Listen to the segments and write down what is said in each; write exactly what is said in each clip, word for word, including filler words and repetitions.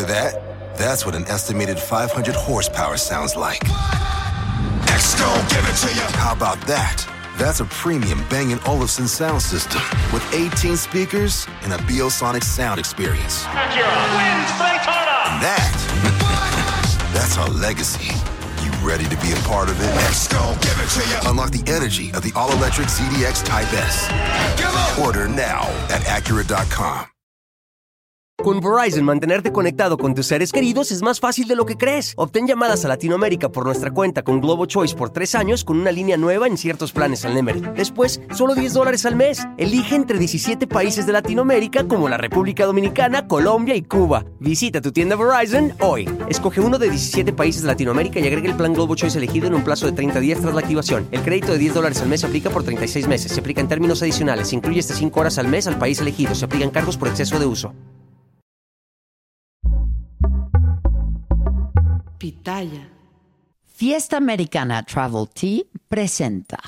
that? That's what an estimated five hundred horsepower sounds like. Next, go give it to you. How about that? That's a premium Bang and Olufsen sound system with eighteen speakers and a Biosonic sound experience. Acura wins Daytona. And that, that's our legacy. You ready to be a part of it? Let's go, give it to you. Unlock the energy of the all-electric Z D X Type S. Order now at Acura dot com. Con Verizon, mantenerte conectado con tus seres queridos es más fácil de lo que crees. Obtén llamadas a Latinoamérica por nuestra cuenta con Globo Choice por tres años con una línea nueva en ciertos planes al Nemery. Después, solo diez dólares al mes. Elige entre diecisiete países de Latinoamérica como la República Dominicana, Colombia y Cuba. Visita tu tienda Verizon hoy. Escoge uno de diecisiete países de Latinoamérica y agrega el plan Globo Choice elegido en un plazo de treinta días tras la activación. El crédito de diez dólares al mes se aplica por treinta y seis meses. Se aplica en términos adicionales. Se incluye hasta cinco horas al mes al país elegido. Se aplican cargos por exceso de uso. Pitaya. Fiesta Americana Travel Tea presenta.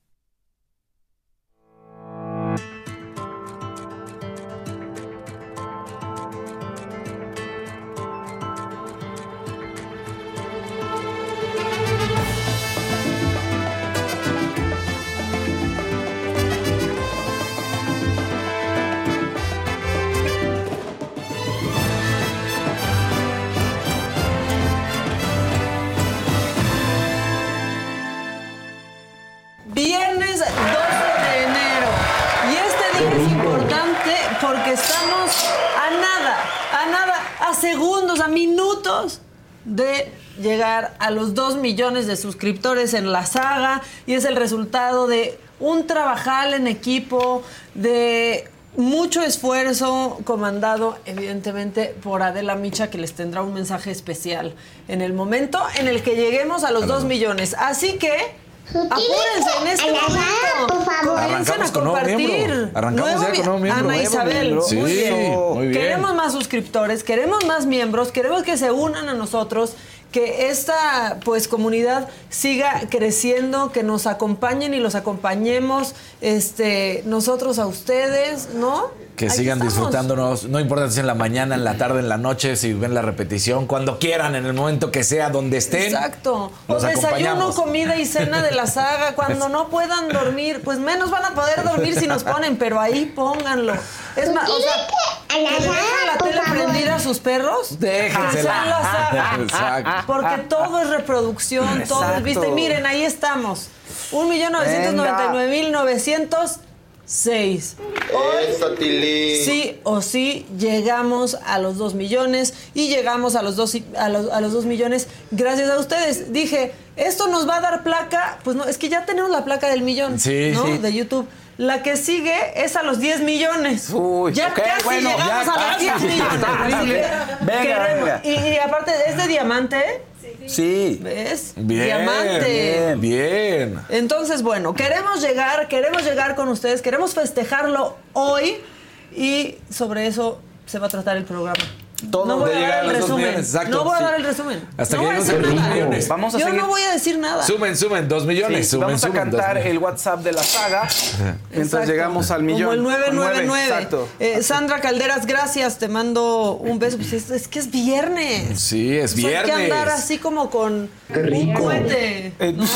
Viernes doce de enero. Y este día es importante porque estamos a nada, a nada, a segundos, a minutos de llegar a los dos millones de suscriptores en la saga. Y es el resultado de un trabajar en equipo, de mucho esfuerzo comandado evidentemente por Adela Micha, que les tendrá un mensaje especial en el momento en el que lleguemos a los dos millones. Así que apúrense en este momento. Por favor. Comiencen a compartir. Arrancamos ya con nuevo miembro. Ana Isabel. Sí, muy bien. muy bien. Queremos más suscriptores, queremos más miembros, queremos que se unan a nosotros, que esta pues comunidad siga creciendo, que nos acompañen y los acompañemos este nosotros a ustedes, ¿no? Que Aquí sigan estamos. disfrutándonos, no importa si en la mañana, en la tarde, en la noche, si ven la repetición, cuando quieran, en el momento que sea, donde estén. Exacto. O Los desayuno, acompañamos. comida y cena de la saga. Cuando no puedan dormir, pues menos van a poder dormir si nos ponen, pero ahí pónganlo. Es más, o sea, A la que le dejen saga, la por tele favor. prendida a sus perros. Déjensela. Que sean la saga. Exacto. Porque todo es reproducción, todo es Exacto. vista. Y miren, ahí estamos. Un millón novecientos noventa y nueve mil novecientos seis. Eso, Tilly. Sí o sí llegamos a los dos millones y llegamos a los dos a los, a los dos millones gracias a ustedes. Dije, esto nos va a dar placa, pues no, es que ya tenemos la placa del millón, Sí, ¿no? sí. De YouTube. La que sigue es a los diez millones. Uy, ya ok, casi bueno, llegamos ya a los casi. diez millones. Venga, Queremos- venga. Y, y aparte, ¿es de diamante? Sí. ¿Ves? Bien, Diamante. bien, bien. Entonces, bueno, queremos llegar, queremos llegar con ustedes, queremos festejarlo hoy y sobre eso se va a tratar el programa. Todo no voy de a llegar dar a el los dos resumen. millones, exacto, no voy a sí. dar el resumen. Hasta no que voy a lleguemos decir a los nada. millones. Vamos a Yo seguir. no voy a decir nada. Sumen, sumen, dos millones. Sí, sumen, vamos a sumen, dos cantar millones. el WhatsApp de la saga mientras Exacto. llegamos al millón. Como el nueve nueve nueve. Exacto. Eh, Sandra Calderas, gracias. Te mando un beso. Pues es, es que es viernes. Sí, es Pues viernes. Hay que andar así como con un cohete, Eh, ¿no?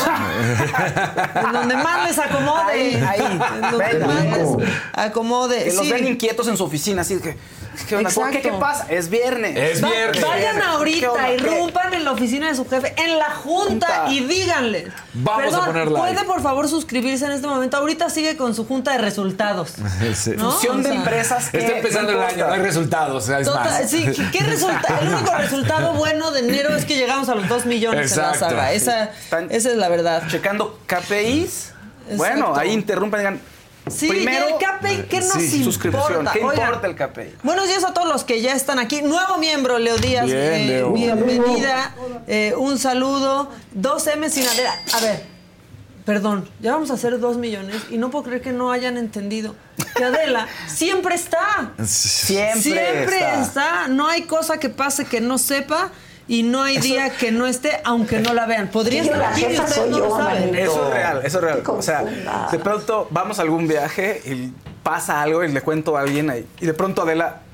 En donde más les acomode. Ahí, ahí. En donde Venga. más les acomode. Que los sí. ven inquietos en su oficina, así que, ¿qué onda? ¿Por ¿Qué, ¿Qué Exacto. pasa? Es viernes. Es Va- viernes. Vayan ¿Qué ahorita, onda? irrumpan en la oficina de su jefe, en la junta, Junta. y díganle. Vamos a Perdón, poner like. ¿puede por favor suscribirse en este momento? Ahorita sigue con su junta de resultados. Sí. ¿no? Fusión O de sea, empresas que Está empezando no el año, importa. no hay resultados. Es Total- más. sí, ¿qué- ¿qué resulta? El único resultado bueno de enero es que llegamos a los dos millones en Exacto. la saga. Esa, Están esa es la verdad. Checando K P Is. Exacto. Bueno, ahí interrumpan y digan. Sí, primero, ¿y el K P I qué nos sí, importa? suscripción. ¿Qué Oigan, importa el K P I? Buenos días a todos los que ya están aquí. Nuevo miembro, Leo Díaz. Bien, eh, Leo. Bienvenida. Eh, un saludo. dos eme sin Adela. A ver, perdón, ya vamos a hacer dos millones y no puedo creer que no hayan entendido que Adela siempre está. Siempre, Siempre está. está. No hay cosa que pase que no sepa. Y no hay día que no esté, aunque no la vean. Podría Yo estar la aquí y jefa ustedes soy no yo, lo saben. Amalito. Eso es real, eso es real. Te O sea, confundas. de pronto vamos a algún viaje y pasa algo y le cuento a alguien ahí. Y de pronto Adela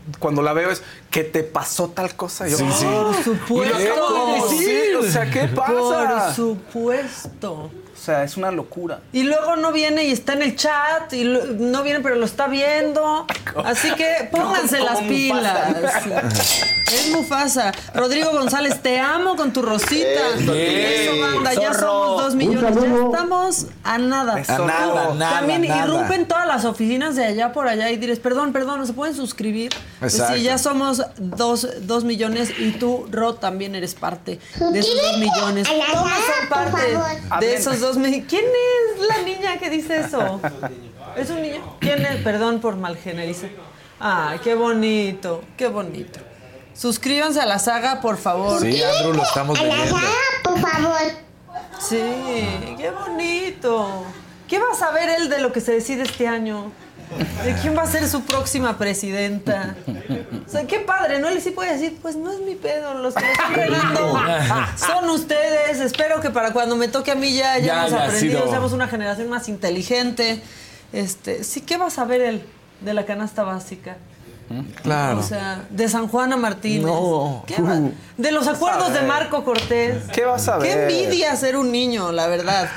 cuando la veo es que te pasó tal cosa. Yo, Sí, sí. "Oh, Por supuesto. y lo acabo de decir, o sea, ¿qué pasa? Por supuesto. O sea, es una locura. Y luego no viene y está en el chat, y lo- no viene pero lo está viendo. Así que pónganse Como las Mufasa. pilas. Es Mufasa. Rodrigo González, te amo con tu rosita. Eso, Eso, banda, ya zorro. somos dos millones. Ya estamos a nada. Eso. A nada, nada, También nada. irrumpen todas las oficinas de allá por allá y diles, perdón, perdón, ¿no se pueden suscribir? Exacto. Sí, ya somos dos, dos millones y tú, Ro, también eres parte de esos dos millones. Todos son parte de Amén. esos dos millones. ¿Quién es la niña que dice eso? ¿Es un niño? ¿Quién es? Perdón por malgenerizar. Ay, qué bonito, qué bonito. Suscríbanse a la saga, por favor. Sí, Andrew, lo estamos leyendo. por favor. Sí, qué bonito. ¿Qué va a saber él de lo que se decide este año? ¿De quién va a ser su próxima presidenta? O sea, qué padre, ¿no? Él sí puede decir, pues no es mi pedo, los que lo están regando son ustedes. Espero que para cuando me toque a mí ya Ya hayamos haya aprendido, sido. seamos una generación más inteligente. Este, sí, ¿qué va a saber él de la canasta básica? Claro. O sea, de San Juana Martínez. No. ¿Qué va- De los acuerdos de Marco Cortés. ¿Qué vas a Qué ver? envidia ser un niño, la verdad.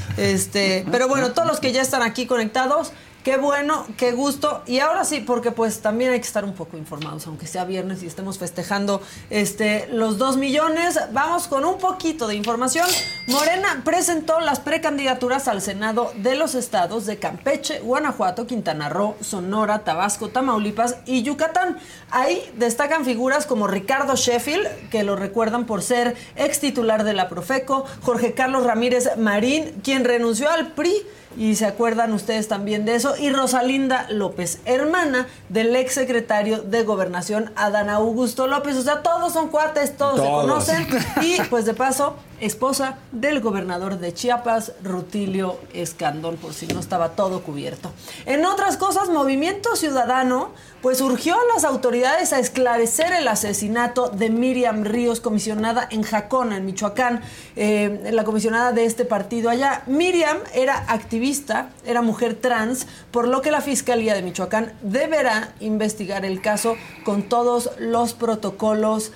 Este, pero bueno, todos los que ya están aquí conectados, qué bueno, qué gusto. Y ahora sí, porque pues también hay que estar un poco informados, aunque sea viernes y estemos festejando este, los dos millones. Vamos con un poquito de información. Morena presentó las precandidaturas al Senado de los estados de Campeche, Guanajuato, Quintana Roo, Sonora, Tabasco, Tamaulipas y Yucatán. Ahí destacan figuras como Ricardo Sheffield, que lo recuerdan por ser ex titular de la Profeco, Jorge Carlos Ramírez Marín, quien renunció al P R I, y se acuerdan ustedes también de eso, y Rosalinda López, hermana del ex secretario de Gobernación Adán Augusto López. O sea, todos son cuates, todos, Todos. se conocen. Y pues de paso, esposa del gobernador de Chiapas, Rutilio Escandón, por si no estaba todo cubierto. En otras cosas, Movimiento Ciudadano pues urgió a las autoridades a esclarecer el asesinato de Miriam Ríos, comisionada en Jacona, en Michoacán, eh, la comisionada de este partido allá. Miriam era activista, era mujer trans, por lo que la Fiscalía de Michoacán deberá investigar el caso con todos los protocolos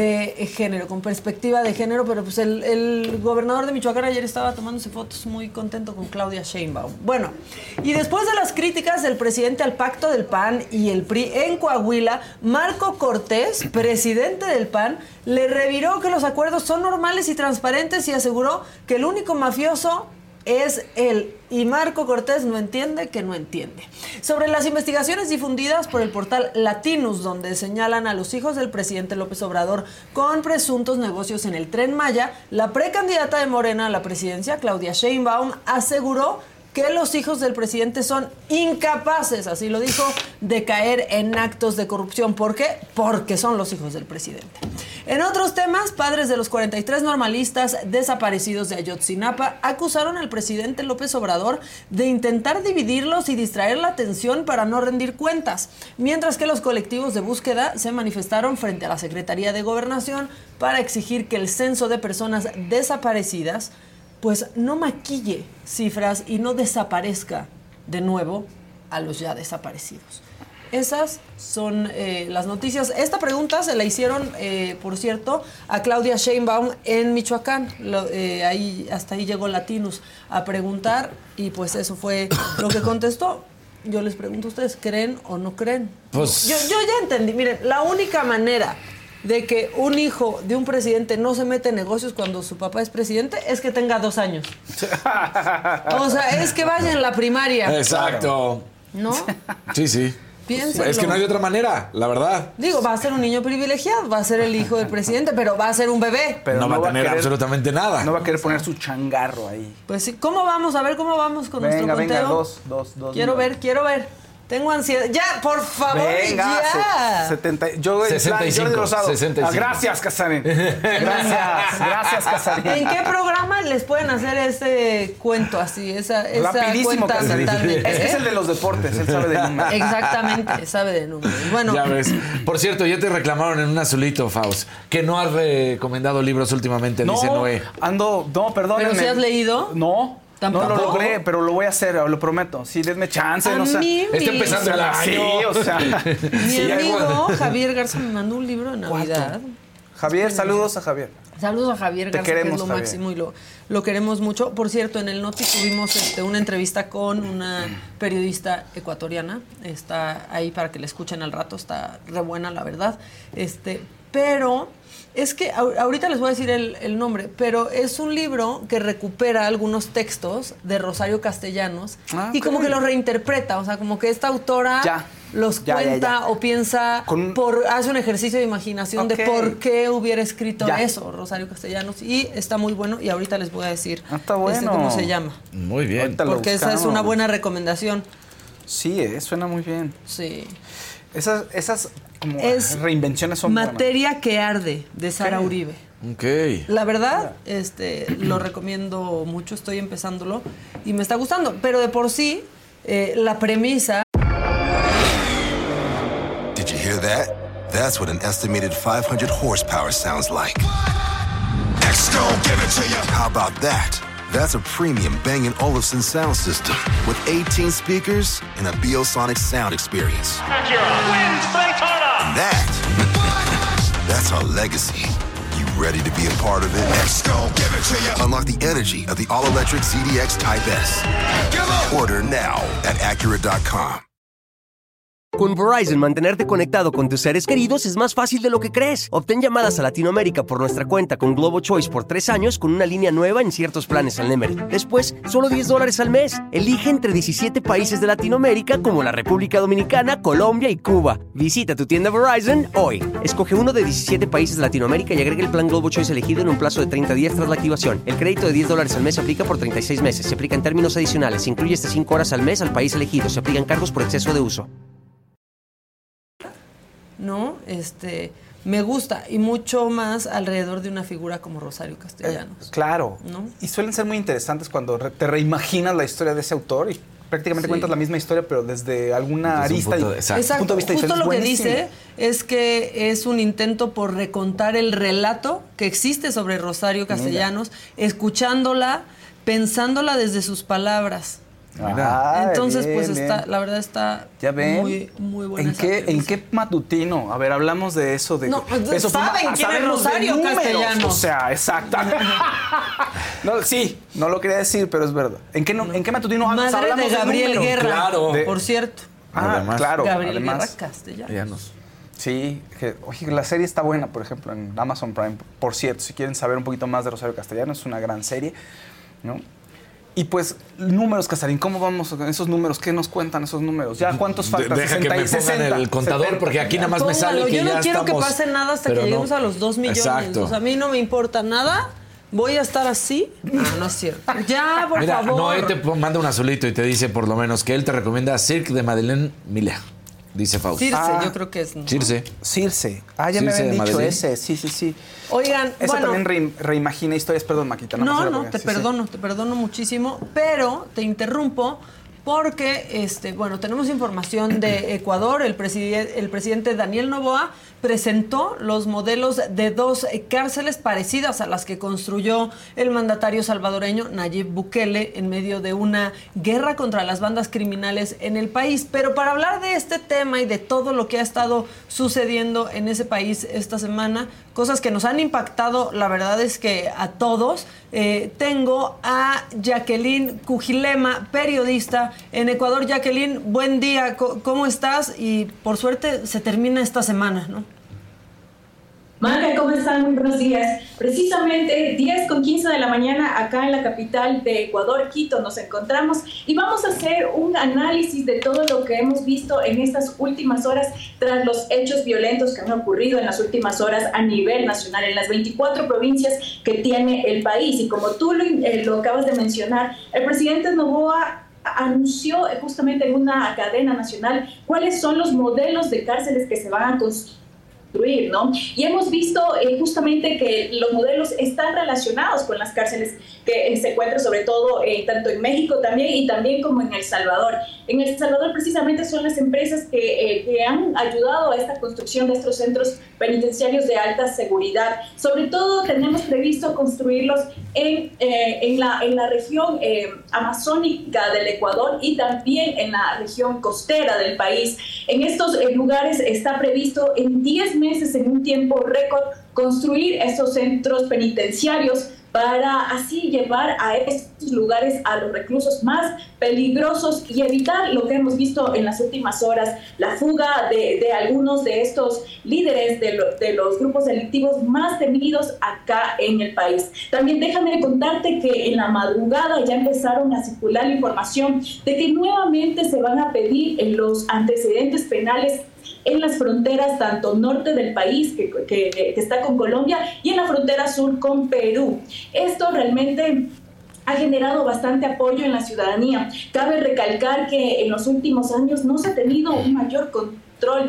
de género, con perspectiva de género, pero pues el, el gobernador de Michoacán ayer estaba tomándose fotos muy contento con Claudia Sheinbaum. Bueno, y después de las críticas del presidente al pacto del P A N y el P R I en Coahuila, Marco Cortés, presidente del P A N, le reviró que los acuerdos son normales y transparentes y aseguró que el único mafioso es él. Y Marco Cortés no entiende que no entiende. Sobre las investigaciones difundidas por el portal Latinus, donde señalan a los hijos del presidente López Obrador con presuntos negocios en el Tren Maya, la precandidata de Morena a la presidencia, Claudia Sheinbaum, aseguró que los hijos del presidente son incapaces, así lo dijo, de caer en actos de corrupción. ¿Por qué? Porque son los hijos del presidente. En otros temas, padres de los cuarenta y tres normalistas desaparecidos de Ayotzinapa acusaron al presidente López Obrador de intentar dividirlos y distraer la atención para no rendir cuentas, mientras que los colectivos de búsqueda se manifestaron frente a la Secretaría de Gobernación para exigir que el censo de personas desaparecidas pues no maquille cifras y no desaparezca de nuevo a los ya desaparecidos. Esas son eh, las noticias. Esta pregunta se la hicieron, eh, por cierto, a Claudia Sheinbaum en Michoacán. Lo, eh, ahí, hasta ahí llegó Latinus a preguntar y pues eso fue lo que contestó. Yo les pregunto a ustedes, ¿creen o no creen? Pues... Yo, yo ya entendí. Miren, la única manera de que un hijo de un presidente no se mete en negocios cuando su papá es presidente es que tenga dos años. O sea, es que vaya en la primaria. Exacto. ¿No? Sí, sí. Piénsenlo. Es que no hay otra manera, la verdad. Digo, va a ser un niño privilegiado, va a ser el hijo del presidente, pero va a ser un bebé. Pero no, va a tener querer- absolutamente nada. No va a querer poner su changarro ahí. Pues sí, ¿cómo vamos? A ver cómo vamos con Venga, nuestro venga, conteo. dos, dos, dos. Quiero millones. ver, quiero ver. Tengo ansiedad. Ya, por favor, Venga, ya. se- setenta, yo en sesenta y plan, Jordi cinco, Rosado. sesenta y cinco. Ah, gracias, Casarín. Gracias, gracias, Casarín. ¿En qué programa les pueden hacer ese cuento así? Esa, esa Rapidísimo, cuenta Casarín. mentalmente, Es que es ¿eh? el de los deportes, él sabe de números. Exactamente, sabe de números. Bueno, Ya ves. Por cierto, ya te reclamaron en un azulito, Faust, que no has recomendado libros últimamente, No, dice Noé. ando, no, perdónenme. ¿pero si has leído? No. ¿Tampoco? No lo logré, pero lo voy a hacer, lo prometo. Sí, denme chance. A no, o mí, Está mi- empezando el año. Sí, o sea. Mi sí, amigo algo- Javier Garza me mandó un libro de Navidad. Javier, saludos a Javier. Saludos a Javier Te Garza, que queremos, es lo Javier. máximo y lo, lo queremos mucho. Por cierto, en el Noti tuvimos este, una entrevista con una periodista ecuatoriana. Está ahí para que la escuchen al rato, está re buena, la verdad. Este, pero es que a- ahorita les voy a decir el, el nombre, pero es un libro que recupera algunos textos de Rosario Castellanos Ah, y como ok. que los reinterpreta. O sea, como que esta autora Ya. los Ya, ya, cuenta ya. o piensa, Con- por, hace un ejercicio de imaginación Ok. de por qué hubiera escrito Ya. eso Rosario Castellanos, y está muy bueno y ahorita les voy a decir Ah, está este, bueno. cómo se llama, Muy bien. Ahorita lo porque esa es buscamos. una buena recomendación. Sí, eh, suena muy bien. Sí. Esas, esas como Es reinvenciones son Materia que arde, de Sara Ok. Uribe. Ok. La verdad, este, lo recomiendo mucho, estoy empezándolo y me está gustando, pero de por sí, eh, la premisa... Did you hear that? That's what an estimated five hundred horsepower sounds like. X-Gon, give it to you. How about that? That's a premium Bang and Olufsen sound system with eighteen speakers and a Biosonic sound experience. Acura wins Daytona. And that, that's our legacy. You ready to be a part of it? X-Gon, give it to you. Unlock the energy of the all-electric C D X Type S. Order now at Acura dot com. Con Verizon, mantenerte conectado con tus seres queridos es más fácil de lo que crees. Obtén llamadas a Latinoamérica por nuestra cuenta con Globo Choice por tres años con una línea nueva en ciertos planes al Nemery. Después, solo diez dólares al mes. Elige entre diecisiete países de Latinoamérica como la República Dominicana, Colombia y Cuba. Visita tu tienda Verizon hoy. Escoge uno de diecisiete países de Latinoamérica y agrega el plan Globo Choice elegido en un plazo de treinta días tras la activación. El crédito de diez dólares al mes se aplica por treinta y seis meses. Se aplica en términos adicionales. Se incluye hasta cinco horas al mes al país elegido. Se aplican cargos por exceso de uso. ¿No? Este, me gusta, y mucho más alrededor de una figura como Rosario Castellanos. Eh, claro. ¿No? Y suelen ser muy interesantes cuando re- te reimaginas la historia de ese autor y prácticamente Sí. cuentas la misma historia, pero desde alguna Desde un arista. punto de- y- exacto. Exacto, punto de vista justo diferente. lo que Es buenísimo. dice es que es un intento por recontar el relato que existe sobre Rosario Castellanos, escuchándola, pensándola desde sus palabras. Ah, Entonces, bien, pues bien. está, la verdad está ¿Ya ven? muy, muy buena. ¿En esa qué, ¿En premisa. qué matutino? A ver, hablamos de eso. De No, eso ¿saben a quién es sabernos de Rosario números. Castellanos? O sea, exacto. no, sí, no lo quería decir, pero es verdad. ¿En qué, no, ¿en qué matutino Madre hablamos de Gabriel números? Guerra, Claro. De- por cierto. Ah, Además. claro. Gabriel además, Guerra Castellanos. Ya nos- Sí, que, oye, la serie está buena, por ejemplo, en Amazon Prime. Por cierto, si quieren saber un poquito más de Rosario Castellanos, es una gran serie, ¿no? Y pues, números, Casarín, ¿cómo vamos con esos números? ¿Qué nos cuentan esos números? ¿Ya cuántos faltan? Deja que sesenta y me pongan sesenta, el contador setenta. porque aquí nada más me sale Póngalo, que yo no ya quiero estamos, que pase nada hasta pero que no. lleguemos a los dos millones. Exacto. O sea, a mí no me importa nada. Voy a estar así. Ah, no es cierto. Ya, por Mira, favor. Noé te pon- manda un azulito y te dice por lo menos que él te recomienda Cirque de Madeleine Miller. Dice Fausto. Circe, Ah. yo creo que es. ¿no? Circe. Circe. Ah, ya me Circe habían de dicho Madeleine. ese. Sí, sí, sí. Oigan, Eso bueno. también re- reimagina historias. Perdón, Maquita. nada más No, era no, porque- te sí, sí. perdono, te perdono muchísimo, pero te interrumpo porque, este, bueno, tenemos información de Ecuador. El, preside- el presidente Daniel Noboa presentó los modelos de dos eh, cárceles parecidas a las que construyó el mandatario salvadoreño Nayib Bukele en medio de una guerra contra las bandas criminales en el país. Pero para hablar de este tema y de todo lo que ha estado sucediendo en ese país esta semana, cosas que nos han impactado, la verdad es que a todos, eh, tengo a Jacqueline Cujilema, periodista en Ecuador. Jacqueline, buen día, Co- ¿cómo estás? Y por suerte se termina esta semana, ¿no? Maca, ¿cómo están? Muy buenos días. Precisamente diez con quince de la mañana acá en la capital de Ecuador, Quito, nos encontramos y vamos a hacer un análisis de todo lo que hemos visto en estas últimas horas tras los hechos violentos que han ocurrido en las últimas horas a nivel nacional en las veinticuatro provincias que tiene el país. Y como tú lo, eh, lo acabas de mencionar, el presidente Noboa anunció justamente en una cadena nacional cuáles son los modelos de cárceles que se van a construir construir, ¿no? Y hemos visto eh, justamente que los modelos están relacionados con las cárceles que eh, se encuentran sobre todo eh, tanto en México también y también como en El Salvador. En El Salvador precisamente son las empresas que, eh, que han ayudado a esta construcción de estos centros penitenciarios de alta seguridad. Sobre todo tenemos previsto construirlos en, eh, en, la, en la región eh, amazónica del Ecuador y también en la región costera del país. En estos eh, lugares está previsto en diez meses, en un tiempo récord, construir estos centros penitenciarios para así llevar a estos lugares a los reclusos más peligrosos y evitar lo que hemos visto en las últimas horas, la fuga de, de algunos de estos líderes de, lo, de los grupos delictivos más temidos acá en el país. También déjame contarte que en la madrugada ya empezaron a circular la información de que nuevamente se van a pedir en los antecedentes penales en las fronteras tanto norte del país, que, que, que está con Colombia, y en la frontera sur con Perú. Esto realmente ha generado bastante apoyo en la ciudadanía. Cabe recalcar que en los últimos años no se ha tenido un mayor control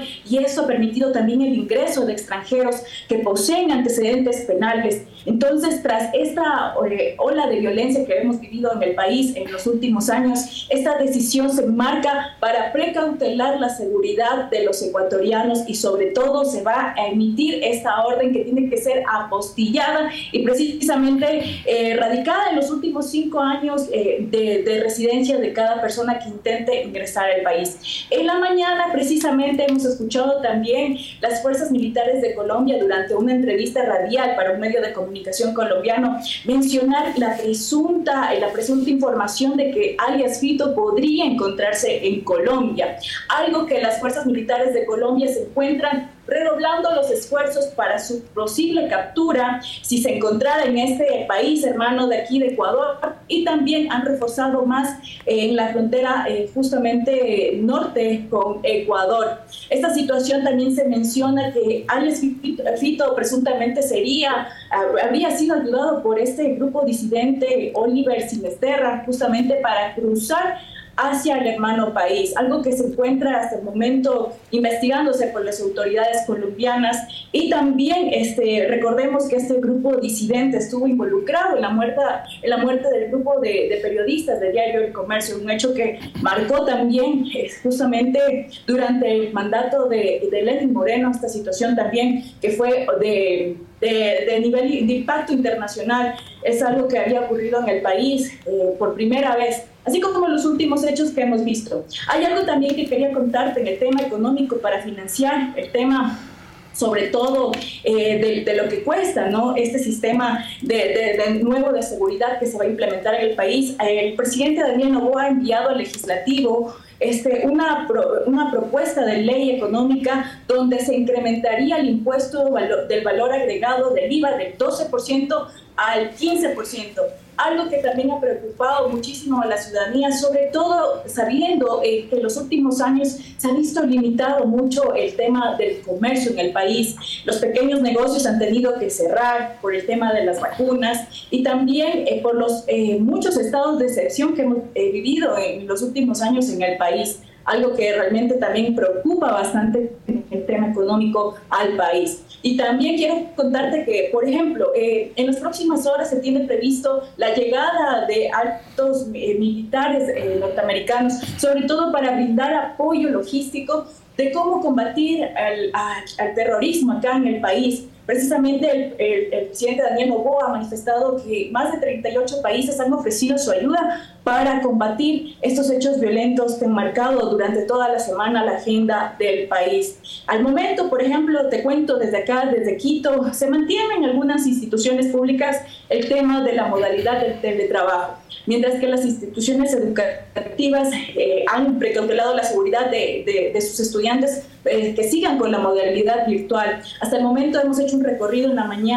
y eso ha permitido también el ingreso de extranjeros que poseen antecedentes penales. Entonces, tras esta eh, ola de violencia que hemos vivido en el país en los últimos años, esta decisión se marca para precautelar la seguridad de los ecuatorianos y sobre todo se va a emitir esta orden que tiene que ser apostillada y precisamente eh, radicada en los últimos cinco años eh, de, de residencia de cada persona que intente ingresar al país. En la mañana, precisamente, hemos escuchado también las fuerzas militares de Colombia durante una entrevista radial para un medio de comunicación colombiano mencionar la presunta, la presunta información de que alias Fito podría encontrarse en Colombia, algo que las fuerzas militares de Colombia se encuentran redoblando los esfuerzos para su posible captura si se encontrara en este país hermano de aquí de Ecuador, y también han reforzado más eh, en la frontera eh, justamente eh, norte con Ecuador. Esta situación también se menciona que alias Fito, Fito presuntamente sería, habría sido ayudado por este grupo disidente Oliver Sinesterra justamente para cruzar hacia el hermano país, algo que se encuentra hasta el momento investigándose por las autoridades colombianas. Y también este, recordemos que este grupo disidente estuvo involucrado en la muerte, en la muerte del grupo de, de periodistas del diario El Comercio, un hecho que marcó también eh, justamente durante el mandato de, de Lenín Moreno, esta situación también que fue de, de, de nivel de impacto internacional, es algo que había ocurrido en el país eh, por primera vez, así como los últimos hechos que hemos visto. Hay algo también que quería contarte en el tema económico para financiar el tema, sobre todo eh, de, de lo que cuesta, ¿no? Este sistema de, de, de nuevo de seguridad que se va a implementar en el país. El presidente Daniel Noboa ha enviado al legislativo Este, una, pro, una propuesta de ley económica donde se incrementaría el impuesto valor, del valor agregado del I V A del doce por ciento al quince por ciento, algo que también ha preocupado muchísimo a la ciudadanía, sobre todo sabiendo eh, que en los últimos años se ha visto limitado mucho el tema del comercio en el país. Los pequeños negocios han tenido que cerrar por el tema de las vacunas y también eh, por los eh, muchos estados de excepción que hemos eh, vivido en los últimos años en el país, algo que realmente también preocupa bastante el tema económico al país. Y también quiero contarte que, por ejemplo, eh, en las próximas horas se tiene previsto la llegada de altos eh, militares eh, norteamericanos, sobre todo para brindar apoyo logístico de cómo combatir al, al, al terrorismo acá en el país. Precisamente el, el, el presidente Daniel Noboa ha manifestado que más de treinta y ocho países han ofrecido su ayuda para combatir estos hechos violentos que han marcado durante toda la semana la agenda del país. Al momento, por ejemplo, te cuento desde acá, desde Quito, se mantiene en algunas instituciones públicas el tema de la modalidad del teletrabajo, mientras que las instituciones educativas eh, han precautelado la seguridad de, de, de sus estudiantes eh, que sigan con la modalidad virtual. Hasta el momento hemos hecho un recorrido en la mañana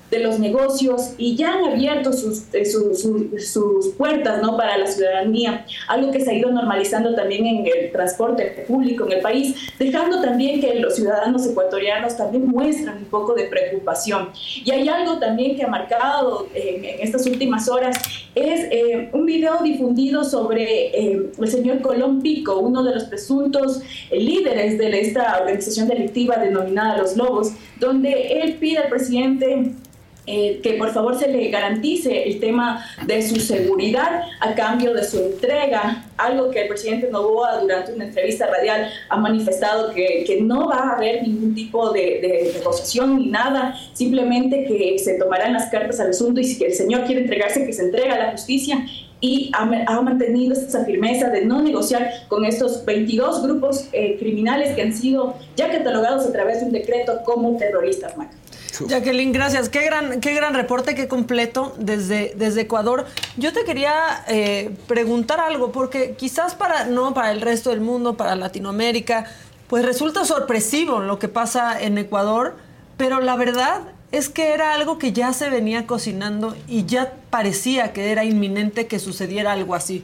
de los negocios y ya han abierto sus, eh, su, su, sus puertas, ¿no?, para la ciudadanía, algo que se ha ido normalizando también en el transporte público en el país, dejando también que los ciudadanos ecuatorianos también muestran un poco de preocupación. Y hay algo también que ha marcado en, en estas últimas horas, es eh, un video difundido sobre eh, el señor Colón Pico, uno de los presuntos eh, líderes de esta organización delictiva denominada Los Lobos, donde él pide al presidente Eh, que por favor se le garantice el tema de su seguridad a cambio de su entrega, algo que el presidente Noboa durante una entrevista radial ha manifestado que, que no va a haber ningún tipo de, de negociación ni nada, simplemente que se tomarán las cartas al asunto y si el señor quiere entregarse, que se entregue a la justicia, y ha, ha mantenido esa firmeza de no negociar con estos veintidós grupos eh, criminales que han sido ya catalogados a través de un decreto como terroristas, Maca. Jacqueline, gracias. Qué gran, qué gran reporte, qué completo desde, desde Ecuador. Yo te quería eh, preguntar algo, porque quizás para, no para el resto del mundo, para Latinoamérica, pues resulta sorpresivo lo que pasa en Ecuador, pero la verdad es que era algo que ya se venía cocinando y ya parecía que era inminente que sucediera algo así.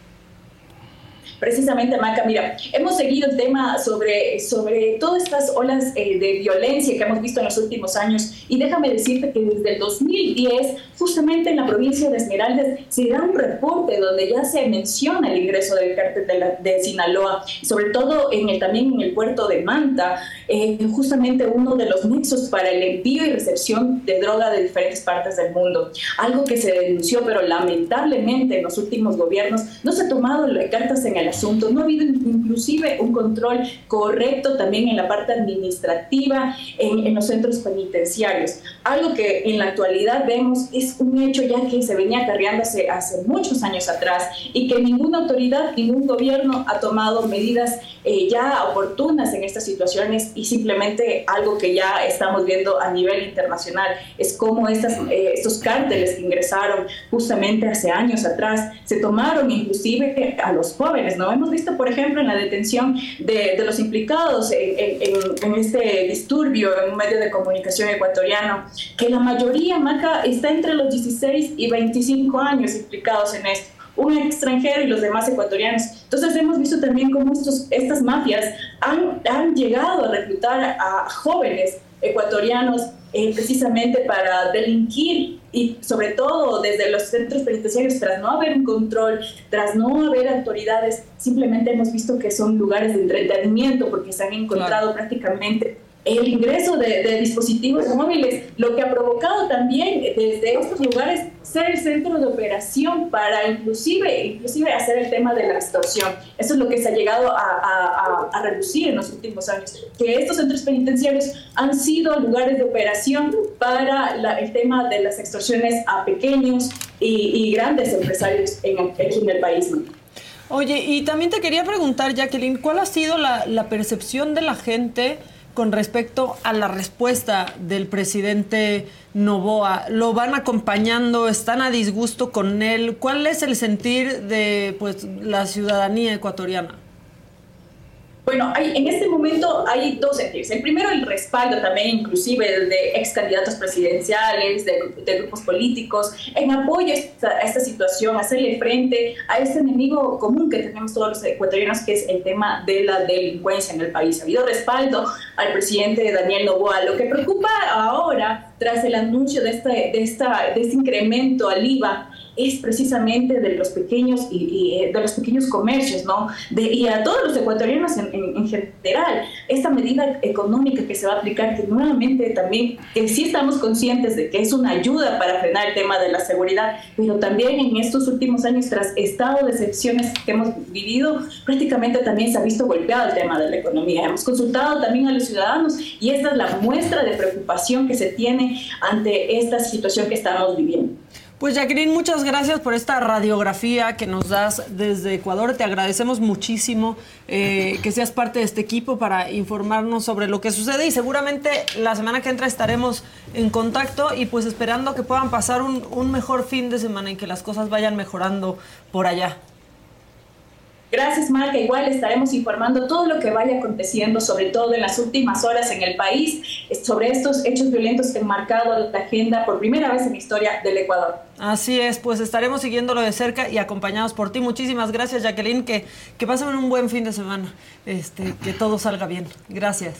Precisamente, Maca, mira, hemos seguido el tema sobre, sobre todas estas olas eh, de violencia que hemos visto en los últimos años, y déjame decirte que desde el dos mil diez, justamente en la provincia de Esmeraldas, se da un reporte donde ya se menciona el ingreso del cártel de, la, de Sinaloa, sobre todo en el, también en el puerto de Manta, eh, justamente uno de los nexos para el envío y recepción de droga de diferentes partes del mundo. Algo que se denunció, pero lamentablemente en los últimos gobiernos no se ha tomado cartas en el asunto, no ha habido inclusive un control correcto también en la parte administrativa, en, en los centros penitenciarios. Algo que en la actualidad vemos es un hecho ya que se venía acarreando hace, hace muchos años atrás y que ninguna autoridad, ningún gobierno ha tomado medidas eh, ya oportunas en estas situaciones, y simplemente algo que ya estamos viendo a nivel internacional es cómo estas, eh, estos cárteles que ingresaron justamente hace años atrás se tomaron inclusive a los jóvenes, ¿no? Hemos visto, por ejemplo, en la detención de, de los implicados en, en, en este disturbio en un medio de comunicación ecuatoriano, que la mayoría, Maca, está entre los dieciséis y veinticinco años implicados en esto, un extranjero y los demás ecuatorianos. Entonces hemos visto también cómo estos, estas mafias han, han llegado a reclutar a, a jóvenes ecuatorianos eh, precisamente para delinquir, y sobre todo desde los centros penitenciarios, tras no haber un control, tras no haber autoridades, simplemente hemos visto que son lugares de entretenimiento porque se han encontrado claro. prácticamente el ingreso de, de dispositivos móviles, lo que ha provocado también desde estos lugares ser el centro de operación para inclusive, inclusive hacer el tema de la extorsión. Eso es lo que se ha llegado a, a, a, a reducir en los últimos años, que estos centros penitenciarios han sido lugares de operación para la, el tema de las extorsiones a pequeños y, y grandes empresarios en el, en el país, ¿no? Oye, y también te quería preguntar, Jacqueline, ¿cuál ha sido la, la percepción de la gente con respecto a la respuesta del presidente Noboa? ¿Lo van acompañando? ¿Están a disgusto con él? ¿Cuál es el sentir de pues, la ciudadanía ecuatoriana? Bueno, hay, en este momento hay dos sentidos. El primero, el respaldo también, inclusive de ex candidatos presidenciales, de, de grupos políticos, en apoyo a esta, a esta situación, hacerle frente a este enemigo común que tenemos todos los ecuatorianos, que es el tema de la delincuencia en el país. Ha habido respaldo al presidente Daniel Noboa. Lo que preocupa ahora, tras el anuncio de, este, de, esta, de este incremento al I V A, es precisamente de los pequeños y, y de los pequeños comercios, ¿no? De, y a todos los ecuatorianos en, en, en general, esta medida económica que se va a aplicar, que nuevamente también, que sí estamos conscientes de que es una ayuda para frenar el tema de la seguridad, pero también en estos últimos años, tras estado de excepciones que hemos vivido, prácticamente también se ha visto golpeado el tema de la economía. Hemos consultado también a los ciudadanos y esta es la muestra de preocupación que se tiene ante esta situación que estamos viviendo. Pues Jacqueline, muchas gracias por esta radiografía que nos das desde Ecuador. Te agradecemos muchísimo eh, que seas parte de este equipo para informarnos sobre lo que sucede, y seguramente la semana que entra estaremos en contacto y pues esperando que puedan pasar un, un mejor fin de semana y que las cosas vayan mejorando por allá. Gracias, Marca. Igual estaremos informando todo lo que vaya aconteciendo, sobre todo en las últimas horas en el país, sobre estos hechos violentos que han marcado la agenda por primera vez en la historia del Ecuador. Así es, pues estaremos siguiéndolo de cerca y acompañados por ti. Muchísimas gracias, Jacqueline, que, que pasen un buen fin de semana, este, que todo salga bien. Gracias.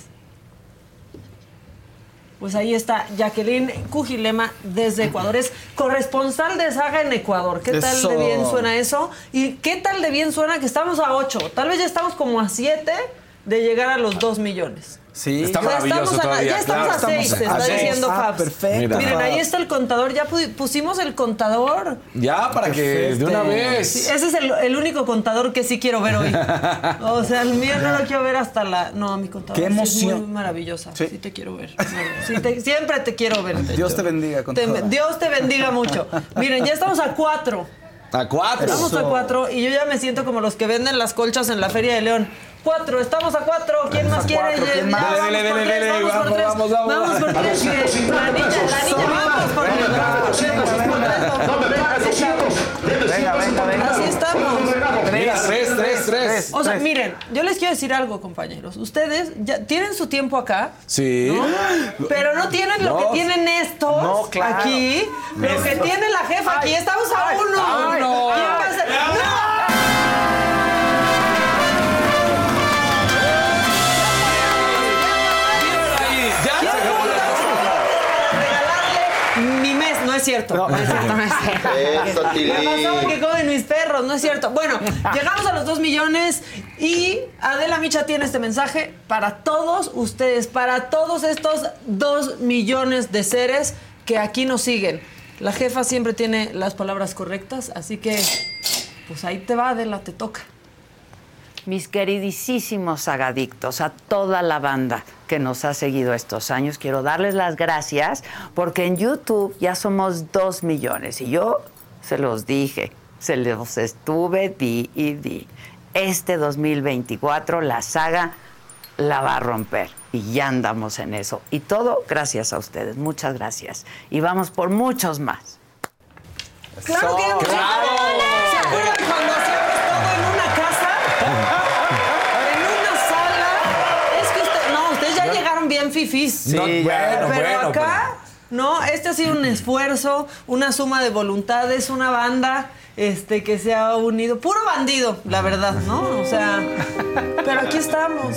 Pues ahí está Jacqueline Cujilema desde Ecuador. Es corresponsal de Saga en Ecuador. ¿Qué tal Eso. de bien suena eso? ¿Y qué tal de bien suena que estamos a ocho? Tal vez ya estamos como a siete de llegar a los dos millones. Sí. Está O sea, maravilloso estamos a- todavía, ya estamos claro. a seis, Estamos está a seis. diciendo Ah, Fabs. perfecto. Miren, ahí está el contador. Ya pu- pusimos el contador. Ya, para que de una vez. Sí, ese es el, el único contador que sí quiero ver hoy. O sea, el mío no lo quiero ver hasta la... No, mi contador Qué sí es emoción. muy maravillosa. Sí. Sí, te quiero ver. Sí, te- siempre te quiero ver. Dios te bendiga, Te- contadora. Dios te bendiga mucho. Miren, ya estamos a cuatro. A cuatro. Estamos a cuatro y yo ya me siento como los que venden las colchas en la Feria de León. Cuatro, estamos a cuatro. ¿Quién más a quiere? cuatro, ¿quién más? Ya, Dele, vamos dele, por dele, tres, dele, vamos por vamos, tres. vamos, vamos. Vamos por tres. que La niña, la niña, vamos por tres. Vamos por tres, vamos por tres, vamos por tres. Venga, venga, venga. Así estamos. Mira, tres, tres, tres. O sea, Tres. miren, yo les quiero decir algo, compañeros. Ustedes ya tienen su tiempo acá, Sí. pero no tienen lo No. que tienen estos No, claro. aquí. Lo que tiene la jefa aquí. Estamos a uno. ay, no. ¿Quién va a ser? ¡No! Ya se acabó la Regalarle mi mes. No es cierto. No, es cierto, no es cierto. Eso, Me Tilín. pasó que comen mis perros, no es cierto. Bueno, llegamos a los dos millones y Adela Micha tiene este mensaje para todos ustedes, para todos estos dos millones de seres que aquí nos siguen. La jefa siempre tiene las palabras correctas, así que pues ahí te va, Adela, te toca. Mis queridísimos sagadictos, a toda la banda que nos ha seguido estos años, quiero darles las gracias porque en YouTube ya somos dos millones y yo se los dije, se los estuve di y di. Este dos mil veinticuatro la saga la va a romper y ya andamos en eso. Y todo gracias a ustedes, muchas gracias. Y vamos por muchos más. Claro que hemos ¡Claro! ¿Se acuerdan cuando hacíamos todo en una casa? En una sala. Es que usted, no, ustedes ya llegaron bien fifís. Sí, no, ya. bueno, Pero bueno. acá, no, este ha sido un esfuerzo, una suma de voluntades, una banda este, que se ha unido. Puro bandido, la verdad, ¿no? O sea, pero aquí estamos.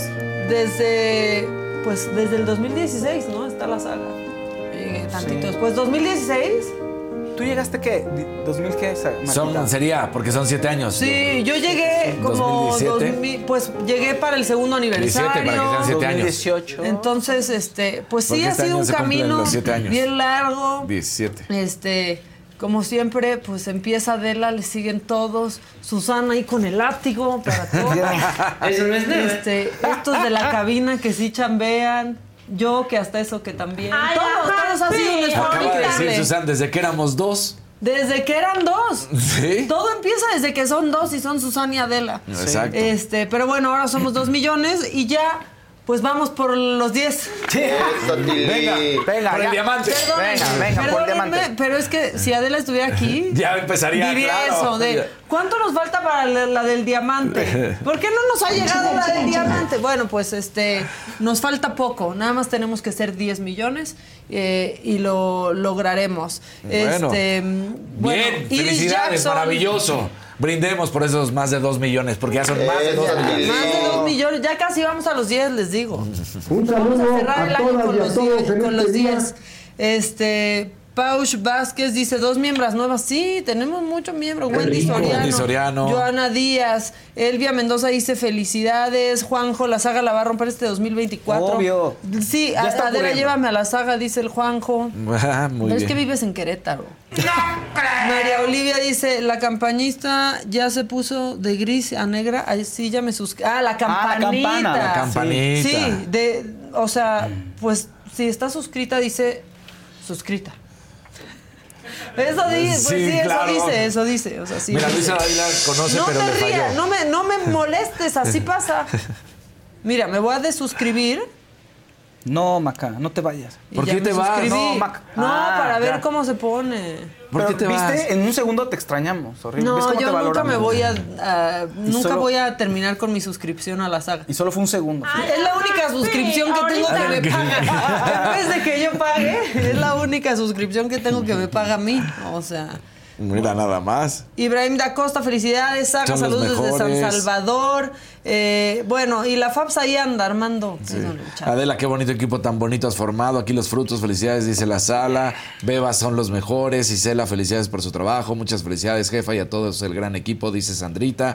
Desde, pues, desde el dos mil dieciséis, ¿no? Está la saga. Llegué tantito después. ¿dos mil dieciséis? ¿Tú llegaste qué? ¿dos mil qué? Marquita? Son, sería, porque son siete años. Sí, yo llegué como ¿dos mil diecisiete? dos mil, pues llegué para el segundo aniversario. diecisiete, para que sean siete dos mil años. dieciocho. Entonces, este, pues sí Porque ha este sido año un se cumplen camino los siete años. bien largo. diecisiete. Este, como siempre, pues empieza Adela, le siguen todos. Susana ahí con el látigo para todos. Eso no es nada. Este, estos de la cabina que sí chambean. Yo que hasta eso que también. Ay, todos, ajá, todos ha sido un sí. esfuerzo Acaba de decir grande. Susan, desde que éramos dos. Desde que eran dos. Sí. Todo empieza desde que son dos y son Susana y Adela. Exacto. Este, pero bueno, ahora somos dos millones y ya, pues vamos por los diez. Eso, Tilín. Venga, venga. Por el ya. diamante. Perdónenme, Venga, venga, por el perdónenme, diamante. pero es que si Adela estuviera aquí, Ya empezaría, diría claro. eso de ¿cuánto nos falta para la, la del diamante? ¿Por qué no nos ha llegado la del diamante? Bueno, pues este nos falta poco, nada más tenemos que ser diez millones eh, y lo lograremos. Bueno. Este, bueno, Bien, Iris felicidades, Jackson, maravilloso. Brindemos por esos más de dos millones, porque ya son más de dos Eso, millones. Tilín. Más de dos millones, ya casi vamos a los diez, les digo. Un Vamos saludo a cerrar a el año todas con y a los todos diez. en Con los este día. diez. Este, Pauch Vázquez dice dos miembros nuevas. Sí, tenemos muchos miembros. Wendy rico. Soriano, Wendy Soriano. Joana Díaz, Elvia Mendoza dice felicidades. Juanjo, la saga la va a romper este dos mil veinticuatro. Obvio. Sí, Ya está Adela, ocurriendo. llévame a la saga, dice el Juanjo. Ah, muy Pero bien. es que vives en Querétaro. María Olivia dice, la campanista ya se puso de gris a negra. Ahí sí, ya me suscribí. Ah, la campanita. campana, la campanita. Sí, de, o sea, pues si está suscrita, dice suscrita. Eso dice, pues Sí, sí, claro. eso dice, eso dice. O sea, sí, Mira, dice. Luisa ahí la conoce, No pero te le falló. rías, no me, no me molestes, así pasa. Mira, me voy a desuscribir No, Maca, no te vayas. ¿Por qué te vas? No, Maca. No, Ah, para ver ya. cómo se pone. ¿Por qué Pero, te ¿viste? vas? En un segundo te extrañamos, horrible. ¿Ves No, cómo te yo nunca valoramos? me voy a, a- nunca solo- voy a terminar con mi suscripción a la saga. Y solo fue un segundo. Es la única suscripción que tengo que me paga. En vez de que yo pague, es la única suscripción que tengo que me paga a mí. O sea. Mira, nada más. Ibrahim da Costa, felicidades, Saga, Son los saludos desde San mejores. Salvador. Eh, bueno, y la Fabs ahí anda, Armando. Sí. Perdón, chat. Adela, qué bonito equipo tan bonito has formado. Aquí los frutos, felicidades, dice la sala. Beba son los mejores. Isela, felicidades por su trabajo. Muchas felicidades, jefa, y a todos el gran equipo, dice Sandrita.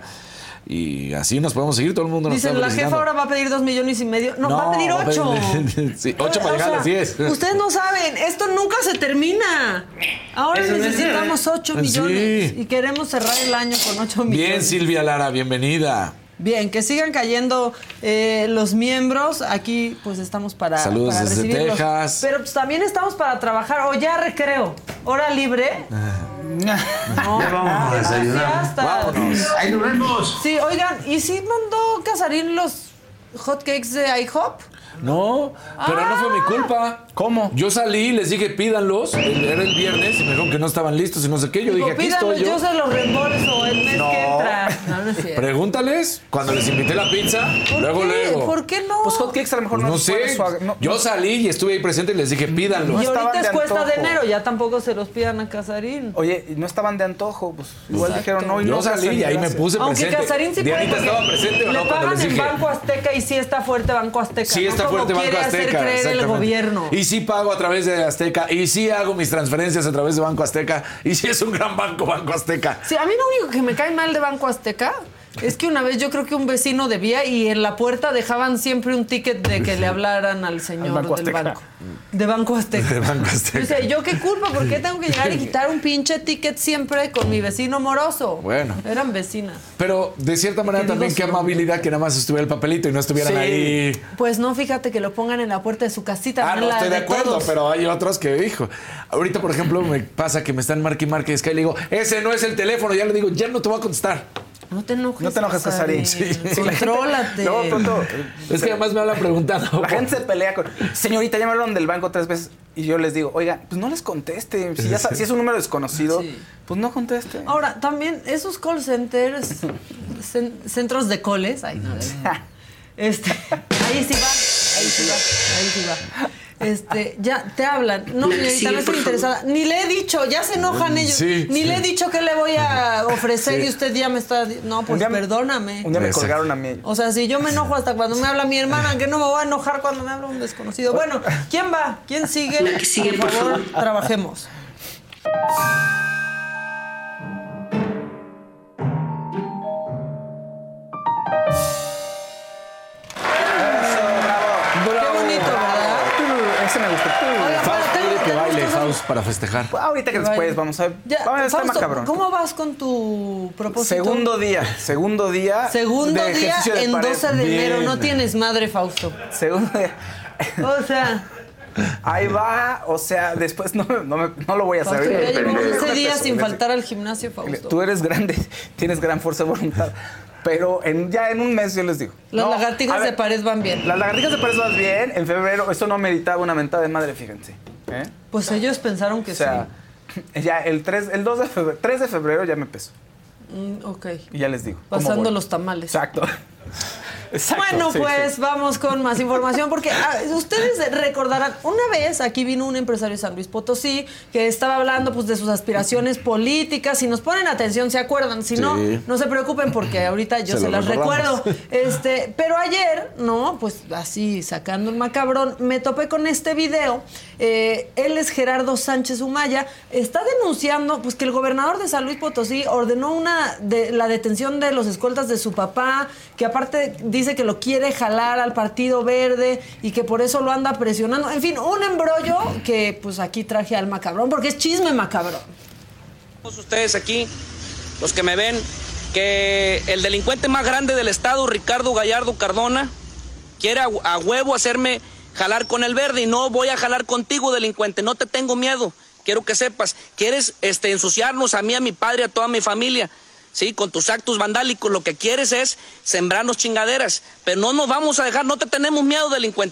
Y así nos podemos seguir, todo el mundo nos Dicen, está la felicitando. jefa ahora va a pedir dos millones y medio. No, va a pedir va a ocho. pedir- sí, ocho para O llegar a sea, las diez. Ustedes no saben, esto nunca se termina. Ahora Eso es necesitamos ocho Sí. millones y queremos cerrar el año con ocho millones. Bien, Silvia Lara, bienvenida. Bien, que sigan cayendo eh, los miembros. Aquí pues estamos para, Saludos para desde recibirlos. Texas. Pero pues también estamos para trabajar. O ya recreo, hora libre. No, Ya vamos a desayunar. sí, hasta- Vámonos. Ahí nos vemos. Sí, oigan, ¿y si mandó Casarín los hotcakes de IHOP? No, pero no fue mi culpa. ¿Cómo? Yo salí, les dije pídanlos, el- era el viernes, y me dijeron que no estaban listos y no sé qué. Yo Digo, dije, aquí pídanlos, estoy yo. yo se los reembolso el mes No. que entra. No, no es cierto. Pregúntales, cuando les invité la pizza, ¿Por luego, qué? luego. ¿Por qué no? Pues hotcakes a lo mejor Pues no, no fue sé, su ag- no- yo salí y estuve ahí presente y les dije, pídanlos. y estaban ahorita de es cuesta de antojo. enero, ya tampoco se los pidan a Casarín. Oye, y no estaban de antojo, pues igual Exacto. dijeron no y Yo no. salí y ahí me gracias. puse Aunque presente. Casarín sí puede, Dianita porque estaba presente o le no cuando pagan les en dije. Banco Azteca y sí está fuerte Banco Azteca. Sí ¿no? está Como fuerte Banco quiere Azteca. hacer creer el exactamente. gobierno. Y sí pago a través de Azteca. Y sí hago mis transferencias a través de Banco Azteca. Y sí es un gran banco, Banco Azteca. Sí, a mí lo único que me cae mal de Banco Azteca es que una vez yo creo que un vecino debía y en la puerta dejaban siempre un ticket de que le hablaran al señor Banco del Azteca. banco. De Banco Azteca. De Banco Azteca. Yo decía, ¿yo qué culpa? ¿Por qué tengo que llegar y quitar un pinche ticket siempre con mi vecino moroso? Bueno. Eran vecinas. Pero de cierta manera Que digo también su qué nombre. amabilidad que nada más estuviera el papelito y no estuvieran Sí. ahí. Pues no, fíjate que lo pongan en la puerta de su casita. Ah, en no la estoy de acuerdo, todos. pero hay otros que, hijo. Ahorita, por ejemplo, me pasa que me están marque y marque Sky y le digo, ese no es el teléfono. Ya le digo, ya no te voy a contestar. No te enojes. No te enojes, Casarín. Sí. Sí, la gente- Contrólate. Luego pronto, Es que además me hablan preguntando. la gente se pelea con. Señorita, ya me hablaron del banco tres veces. Y yo les digo, oiga, pues no les conteste. Si, ya sa- si es un número desconocido, Sí. pues no conteste. Ahora, también esos call centers, cen- centros de coles, ay, no, este, ahí sí va, ahí sí va, ahí sí va. Este, ya te hablan. No, señorita, no estoy interesada. Ni le he dicho, ya se enojan ellos. Sí, Ni sí. le he dicho qué le voy a ofrecer y usted ya me está. di- No, pues Un día me- perdóname. Un día me Exacto. colgaron a mí. O sea, si yo me enojo hasta cuando me habla mi hermana, que no me voy a enojar cuando me habla un desconocido. Bueno, ¿quién va? ¿Quién sigue? La que sigue, por favor. Trabajemos. Qué bonito, ¿verdad? Ese me gustó. Oiga, Faust, bueno, tengo- pide que tenemos baile, cosas- Faust, para festejar. Pues ahorita que después vamos a ver. Ya, Vamos a estar Fausto, macabrón. ¿cómo vas con tu propósito? Segundo día, segundo día. Segundo de día ejercicio de en pared. doce de enero. Bien. No tienes madre, Fausto. Segundo día. O sea, Ahí va, o sea, después no, no, me- no lo voy a Fausto, saber. ya llevo Pendejo. once días sin faltar al gimnasio, Fausto. Tú eres grande, tienes gran fuerza de voluntad. Pero en, ya en un mes yo les digo. Las No, lagartijas a ver, de pared van bien. Las lagartijas de pared van bien. En febrero, esto no meritaba una mentada de madre, fíjense. ¿eh? Pues ellos pensaron que O sea, ya el, tres, el dos de febrero, tres de febrero ya me peso. sí. Mm, ok. Y ya les digo. cómo Pasando voy. los tamales. Exacto. Exacto, Bueno, sí, pues sí. vamos con más información porque ah, ustedes recordarán, una vez aquí vino un empresario de San Luis Potosí que estaba hablando pues de sus aspiraciones políticas. Si nos ponen atención, se acuerdan. Si no, Sí. no se preocupen porque ahorita yo Se se, lo las recordamos. recuerdo. Este, pero ayer, no, pues así sacando el macabrón, me topé con este video. Eh, él es Gerardo Sánchez Humaya. Está denunciando pues que el gobernador de San Luis Potosí ordenó una de la detención de los escoltas de su papá, que aparte dice que lo quiere jalar al Partido Verde y que por eso lo anda presionando. En fin, un embrollo que pues aquí traje al macabrón porque es chisme macabrón. Todos ustedes aquí, los que me ven, que el delincuente más grande del estado, Ricardo Gallardo Cardona, quiere a, a huevo hacerme jalar con el verde y no voy a jalar contigo, delincuente, no te tengo miedo. Quiero que sepas, quieres este, ensuciarnos a mí, a mi padre, a toda mi familia. Sí, con tus actos vandálicos, lo que quieres es sembrarnos chingaderas, pero no nos vamos a dejar, no te tenemos miedo, delincuente.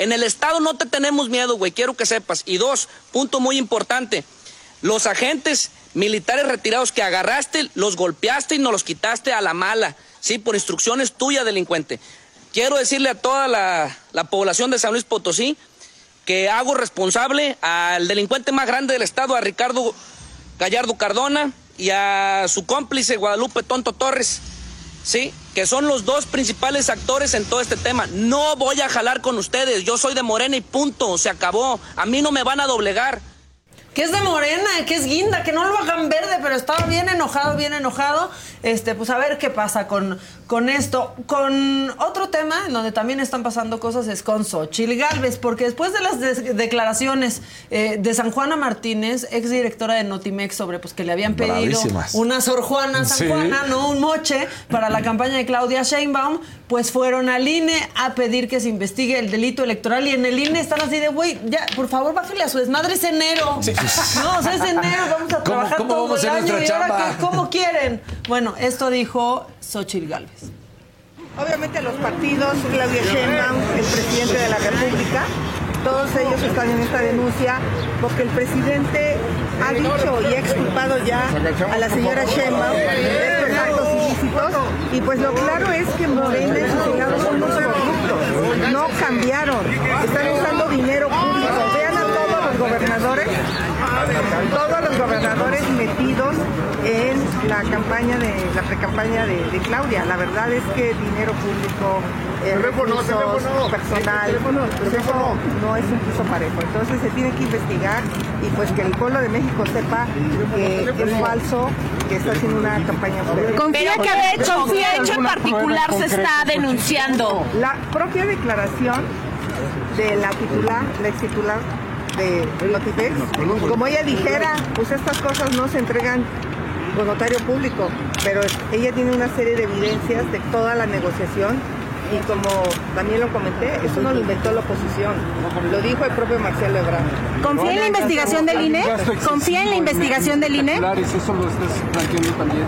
En el Estado no te tenemos miedo, güey, quiero que sepas. Y dos, punto muy importante, los agentes militares retirados que agarraste, los golpeaste y nos los quitaste a la mala, ¿sí? Por instrucciones tuyas, delincuente. Quiero decirle a toda la, la población de San Luis Potosí que hago responsable al delincuente más grande del Estado, a Ricardo Gallardo Cardona, y a su cómplice Guadalupe Tonto Torres, ¿sí? Que son los dos principales actores en todo este tema. No voy a jalar con ustedes, yo soy de Morena y punto, se acabó. A mí no me van a doblegar. Que es de Morena, que es guinda, que no lo hagan verde, pero estaba bien enojado, bien enojado. Este, pues a ver qué pasa con, con esto. Con otro tema en donde también están pasando cosas es con Xóchitl Gálvez, porque después de las de- declaraciones eh, de San Juana Martínez, exdirectora de Notimex, sobre pues que le habían pedido Bravísimas. una Sor Juana San Sí. Juana, no un moche, para la campaña de Claudia Sheinbaum, pues fueron al I N E a pedir que se investigue el delito electoral, y en el I N E están así de, güey, ya, por favor, bájale a su desmadre, es enero. Sí. No, o sea, es enero, vamos a ¿Cómo- trabajar cómo todo vamos a el hacer año, nuestra y ahora chamba? qué, ¿cómo quieren? Bueno, esto dijo Xóchitl Gálvez. Obviamente los partidos, Claudia Sheinbaum, el presidente de la República, todos ellos están en esta denuncia porque el presidente ha dicho y ha exculpado ya a la señora Sheinbaum de estos actos ilícitos, y pues lo claro es que Morena y sus aliados son unos corruptos, no cambiaron, están usando dinero público. Vean a todos los gobernadores, todos los gobernadores metidos en la campaña de la precampaña de, de Claudia. La verdad es que dinero público, eh, recursos, personal, pues eso no es un piso parejo. Entonces se tiene que investigar, y pues que el pueblo de México sepa que es falso, que está haciendo una campaña. Confía que de hecho, ¿qué hecho en particular se está denunciando? La propia declaración de la titular, la ex titular de Notimex, como ella dijera, pues estas cosas no se entregan con notario público, pero ella tiene una serie de evidencias de toda la negociación, y como también lo comenté, eso no lo inventó la oposición, lo dijo el propio Marcelo Ebrard. ¿Confía en la investigación del I N E? ¿Confía en la investigación del I N E? Eso lo estás planteando también.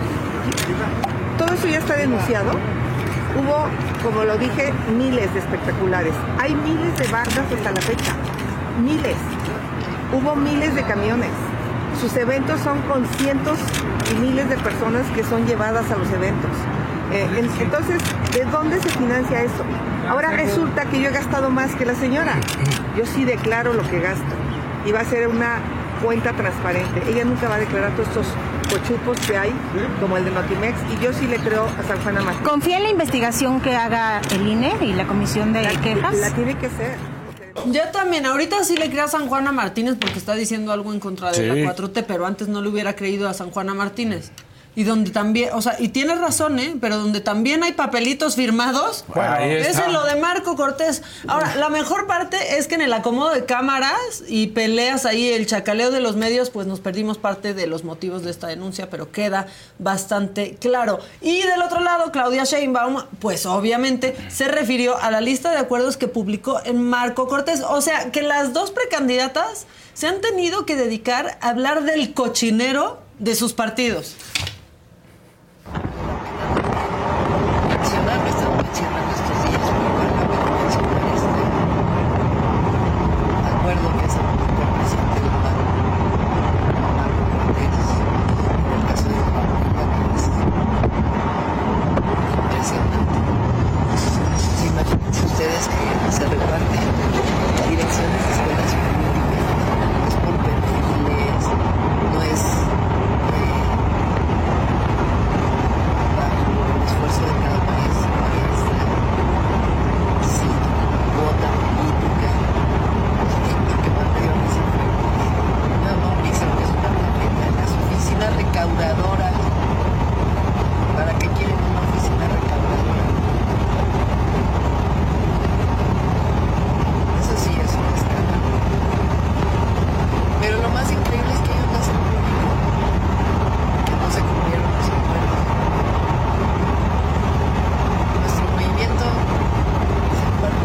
Todo eso ya está denunciado. Hubo, como lo dije, miles de espectaculares. Hay miles de bandas hasta la fecha. Miles. Hubo miles de camiones. Sus eventos son con cientos y miles de personas que son llevadas a los eventos. Eh, en- entonces, ¿de dónde se financia eso? Ahora resulta que yo he gastado más que la señora. Yo sí declaro lo que gasto. Y va a ser una cuenta transparente. Ella nunca va a declarar todos estos cochupos que hay, como el de Notimex, y yo sí le creo a San Juana Martínez. ¿Confía en la investigación que haga el I N E y la Comisión de La- Quejas? La tiene que hacer. Yo también, ahorita sí le creo a San Juana Martínez porque está diciendo algo en contra de Sí. la cuatro T, pero antes no le hubiera creído a San Juana Martínez. Y donde también, o sea, y tienes razón, ¿eh? Pero donde también hay papelitos firmados, Bueno, ahí es está. en lo de Marco Cortés. Ahora, la mejor parte es que en el acomodo de cámaras y peleas ahí, el chacaleo de los medios, pues nos perdimos parte de los motivos de esta denuncia, pero queda bastante claro. Y del otro lado, Claudia Sheinbaum, pues obviamente se refirió a la lista de acuerdos que publicó en Marco Cortés. O sea, que las dos precandidatas se han tenido que dedicar a hablar del cochinero de sus partidos. Mencionar, lo estamos mencionando estos días, pero vale la pena mencionar este acuerdo que se publicó el presidente del P A N, Marco Cortés, en el caso de impresionante. Entonces, imagínense ustedes que se reparten direcciones de escuelas públicas, es por perfiles, no es esfuerzo de cada maestro, maestra, sí, cuota política, y que materiales no, no, dicen que es una tarjeta en las oficinas recaudadoras. ¿Para qué quieren una oficina recaudadora? Eso sí es un escándalo. Pero lo más increíble es que ellos lo hacen público, que no se cumplieron los acuerdos. Nuestro movimiento se acuerda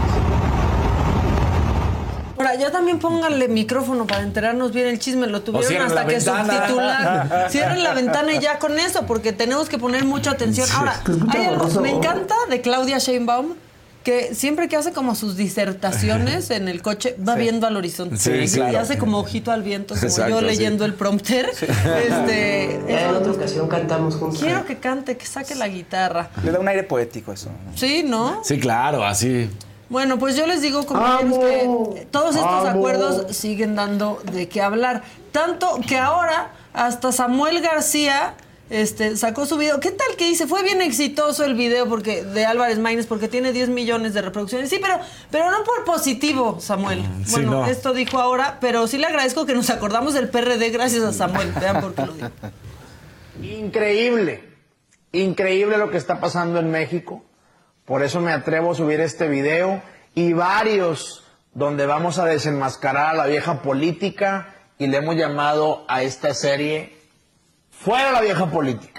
todos. Ahora, ya también pónganle micrófono para enterarnos bien el chisme. Lo tuvieron cierren hasta la que ventana. subtitular. Cierren la ventana y ya con eso, porque tenemos que poner mucha atención. Ahora, hay algo, me encanta de Claudia Sheinbaum que siempre que hace como sus disertaciones en el coche, va Sí. viendo al horizonte. Sí, y, claro. y hace como ojito al viento, como Exacto, yo sí. leyendo el prompter. Este, En otra ocasión cantamos juntos. quiero que cante, que saque la guitarra. Le da un aire poético eso. ¿no? Sí, ¿no? Sí, claro, así. Bueno, pues yo les digo, compañeros, que todos estos ¡Amo! acuerdos siguen dando de qué hablar. Tanto que ahora hasta Samuel García este, sacó su video. ¿Qué tal que dice? Fue bien exitoso el video porque de Álvarez Maínez porque tiene diez millones de reproducciones. Sí, pero, pero no por positivo, Samuel. Sí, bueno, no. esto dijo ahora, pero sí le agradezco que nos acordamos del P R D gracias a Samuel. Vean por qué lo digo. Increíble, increíble lo que está pasando en México. Por eso me atrevo a subir este video y varios donde vamos a desenmascarar a la vieja política y le hemos llamado a esta serie Fuera la vieja política.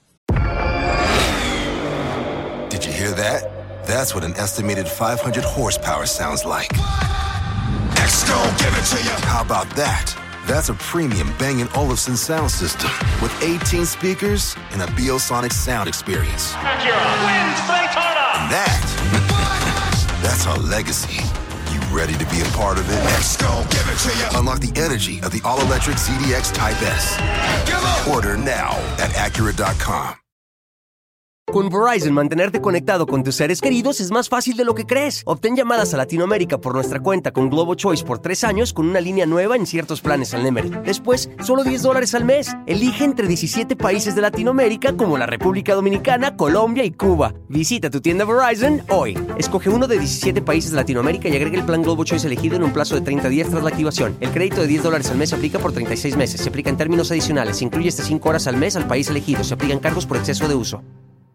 Did you hear that? That's what an estimated five hundred horsepower sounds like. X-Gon, give it to you. How about that? That's a premium Bang and Olufsen sound system with eighteen speakers and a Biosonic sound experience. And that, that's our legacy. You ready to be a part of it? X-Gon, give it to you. Unlock the energy of the all-electric Z D X Type S. Order now at Acura dot com. Con Verizon, mantenerte conectado con tus seres queridos es más fácil de lo que crees. Obtén llamadas a Latinoamérica por nuestra cuenta con Globo Choice por tres años con una línea nueva en ciertos planes al Nemery. Después, solo diez dólares al mes. Elige entre diecisiete países de Latinoamérica como la República Dominicana, Colombia y Cuba. Visita tu tienda Verizon hoy. Escoge uno de diecisiete países de Latinoamérica y agrega el plan Globo Choice elegido en un plazo de treinta días tras la activación. El crédito de diez dólares al mes se aplica por treinta y seis meses. Se aplica en términos adicionales. Se incluye hasta cinco horas al mes al país elegido. Se aplican cargos por exceso de uso.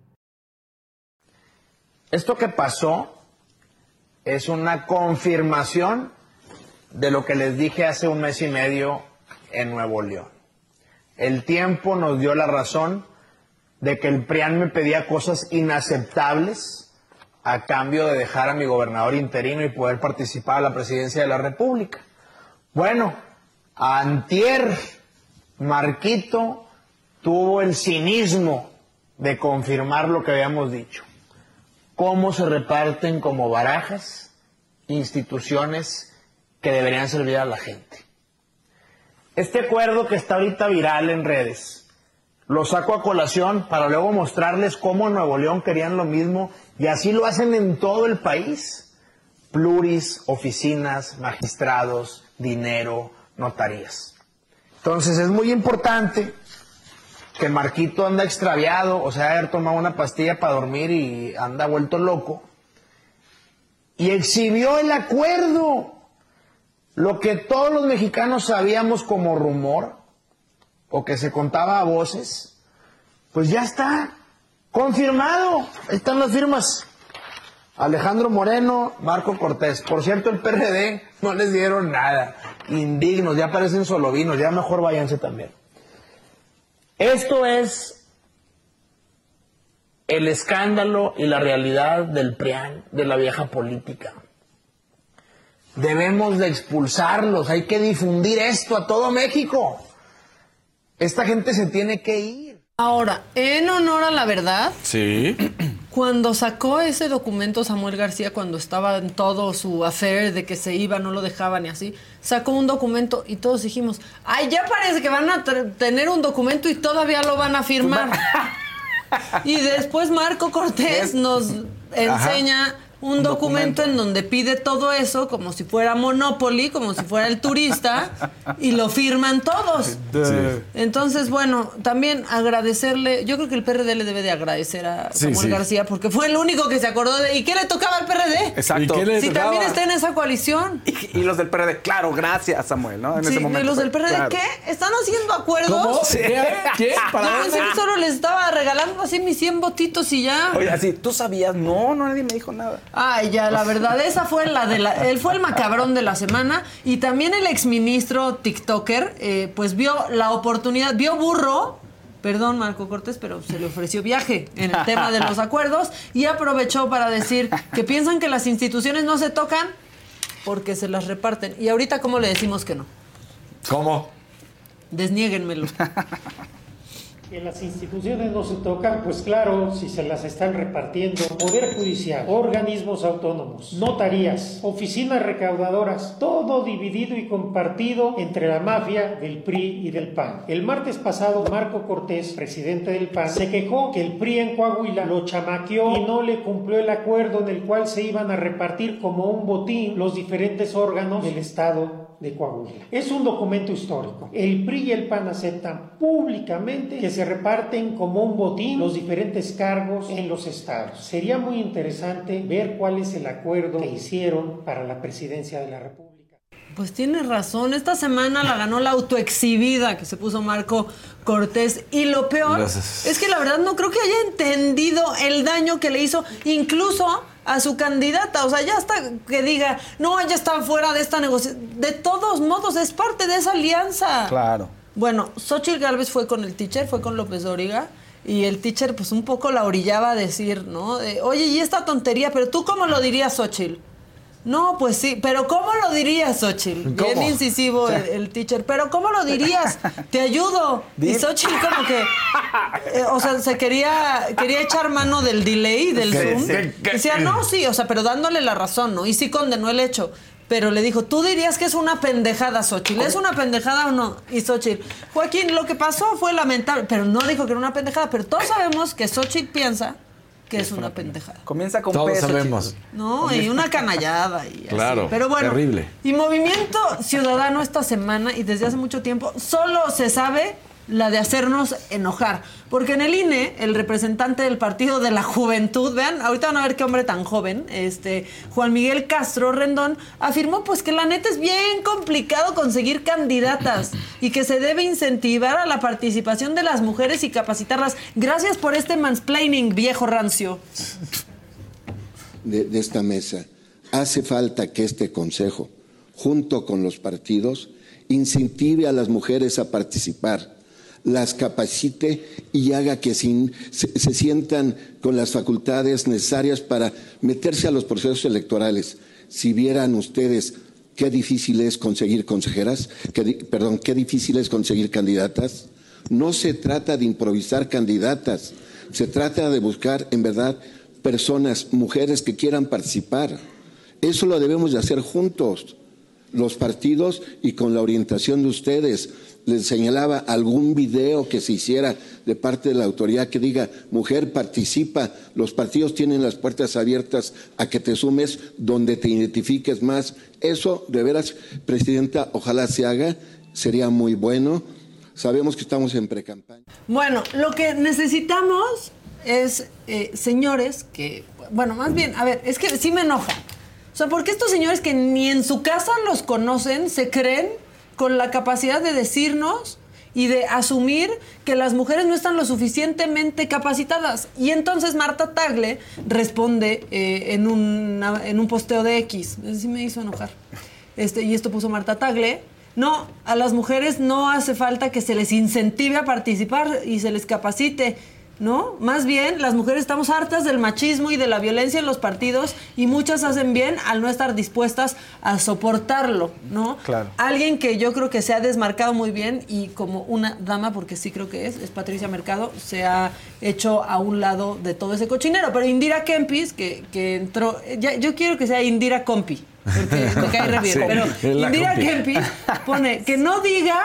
Esto que pasó es una confirmación de lo que les dije hace un mes y medio en Nuevo León. El tiempo nos dio la razón de que el P R I A N me pedía cosas inaceptables a cambio de dejar a mi gobernador interino y poder participar a la presidencia de la República. Bueno, antier, Marquito tuvo el cinismo de confirmar lo que habíamos dicho. Cómo se reparten como barajas instituciones que deberían servir a la gente. Este acuerdo que está ahorita viral en redes, lo saco a colación para luego mostrarles cómo en Nuevo León querían lo mismo y así lo hacen en todo el país. Pluris, oficinas, magistrados, dinero, notarías. Entonces es muy importante que Marquito anda extraviado, o sea, haber tomado una pastilla para dormir y anda vuelto loco, y exhibió el acuerdo, lo que todos los mexicanos sabíamos como rumor, o que se contaba a voces, pues ya está confirmado, ahí están las firmas. Alejandro Moreno, Marco Cortés. Por cierto, el P R D no les dieron nada, indignos, ya parecen solovinos, ya mejor váyanse también. Esto es el escándalo y la realidad del P R I A N, de la vieja política. Debemos de expulsarlos, hay que difundir esto a todo México. Esta gente se tiene que ir. Ahora, en honor a la verdad, Sí. cuando sacó ese documento Samuel García, cuando estaba en todo su affair de que se iba, no lo dejaban y así, sacó un documento y todos dijimos, ay, ya parece que van a tener un documento y todavía lo van a firmar. Y después Marco Cortés nos enseña un documento, documento en donde pide todo eso como si fuera Monopoly, como si fuera el turista, y lo firman todos. Sí. Entonces, bueno, también agradecerle, yo creo que el P R D le debe de agradecer a Sí, Samuel sí. García, porque fue el único que se acordó de, ¿y qué le tocaba al P R D? Exacto. Si ¿Y qué le tocaba? también está en esa coalición. Y, y los del P R D, claro, gracias, Samuel, ¿no? En Sí, ese momento. ¿y los del P R D claro. qué? ¿Están haciendo acuerdos? ¿Cómo? Sí. ¿Qué? ¿Qué? ¿Para Yo dónde? pensé que solo les estaba regalando así mis cien votitos y ya. Oye, así, ¿tú sabías? No, no, nadie me dijo nada. Ay, ya, la verdad, esa fue la de la... Él fue el macabrón de la semana y también el exministro TikToker, eh, pues vio la oportunidad, vio burro, perdón Marco Cortés, pero se le ofreció viaje en el tema de los acuerdos y aprovechó para decir que piensan que las instituciones no se tocan porque se las reparten. Y ahorita, ¿cómo le decimos que no? ¿Cómo? Desniéguenmelo. Que las instituciones no se tocan, pues claro, si se las están repartiendo. Poder judicial, organismos autónomos, notarías, oficinas recaudadoras, todo dividido y compartido entre la mafia del P R I y del P A N. El martes pasado, Marco Cortés, presidente del P A N, se quejó que el P R I en Coahuila lo chamaqueó y no le cumplió el acuerdo en el cual se iban a repartir como un botín los diferentes órganos del Estado de Coahuila. Es un documento histórico. El P R I y el P A N aceptan públicamente que se reparten como un botín los diferentes cargos en los estados. Sería muy interesante ver cuál es el acuerdo que hicieron para la presidencia de la República. Pues tienes razón, esta semana la ganó la autoexhibida que se puso Marco Cortés, y lo peor Gracias. es que la verdad no creo que haya entendido el daño que le hizo incluso a su candidata. O sea, ya hasta que diga, no, ella está fuera de esta negociación. De todos modos, es parte de esa alianza. Claro. Bueno, Xóchitl Gálvez fue con el teacher, fue con López Dóriga, y el teacher pues un poco la orillaba a decir, ¿no? De, oye, y esta tontería, pero ¿tú cómo lo dirías, Xóchitl? No, pues sí, pero ¿cómo lo dirías, Xóchitl? ¿Cómo? Bien incisivo el, el teacher, pero ¿cómo lo dirías? Te ayudo. Y Xóchitl como que, eh, o sea, se quería quería echar mano del delay, del ¿Qué? Zoom. ¿Qué? ¿Qué? Decía, no, sí, o sea, pero dándole la razón, ¿no? Y sí condenó el hecho. Pero le dijo, tú dirías que es una pendejada, Xóchitl. ¿Es una pendejada o no? Y Xóchitl, Joaquín, lo que pasó fue lamentable. Pero no dijo que era una pendejada. Pero todos sabemos que Xóchitl piensa que es una pendejada. Comienza con Todos peso, sabemos. chicos. No, y una canallada. Y Claro, así. Pero bueno, terrible. Y Movimiento Ciudadano esta semana y desde hace mucho tiempo solo se sabe la de hacernos enojar. Porque en el I N E, el representante del Partido de la Juventud, vean, ahorita van a ver qué hombre tan joven, este, Juan Miguel Castro Rendón, afirmó pues que la neta es bien complicado conseguir candidatas y que se debe incentivar a la participación de las mujeres y capacitarlas. Gracias por este mansplaining, viejo rancio. De, de esta mesa. Hace falta que este Consejo, junto con los partidos, incentive a las mujeres a participar, las capacite y haga que se, se, se sientan con las facultades necesarias para meterse a los procesos electorales. Si vieran ustedes qué difícil es conseguir consejeras, qué, perdón, qué difícil es conseguir candidatas. No se trata de improvisar candidatas, se trata de buscar en verdad personas, mujeres que quieran participar. Eso lo debemos de hacer juntos, los partidos y con la orientación de ustedes. Les señalaba algún video que se hiciera de parte de la autoridad que diga, mujer, participa, los partidos tienen las puertas abiertas a que te sumes donde te identifiques más. Eso, de veras, Presidenta, ojalá se haga, sería muy bueno. Sabemos que estamos en precampaña. Bueno, lo que necesitamos es, eh, señores, que, bueno, más bien, a ver, es que sí me enoja. O sea, porque estos señores que ni en su casa los conocen, se creen con la capacidad de decirnos y de asumir que las mujeres no están lo suficientemente capacitadas. Y entonces Marta Tagle responde eh, en, una, en un posteo de X. Eso sí me hizo enojar. Este, y esto puso Marta Tagle. No, a las mujeres no hace falta que se les incentive a participar y se les capacite, ¿no? Más bien, las mujeres estamos hartas del machismo y de la violencia en los partidos y muchas hacen bien al no estar dispuestas a soportarlo, ¿no? Claro. Alguien que yo creo que se ha desmarcado muy bien y como una dama, porque sí creo que es, es Patricia Mercado, se ha hecho a un lado de todo ese cochinero. Pero Indira Kempis, que, que entró, ya, yo quiero que sea Indira Compi, porque me cae re bien, sí, pero Indira Kempis pone que no diga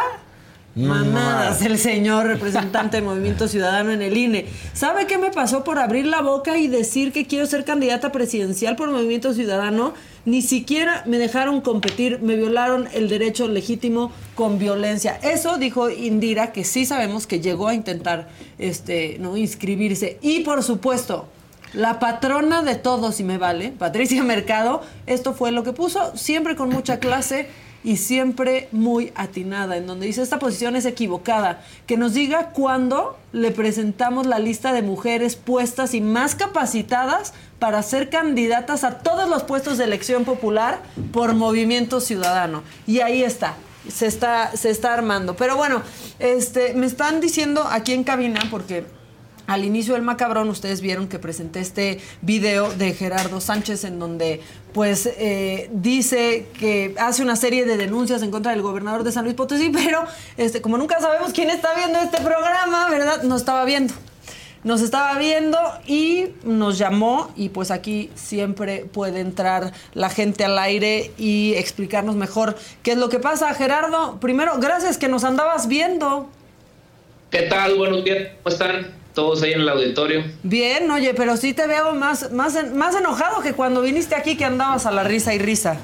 mamadas el señor representante del Movimiento Ciudadano en el I N E. ¿Sabe qué me pasó por abrir la boca y decir que quiero ser candidata presidencial por Movimiento Ciudadano? Ni siquiera me dejaron competir, me violaron el derecho legítimo con violencia. Eso dijo Indira, que sí sabemos que llegó a intentar este, no inscribirse. Y por supuesto, la patrona de todos, si me vale, Patricia Mercado, esto fue lo que puso, siempre con mucha clase y siempre muy atinada, en donde dice, esta posición es equivocada, que nos diga cuándo le presentamos la lista de mujeres puestas y más capacitadas para ser candidatas a todos los puestos de elección popular por Movimiento Ciudadano. Y ahí está, se está, se está armando. Pero bueno, este, me están diciendo aquí en cabina, porque al inicio del Macabrón ustedes vieron que presenté este video de Gerardo Sánchez en donde pues eh, dice que hace una serie de denuncias en contra del gobernador de San Luis Potosí, pero este, como nunca sabemos quién está viendo este programa, ¿verdad? No estaba viendo. Nos estaba viendo y nos llamó y pues aquí siempre puede entrar la gente al aire y explicarnos mejor qué es lo que pasa. Gerardo, primero, gracias que nos andabas viendo. ¿Qué tal? Buenos días, ¿cómo están todos ahí en el auditorio? Bien, oye, pero sí te veo más, más, más enojado que cuando viniste aquí, que andabas a la risa y risa.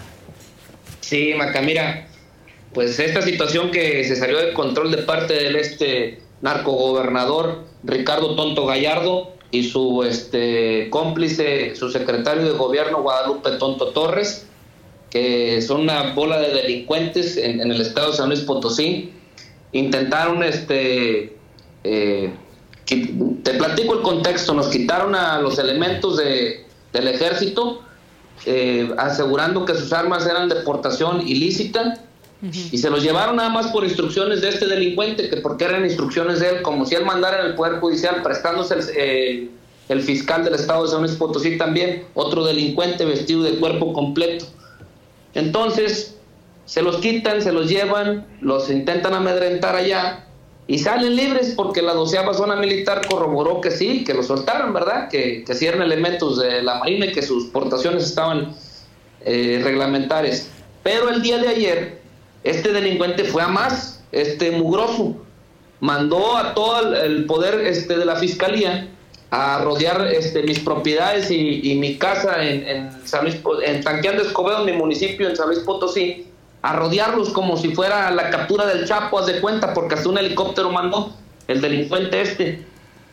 Sí, Maca, mira, pues esta situación que se salió de control de parte del este narcogobernador Ricardo Tonto Gallardo y su este cómplice, su secretario de gobierno Guadalupe Tonto Torres, que son una bola de delincuentes en, en el estado de San Luis Potosí, intentaron este eh, te platico el contexto. Nos quitaron a los elementos de, del ejército, eh, asegurando que sus armas eran de portación ilícita, uh-huh. y se los llevaron nada más por instrucciones de este delincuente, que porque eran instrucciones de él, como si él mandara en el Poder Judicial, prestándose el, eh, el fiscal del estado de San Luis Potosí también, otro delincuente vestido de cuerpo completo. Entonces se los quitan, se los llevan, los intentan amedrentar allá y salen libres porque la doceava zona militar corroboró que sí, que los soltaron, ¿verdad? Que, que sí eran elementos de la Marina y que sus portaciones estaban eh, reglamentarias. Pero el día de ayer, este delincuente fue a más, este mugroso, mandó a todo el poder este, de la fiscalía a rodear este, mis propiedades y, y mi casa en, en San Luis, en Tanquián de Escobedo, en mi municipio, en San Luis Potosí, a rodearlos como si fuera la captura del Chapo, haz de cuenta, porque hasta un helicóptero mandó el delincuente este.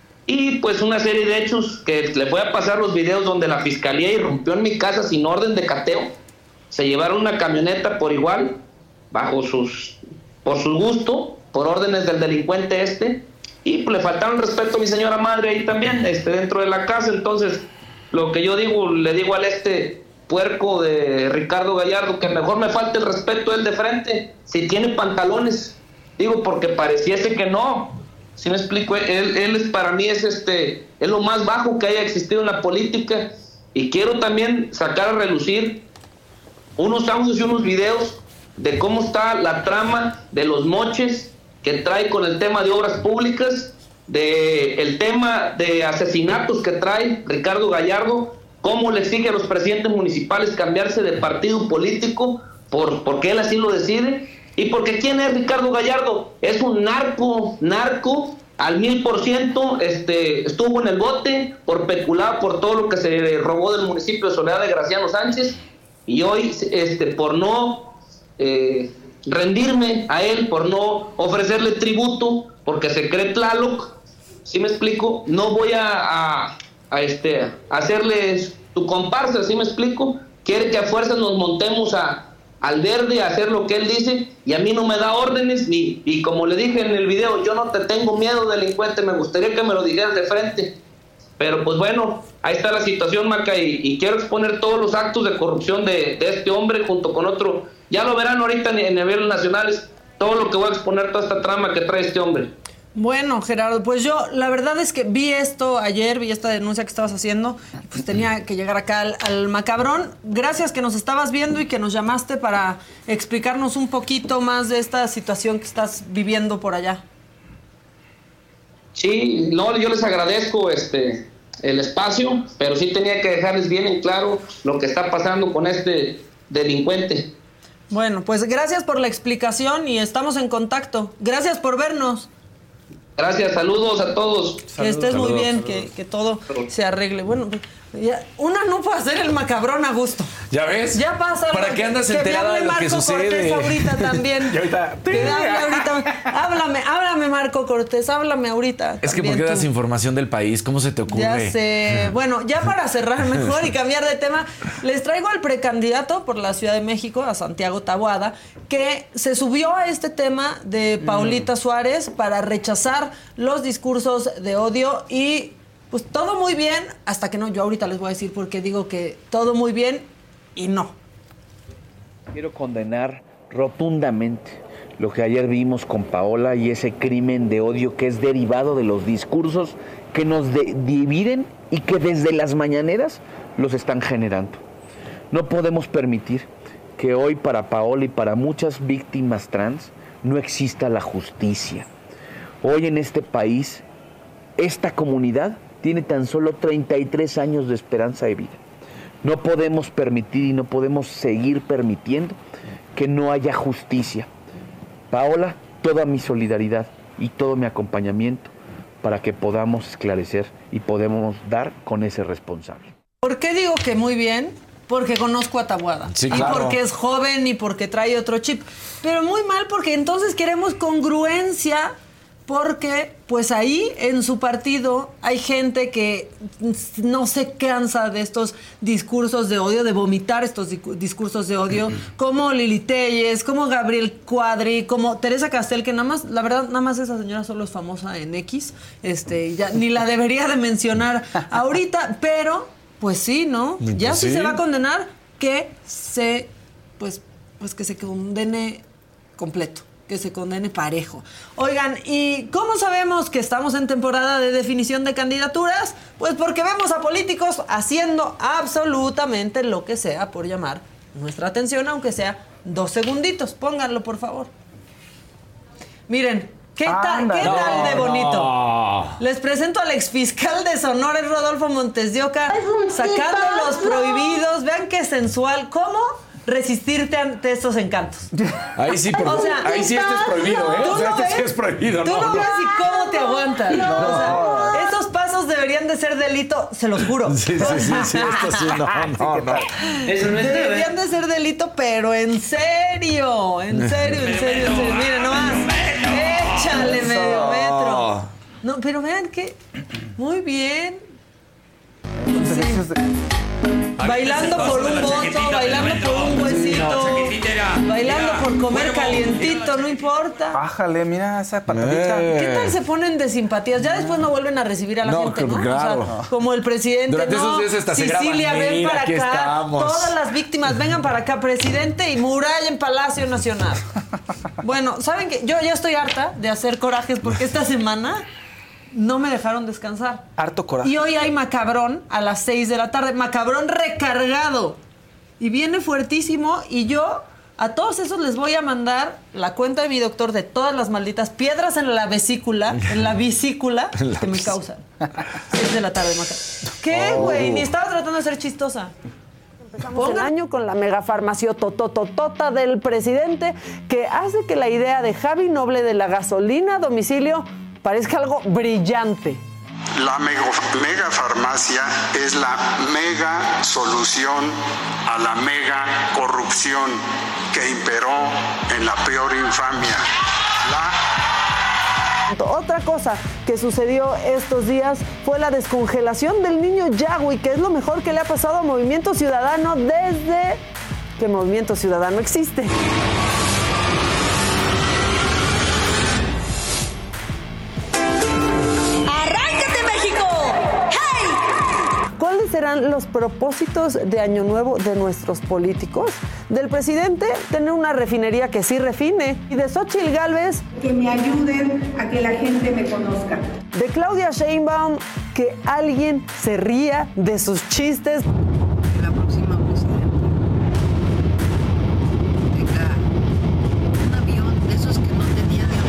Y pues una serie de hechos que le voy a pasar los videos donde la fiscalía irrumpió en mi casa sin orden de cateo. Se llevaron una camioneta por igual, bajo sus, por su gusto, por órdenes del delincuente este, y pues le faltaron respeto a mi señora madre ahí también, este, dentro de la casa. Entonces, lo que yo digo, le digo al este puerco de Ricardo Gallardo, que mejor me falte el respeto él de frente, si tiene pantalones, digo, porque pareciese que no, si me explico, él, él es, para mí es este, es lo más bajo que haya existido en la política. Y quiero también sacar a relucir unos audios y unos videos de cómo está la trama de los moches que trae con el tema de obras públicas, de el tema de asesinatos que trae Ricardo Gallardo, cómo le exige a los presidentes municipales cambiarse de partido político por, porque él así lo decide, y porque ¿quién es Ricardo Gallardo? Es un narco, narco al mil por ciento, este, estuvo en el bote por peculado por todo lo que se robó del municipio de Soledad de Graciano Sánchez, y hoy este, por no eh, rendirme a él, por no ofrecerle tributo, porque se cree Tlaloc, ¿sí me explico? No voy a... a a este a hacerles tu comparsa, ¿sí me explico? Quiere que a fuerzas nos montemos a, al verde a hacer lo que él dice, y a mí no me da órdenes, ni, y como le dije en el video, yo no te tengo miedo, delincuente, me gustaría que me lo dijeras de frente. Pero pues bueno, ahí está la situación, Maca, y, y quiero exponer todos los actos de corrupción de, de este hombre junto con otro, ya lo verán ahorita en, en niveles nacionales, todo lo que voy a exponer, toda esta trama que trae este hombre. Bueno, Gerardo, pues yo la verdad es que vi esto ayer, vi esta denuncia que estabas haciendo, y pues tenía que llegar acá al, al Macabrón. Gracias que nos estabas viendo y que nos llamaste para explicarnos un poquito más de esta situación que estás viviendo por allá. Sí, no, yo les agradezco este el espacio, pero sí tenía que dejarles bien en claro lo que está pasando con este delincuente. Bueno, pues gracias por la explicación y estamos en contacto. Gracias por vernos. Gracias, saludos a todos. Que estés muy bien, que, que todo se arregle. Bueno, ya, una no puede hacer el Macabrón a gusto. ¿Ya ves? Ya pasa. ¿Para qué andas enterada de lo que sucede? Que me hable Marco Cortés ahorita también. Y ahorita... Que me hable ahorita. Háblame, háblame Marco Cortés, háblame ahorita. Es que ¿por qué das información del país? ¿Cómo se te ocurre? Ya sé. Bueno, ya para cerrar mejor y cambiar de tema, les traigo al precandidato por la Ciudad de México, a Santiago Taboada, que se subió a este tema de Paulita mm. Suárez para rechazar los discursos de odio y pues todo muy bien, hasta que no, yo ahorita les voy a decir por qué digo que todo muy bien y no. Quiero condenar rotundamente lo que ayer vimos con Paola y ese crimen de odio que es derivado de los discursos que nos de- dividen y que desde las mañaneras los están generando. No podemos permitir que hoy para Paola y para muchas víctimas trans no exista la justicia. Hoy en este país, esta comunidad tiene tan solo treinta y tres años de esperanza de vida. No podemos permitir y no podemos seguir permitiendo que no haya justicia. Paola, toda mi solidaridad y todo mi acompañamiento para que podamos esclarecer y podemos dar con ese responsable. ¿Por qué digo que muy bien? Porque conozco a Taboada. Sí, y claro. porque es joven y porque trae otro chip. Pero muy mal porque entonces queremos congruencia porque pues ahí en su partido hay gente que no se cansa de estos discursos de odio, de vomitar estos discursos de odio, como Lili Telles, como Gabriel Cuadri, como Teresa Castel, que nada más, la verdad, nada más esa señora solo es famosa en X, este, ya ni la debería de mencionar ahorita, pero pues sí, ¿no? Pues ya si sí. se va a condenar, que se, pues, pues que se condene completo. Que se condene parejo. Oigan, ¿y cómo sabemos que estamos en temporada de definición de candidaturas? Pues porque vemos a políticos haciendo absolutamente lo que sea por llamar nuestra atención, aunque sea dos segunditos. Pónganlo, por favor. Miren, ¿qué tal, Anda, ¿qué no, tal de bonito? no. Les presento al exfiscal de Sonora, es Rodolfo Montes de Oca, sacando los prohibidos. Vean qué sensual. ¿Cómo resistirte ante estos encantos? Ahí sí, por O sea, ahí sí este es prohibido, ¿eh? ¿tú O sea, no este sí ves? es prohibido, Tú ¿no? no ves y cómo te aguantas. No. O sea, esos pasos deberían de ser delito, se los juro. Sí, sí, sí, sí, esto sí, no, no, no. Eso no es Deberían de ser delito, pero en serio, en serio, en serio, en serio. Miren, nomás. Échale medio metro. No, pero vean que muy bien. Bailando por un voto, bailando por un huesito, bailando por comer calientito, no importa. Bájale, mira esa patadita. Eh. ¿Qué tal se ponen de simpatías? Ya después no vuelven a recibir a la No, gente, ¿no? claro. O sea, como el presidente, Durante no, esos días hasta se Sicilia, graban, ven mira, para aquí acá. estamos. Todas las víctimas, vengan para acá, presidente, y muralla en Palacio Nacional. Bueno, ¿saben qué? Yo ya estoy harta de hacer corajes porque esta semana no me dejaron descansar. Harto coraje. Y hoy hay Macabrón a las seis de la tarde. Macabrón recargado. Y viene fuertísimo. Y yo a todos esos les voy a mandar la cuenta de mi doctor de todas las malditas piedras en la vesícula, en la vesícula, que me causan. seis de la tarde, Macabrón. ¿Qué, güey? Oh. Ni estaba tratando de ser chistosa. Empezamos el año con la megafarmaciotototota del presidente que hace que la idea de Javi Noble de la gasolina a domicilio parezca algo brillante. La mega, megafarmacia es la mega solución a la mega corrupción que imperó en la peor infamia. La Otra cosa que sucedió estos días fue la descongelación del niño Yagüi, que es lo mejor que le ha pasado a Movimiento Ciudadano desde que Movimiento Ciudadano existe. ¡Arráncate, México! ¡Hey! ¿Cuáles serán los propósitos de Año Nuevo de nuestros políticos? Del presidente, tener una refinería que sí refine. Y de Xóchitl Gálvez, Que me ayuden a que la gente me conozca. de Claudia Sheinbaum, que alguien se ría de sus chistes. La próxima presidenta tenga un avión de esos que no tenía de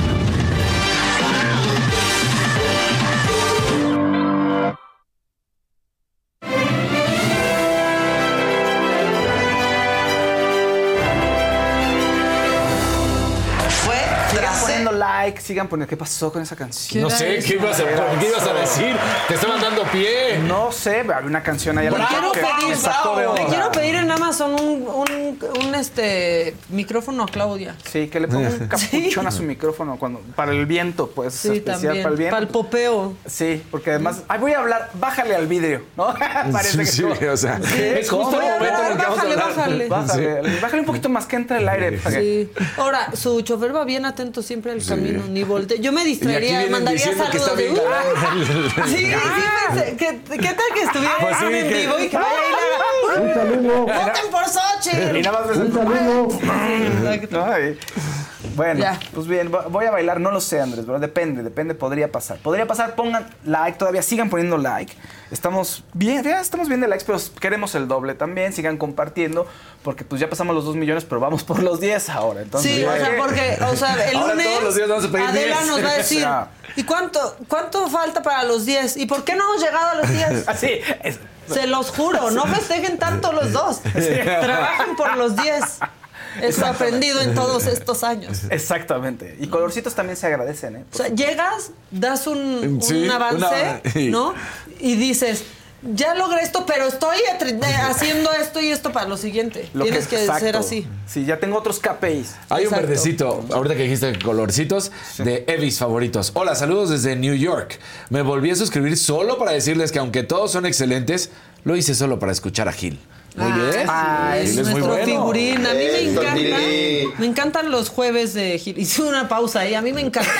Fue Sigan tras- poniendo like, sigan poniendo. ¿Qué pasó con esa canción? No sé, ¿qué ibas, a, ¿qué ibas a decir? Te estaban dando pie. No sé, había una canción allá Le quiero que pedir, sacó de le onda. quiero pedir en Amazon un, un, un, este micrófono a Claudia. Sí, que le ponga un capuchón a su micrófono cuando, para el viento, pues, Sí, especial también. para el viento. Para el popeo. Sí, porque además, ay, voy a hablar, bájale al vidrio, ¿no? Parece que Sí, como- o sea, ¿Qué? es justo ¿Cómo? el momento en el que vamos a Bájale, hablar. bájale. Bájale, bájale un poquito más que entre el aire. para que- Sí. Ahora, su chofer va bien atento siempre al camino, ni voltea. Yo me Y aquí distraería, vienen mandaría diciendo que está saludos de... bien "Uh". galán. Sí, sí, pensé, ¿qué, ¿qué tal que estuviera Pues sí, en que- vivo y que vaya ahí y le haga, Un saludo. ¡voten por Xochitl! Y nada más ves el- Un saludo. Sí, exacto. Ay. Bueno, Ya. pues bien, voy a bailar, no lo sé, Andrés, pero depende, depende, podría pasar. Podría pasar, pongan like, todavía sigan poniendo like. Estamos bien, ya estamos bien de likes, pero queremos el doble también, sigan compartiendo, porque pues ya pasamos los dos millones, pero vamos por los diez ahora. Entonces, Sí, o sea, porque, o sea, el ahora lunes todos los días vamos a pedir Adela diez. nos va a decir, Ah. ¿y cuánto, cuánto falta para los diez? ¿Y por qué no hemos llegado a los diez? Así, es. Se los juro, no festejen tanto los dos. Trabajen por los diez. Eso he aprendido en todos estos años. Exactamente. Y colorcitos también se agradecen, ¿eh? O sea, llegas, das un, Sí, un avance, una- ¿no? Y dices, ya logré esto, pero estoy atre- haciendo esto y esto para lo siguiente. Lo Tienes que, exacto. ser así. Sí, ya tengo otros K P Is. Hay Exacto. un verdecito, ahorita que dijiste colorcitos, de Evis favoritos. Hola, saludos desde New York. Me volví a suscribir solo para decirles que aunque todos son excelentes, lo hice solo para escuchar a Gil. Muy bien. Ah, Gil es es muy nuestro bueno. figurín. A mí me Eso, encanta. Tili. Me encantan los jueves de Gil. Hice una pausa ahí. A mí me encanta.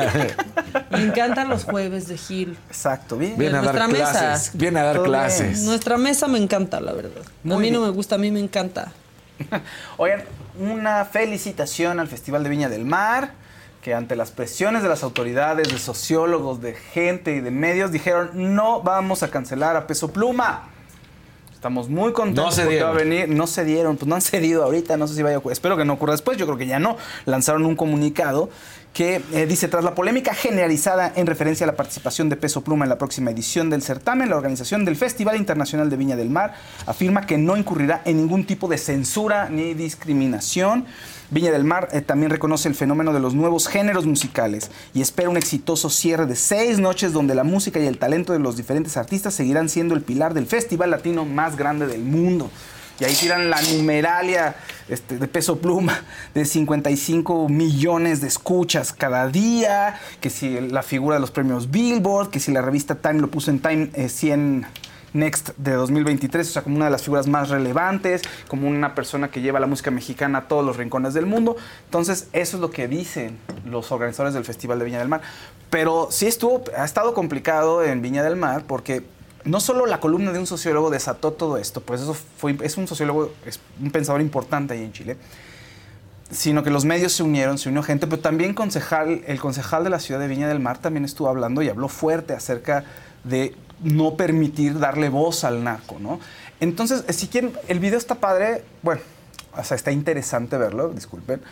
Me encantan los jueves de Gil. Exacto, bien. Viene a dar Nuestra mesa. clases. Viene a dar Todo bien. clases. Nuestra mesa me encanta, la verdad. a Muy mí bien. no me gusta, a mí me encanta. Oigan, una felicitación al Festival de Viña del Mar, que ante las presiones de las autoridades, de sociólogos, de gente y de medios, dijeron, no vamos a cancelar a Peso Pluma. Estamos muy contentos No se porque dieron. va a venir. No se dieron, pues no han cedido ahorita, no sé si vaya a ocurrir. Espero que no ocurra después, yo creo que ya no. Lanzaron un comunicado que eh, dice, tras la polémica generalizada en referencia a la participación de Peso Pluma en la próxima edición del certamen, la organización del Festival Internacional de Viña del Mar afirma que no incurrirá en ningún tipo de censura ni discriminación. Viña del Mar eh, también reconoce el fenómeno de los nuevos géneros musicales y espera un exitoso cierre de seis noches donde la música y el talento de los diferentes artistas seguirán siendo el pilar del festival latino más grande del mundo. Y ahí tiran la numeralia este, de Peso Pluma de cincuenta y cinco millones de escuchas cada día, que si la figura de los premios Billboard, que si la revista Time lo puso en Time eh, cien Next de dos mil veintitrés, o sea, como una de las figuras más relevantes, como una persona que lleva la música mexicana a todos los rincones del mundo. Entonces, eso es lo que dicen los organizadores del Festival de Viña del Mar. Pero sí estuvo, ha estado complicado en Viña del Mar porque no solo la columna de un sociólogo desató todo esto, pues eso fue, es un sociólogo, es un pensador importante ahí en Chile, sino que los medios se unieron, se unió gente, pero también concejal, el concejal de la ciudad de Viña del Mar también estuvo hablando y habló fuerte acerca de no permitir darle voz al narco, ¿no? Entonces, si quieren, el video está padre, bueno, o sea, está interesante verlo, disculpen,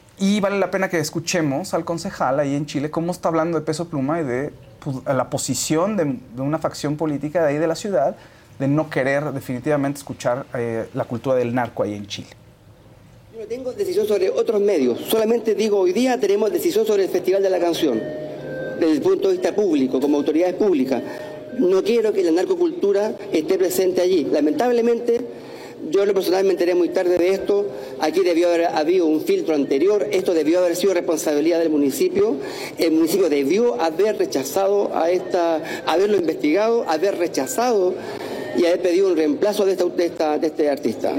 y vale la pena que escuchemos al concejal ahí en Chile cómo está hablando de Peso Pluma y de pues, la posición de, de una facción política de ahí de la ciudad de no querer definitivamente escuchar eh, la cultura del narco ahí en Chile. Yo no tengo decisión sobre otros medios, solamente digo hoy día tenemos decisión sobre el Festival de la Canción, desde el punto de vista público, como autoridades públicas. No quiero que la narcocultura esté presente allí. Lamentablemente, yo en lo personal me enteré muy tarde de esto. Aquí debió haber habido un filtro anterior. Esto debió haber sido responsabilidad del municipio. El municipio debió haber rechazado a esta, haberlo investigado, haber rechazado y haber pedido un reemplazo de, esta, de, esta, de este artista.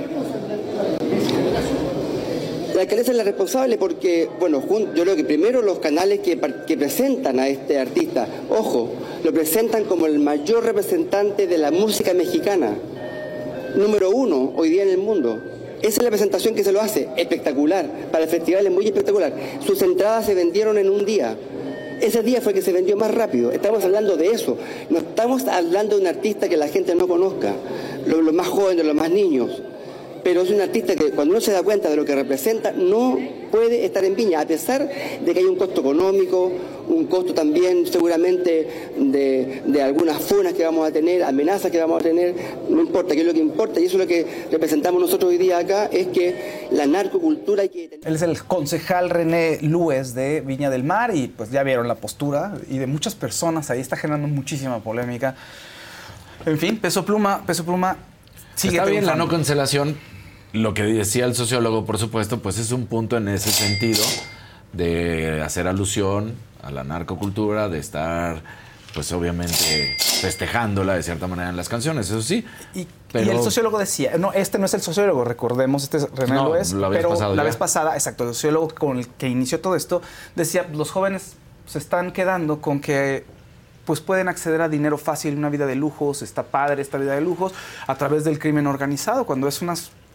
La alcaldesa es la responsable porque, bueno, yo creo que primero los canales que, que presentan a este artista, ojo, lo presentan como el mayor representante de la música mexicana, número uno hoy día en el mundo. Esa es la presentación que se lo hace, espectacular, para el festival es muy espectacular. Sus entradas se vendieron en un día. Ese día fue que se vendió más rápido. Estamos hablando de eso. No estamos hablando de un artista que la gente no conozca, los, los más jóvenes, los más niños. Pero es un artista que cuando uno se da cuenta de lo que representa, no puede estar en Viña, a pesar de que hay un costo económico, un costo también seguramente de, de algunas funas que vamos a tener, amenazas que vamos a tener, no importa, que es lo que importa, y eso es lo que representamos nosotros hoy día acá, es que la narcocultura hay que... Él es el concejal René Lues de Viña del Mar y pues ya vieron la postura y de muchas personas, ahí está generando muchísima polémica. En fin, Peso Pluma, Peso Pluma sigue Está bien la triunfando. no cancelación. Lo que decía el sociólogo, por supuesto, pues es un punto en ese sentido de hacer alusión a la narcocultura, de estar, pues obviamente, festejándola de cierta manera en las canciones, eso sí. Y, pero... y el sociólogo decía, no, este no es el sociólogo, recordemos, este es René No, Lues, la vez pero pasado la ya. vez pasada, exacto, el sociólogo con el que inició todo esto, decía, los jóvenes se están quedando con que pues pueden acceder a dinero fácil, una vida de lujos, está padre esta vida de lujos, a través del crimen organizado, cuando es unas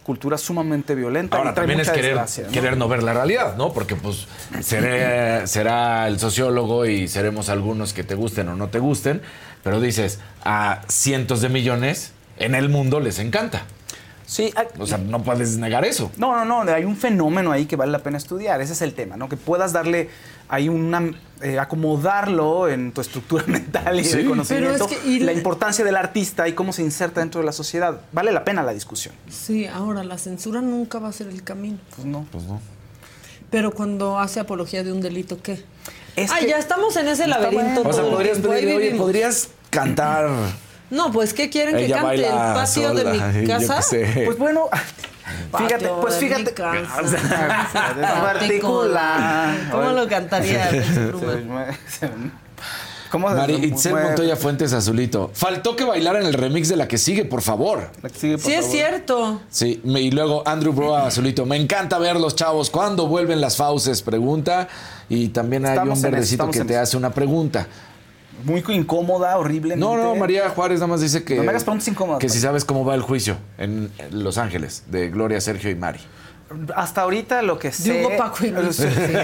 cultura sumamente violenta. Ahora, y trae también es mucha querer, desgracia, ¿no? querer no ver la realidad, ¿no? Porque pues seré, será el sociólogo y seremos algunos que te gusten o no te gusten, pero dices, a cientos de millones en el mundo les encanta. Sí, o sea, no puedes negar eso. No, no, no, hay un fenómeno ahí que vale la pena estudiar, ese es el tema, ¿no? Que puedas darle ahí una, eh, acomodarlo en tu estructura mental y Sí. de conocimiento, Pero es que- y la la- importancia del artista y cómo se inserta dentro de la sociedad. Vale la pena la discusión. Sí, ahora la censura nunca va a ser el camino. Pues no. Pues no. Pero cuando hace apología de un delito, ¿qué? Es Ay, que- ya estamos en ese Está laberinto. bueno. O sea, todo el podrías tiempo, ahí pedirle, oye, vivimos. podrías cantar. No, pues, ¿qué quieren que Ella cante? ¿El baila patio sola, de yo mi qué casa? sé. Pues bueno, fíjate, Patio pues de fíjate. mi casa. O sea, particular. ¿Cómo lo cantaría Peso Pluma? ¿Cómo se Mari Itzel mueve? Montoya Fuentes Azulito. Faltó que bailaran el remix de la que sigue, por favor. La que sigue, por Sí, es favor. cierto. Sí, me- y luego Andrew Broa Azulito. Me encanta ver los chavos. ¿Cuándo vuelven las fauces? Pregunta. Y también hay Estamos un en eso, verdecito estamos que en te eso. hace una pregunta. Muy incómoda, horrible. No, no, María Juárez nada más dice que. No me hagas preguntas incómodas, Que si María. sabes cómo va el juicio en Los Ángeles de Gloria, Sergio y Mari. Hasta ahorita lo que sé. Hugo, Paco y Luis.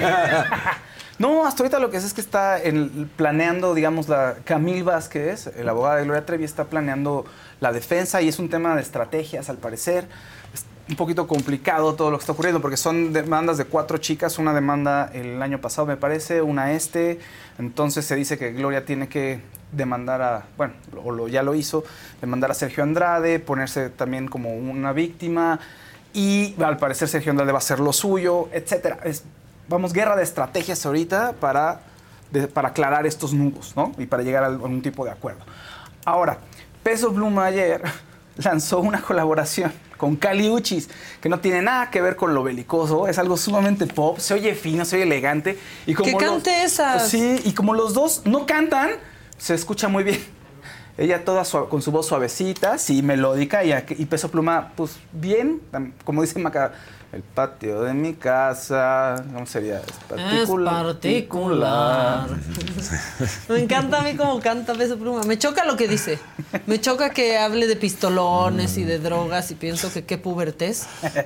No, hasta ahorita lo que sé es que está en- planeando, digamos, la Camil Vázquez, el abogado de Gloria Trevi, está planeando la defensa y es un tema de estrategias, al parecer. Es un poquito complicado todo lo que está ocurriendo porque son demandas de cuatro chicas, una demanda el año pasado, me parece, una este. Entonces se dice que Gloria tiene que demandar a, bueno, o lo, ya lo hizo, demandar a Sergio Andrade, ponerse también como una víctima y al parecer Sergio Andrade va a hacer lo suyo, etcétera. Es, vamos, guerra de estrategias ahorita para, de- para aclarar estos nudos, ¿no? Y para llegar a algún tipo de acuerdo. Ahora, Peso Pluma ayer lanzó una colaboración con Kali Uchis, que no tiene nada que ver con lo belicoso, es algo sumamente pop, se oye fino, se oye elegante. Y como ¡Que los- cante esas! Sí, y como los dos no cantan, se escucha muy bien. Ella toda suave- con su voz suavecita, sí, melódica, y, aqu- y Peso Pluma, pues bien, tam- como dice Maca, el patio de mi casa, ¿cómo sería? Es particular. particular. Me encanta a mí cómo canta Peso Pluma. Me choca lo que dice. Me choca que hable de pistolones y de drogas y pienso que qué pubertez.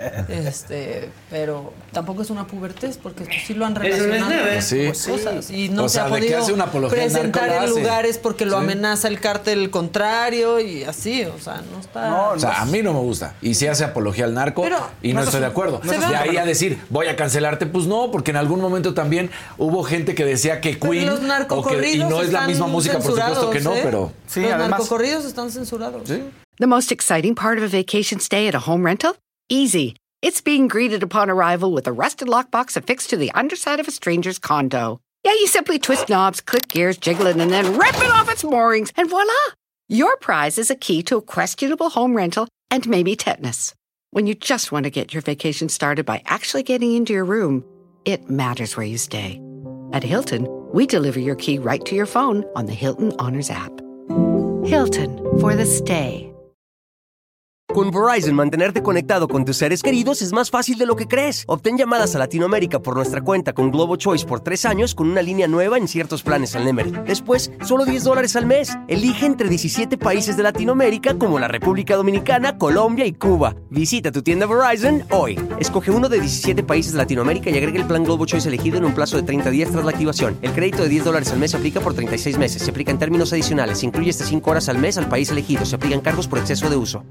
Este, pero tampoco es una pubertez porque pues, sí lo han Eso no es relacionado nada. con Sí. cosas y no O se sea, ha de que podido hace una apología al narco, presentar la en hace. lugares porque lo Sí. amenaza el cártel contrario y así, o sea, no está... O sea, a mí no me gusta. Y si hace apología al narco Pero- y no, no estoy se- de acuerdo. se Y ve- ahí a decir, voy a cancelarte, pues no, porque en algún momento también hubo gente que decía que Pero Queen los o que, y narcocorridos no es la están misma música, por supuesto que no, censurados, ¿eh? pero Sí, los además- narcocorridos están censurados. sí. The most exciting part of a vacation stay at a home rental? Easy. It's being greeted upon arrival with a rusted lockbox affixed to the underside of a stranger's condo. Yeah, you simply twist knobs, click gears, jiggle it, and then rip it off its moorings, and voila! Your prize is a key to a questionable home rental and maybe tetanus. When you just want to get your vacation started by actually getting into your room, it matters where you stay. At Hilton, we deliver your key right to your phone on the Hilton Honors app. Hilton for the stay. Con Verizon, mantenerte conectado con tus seres queridos es más fácil de lo que crees. Obtén llamadas a Latinoamérica por nuestra cuenta con Globo Choice por tres años con una línea nueva en ciertos planes al Nemery. Después, solo diez dólares al mes. Elige entre diecisiete países de Latinoamérica como la República Dominicana, Colombia y Cuba. Visita tu tienda Verizon hoy. Escoge uno de diecisiete países de Latinoamérica y agrega el plan Globo Choice elegido en un plazo de treinta días tras la activación. El crédito de diez dólares al mes se aplica por treinta y seis meses. Se aplica en términos adicionales. Se incluye hasta cinco horas al mes al país elegido. Se aplican cargos por exceso de uso.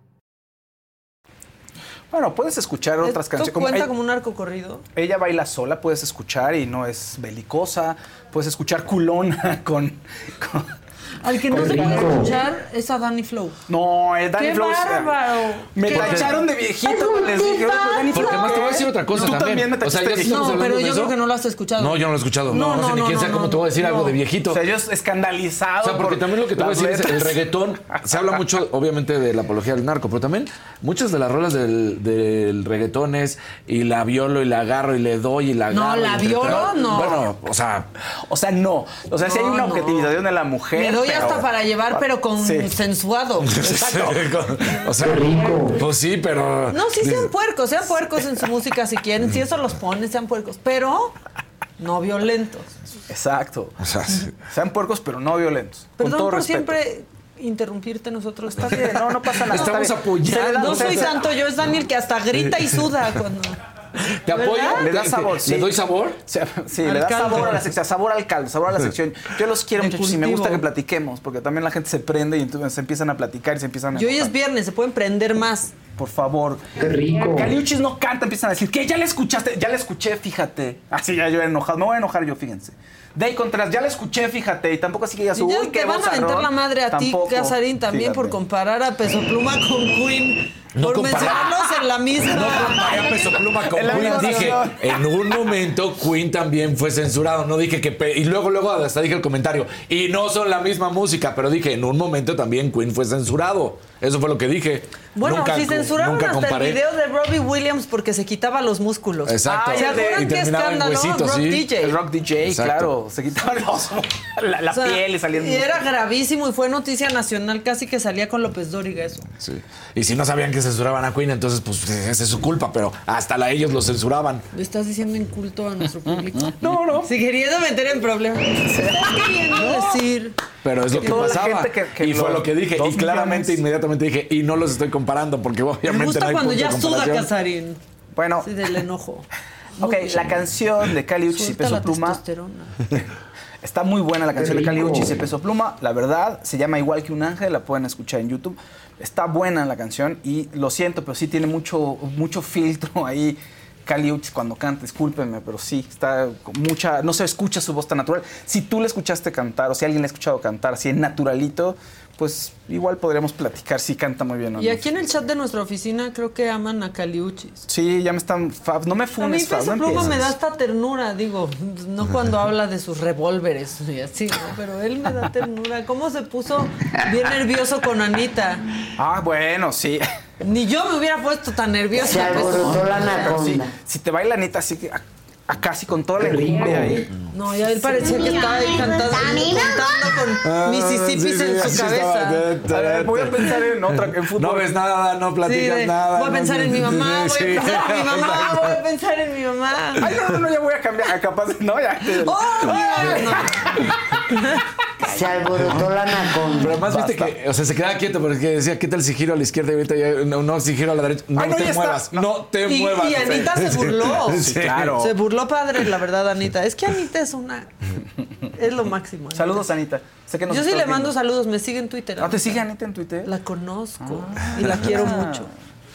Bueno, puedes escuchar otras ¿Esto canciones. cuenta ella, como un narcocorrido? ella baila sola, puedes escuchar y no es belicosa. Puedes escuchar culona con... con Al que no con se puede ritmo. escuchar es a Danny Flow. No, es Danny ¡Qué Flow. bárbaro! Me ¡Qué tacharon de viejito cuando les dije, "Oye, Danny Flow". Porque más te voy a decir otra cosa Y tú también. también me O sea, tachaste ya de si viejito. estamos No, hablando pero de yo eso. creo que no lo has escuchado. No, yo no lo he escuchado. No, No, no, sé no, ni no, quién no, sea cómo no, te voy a decir no. algo de viejito. O sea, ellos escandalizados. O sea, porque por también lo que te voy a las decir es el letras. reggaetón. Se habla mucho, obviamente, de la apología del narco, pero también muchas de las rolas del, del reggaetón es y la violo y la agarro y le doy y la agarro. No, y la entre- violo, no. Bueno, o sea, O sea, no. O sea, si hay No, una no. objetivización de la mujer. Me doy pero- hasta para llevar, pero con Sí. sensuado. o sea, pues sí, pero. No, sí sean puercos, sean puercos en su música si quieren. Si eso los pone, sean puercos. Pero no violentos. Exacto. O sea, sí. Sean puercos, pero no violentos. con Perdón todo por respeto. siempre interrumpirte nosotros. Está bien, no, no pasa nada. Estamos apoyando. No soy tanto yo, es Daniel que hasta grita y suda cuando... ¿Te apoyo? Le da ¿Te- sabor, te- sí. ¿Le doy sabor? Sí, sí, le da caldo. sabor a la sección, sabor al caldo, sabor a la sección. Yo los quiero, De muchachos, y me cultivo. gusta que platiquemos, porque también la gente se prende y entonces se empiezan a platicar y se empiezan a... Y hoy es enojar. viernes, se pueden prender más. Por favor. Qué rico. Caliuchis no canta, empiezan a decir que ya la escuchaste, ya la escuché, fíjate. Así ya yo enojado, me voy a enojar yo, fíjense. Day Contreras, ya la escuché, fíjate, y tampoco así que digas, Y ya uy, qué te van a vozarrón. aventar la madre a Tampoco, ti, Casarín, también fíjate. por comparar a Peso Pluma con Queen. No por comparar. mencionarlos en la misma. No comparé a Peso Pluma con En la Queen. misma Dije, canción. en un momento Queen también fue censurado. No dije que... Pe- y luego, luego hasta dije el comentario. Y no son la misma música. Pero dije, en un momento también Queen fue censurado. Eso fue lo que dije. Bueno, Nunca- si censuraron nunca hasta comparé. el video de Robbie Williams porque se quitaba los músculos. Exacto. ¿Se Y acuerdan qué terminaba en escándalo? huesitos, Rock sí. D J. El Rock D J, Exacto. claro, se quitaban los, la, la O sea, piel y salían... Y era gravísimo y fue noticia nacional, casi que salía con López Dóriga eso. Sí. Y si no sabían que censuraban a Queen, entonces pues esa es su culpa. Pero hasta la, ellos lo censuraban. ¿Le estás diciendo inculto a nuestro público? No, no. Si queriendo meter en problemas. ¿Estás queriendo decir? Pero es lo Que que toda la pasaba. gente que- que y fue lo- lo que dije. dos Y claramente, millones. inmediatamente dije, y no los estoy comparando, porque obviamente Me gusta no hay cuando punto ya de suda comparación. Casarín. Bueno, Sí, del enojo. ok, la canción de Caliuchis y Suelta Peso la Pluma testosterona. está muy buena. La canción de rico. Caliuchis y Peso Pluma, la verdad, se llama Igual que un ángel, la pueden escuchar en YouTube. Está buena la canción y lo siento, pero sí tiene mucho, mucho filtro ahí. Caliuchis cuando canta, discúlpenme, pero sí, está con mucha, no se escucha su voz tan natural. Si tú le escuchaste cantar o si alguien le ha escuchado cantar así en naturalito, pues igual podríamos platicar si canta muy bien o no. Y aquí en el chat de nuestra oficina creo que aman a Caliuchis. Sí, ya me están... Fab, no me A mí funes, Fab, Peso no Pluma me empieces. da esta ternura, digo, no cuando habla de sus revólveres y así, ¿no? Pero él me da ternura. ¿Cómo se puso bien nervioso con Anita? Ah, bueno, sí. Ni yo me hubiera puesto tan nerviosa. Se alborotó la Pero sí, anaconda. si te baila Anita así que a- a casi con toda la enjundia ahí. No, ya él parecía que estaba ahí cantando, cantando con Mississippis sí, sí, en su así cabeza. estaba. A ver, voy a pensar en otra, en fútbol. No ves nada, no Sí, platicas de, nada. voy a no- pensar en mi mamá, voy Sí. a pensar en mi mamá, voy a pensar en mi mamá. Ay, no, no, no, ya voy a cambiar. Ah, capaz, de- no, ya. ¡Oh, Dios! Se alborotó la anaconda. Pero además viste Basta. que, o sea, se quedaba quieto porque decía, ¿qué tal si giro a la izquierda y ahorita ya, no, no, si giro a la derecha? No Ay, no, te ya está. muevas, No. no, te Y, muevas. y Anita se burló. Sí, claro. Se burló padre, la verdad, Anita. Es que Anita es una... Es lo máximo. Anita. Saludos, Anita. Sé que nos Yo sí estás le mando viendo. saludos, me sigue en Twitter. ¿Ah, te Anita. sigue Anita en Twitter? La conozco y la quiero mucho.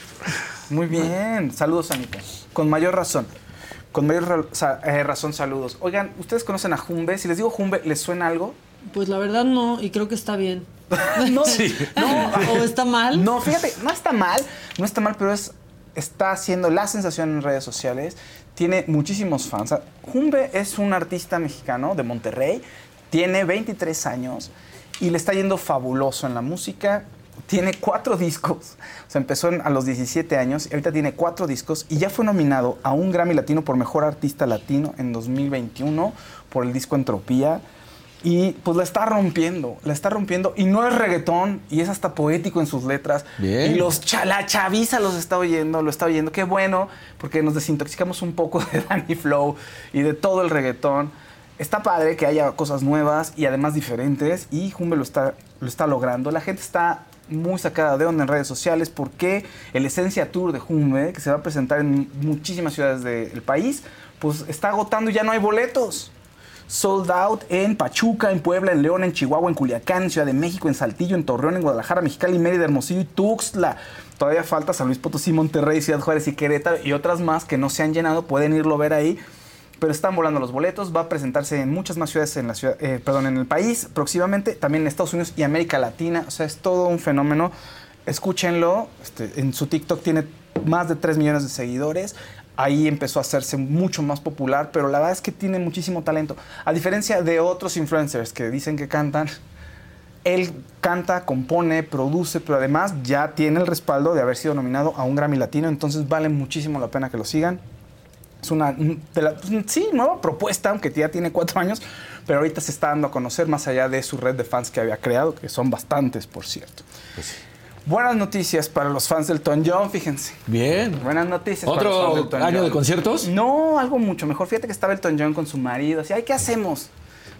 Muy bien. Saludos, Anita. Con mayor razón. Con mayor ra- sa- eh, razón, saludos. Oigan, ¿ustedes conocen a Jumbe? Si les digo Jumbe, ¿les suena algo? Pues la verdad no, y creo que está bien. No, no, o está mal. No, fíjate, no está mal, no está mal, pero es, está haciendo la sensación en redes sociales. Tiene muchísimos fans. Jumbe es un artista mexicano de Monterrey, tiene veintitrés años y le está yendo fabuloso en la música. Tiene cuatro discos, o sea, empezó en- a los diecisiete años y ahorita tiene cuatro discos y ya fue nominado a un Grammy Latino por Mejor Artista Latino en dos mil veintiuno por el disco Entropía. Y pues la está rompiendo, la está rompiendo. Y no es reggaetón, y es hasta poético en sus letras. Bien. Y los cha- la chaviza los está oyendo, lo está oyendo. Qué bueno, porque nos desintoxicamos un poco de Danny Flow y de todo el reggaetón. Está padre que haya cosas nuevas y además diferentes. Y Jumbe lo está, lo está logrando. La gente está muy sacada de onda en redes sociales porque el Esencia Tour de Jumbe, que se va a presentar en muchísimas ciudades del país, pues está agotando y ya no hay boletos. Sold out en Pachuca, en Puebla, en León, en Chihuahua, en Culiacán, en Ciudad de México, en Saltillo, en Torreón, en Guadalajara, Mexicali, Mérida, Hermosillo y Tuxtla. Todavía falta San Luis Potosí, Monterrey, Ciudad Juárez y Querétaro y otras más que no se han llenado. Pueden irlo a ver ahí. Pero están volando los boletos. Va a presentarse en muchas más ciudades en la ciudad, eh, perdón, en el país próximamente, también en Estados Unidos y América Latina. O sea, es todo un fenómeno. Escúchenlo. Este, en su TikTok tiene más de tres millones de seguidores. Ahí empezó a hacerse mucho más popular, pero la verdad es que tiene muchísimo talento. A diferencia de otros influencers que dicen que cantan, él canta, compone, produce, pero además ya tiene el respaldo de haber sido nominado a un Grammy Latino, entonces vale muchísimo la pena que lo sigan. Es una de la, pues, sí, nueva propuesta, aunque ya tiene cuatro años, pero ahorita se está dando a conocer más allá de su red de fans que había creado, que son bastantes, por cierto. Pues sí. Buenas noticias para los fans del Elton John, fíjense. Bien. Buenas noticias. ¿Otro para los fans del Elton año John. de conciertos? No, algo mucho mejor. Fíjate que estaba Elton John con su marido. Así, ay, ¿qué hacemos?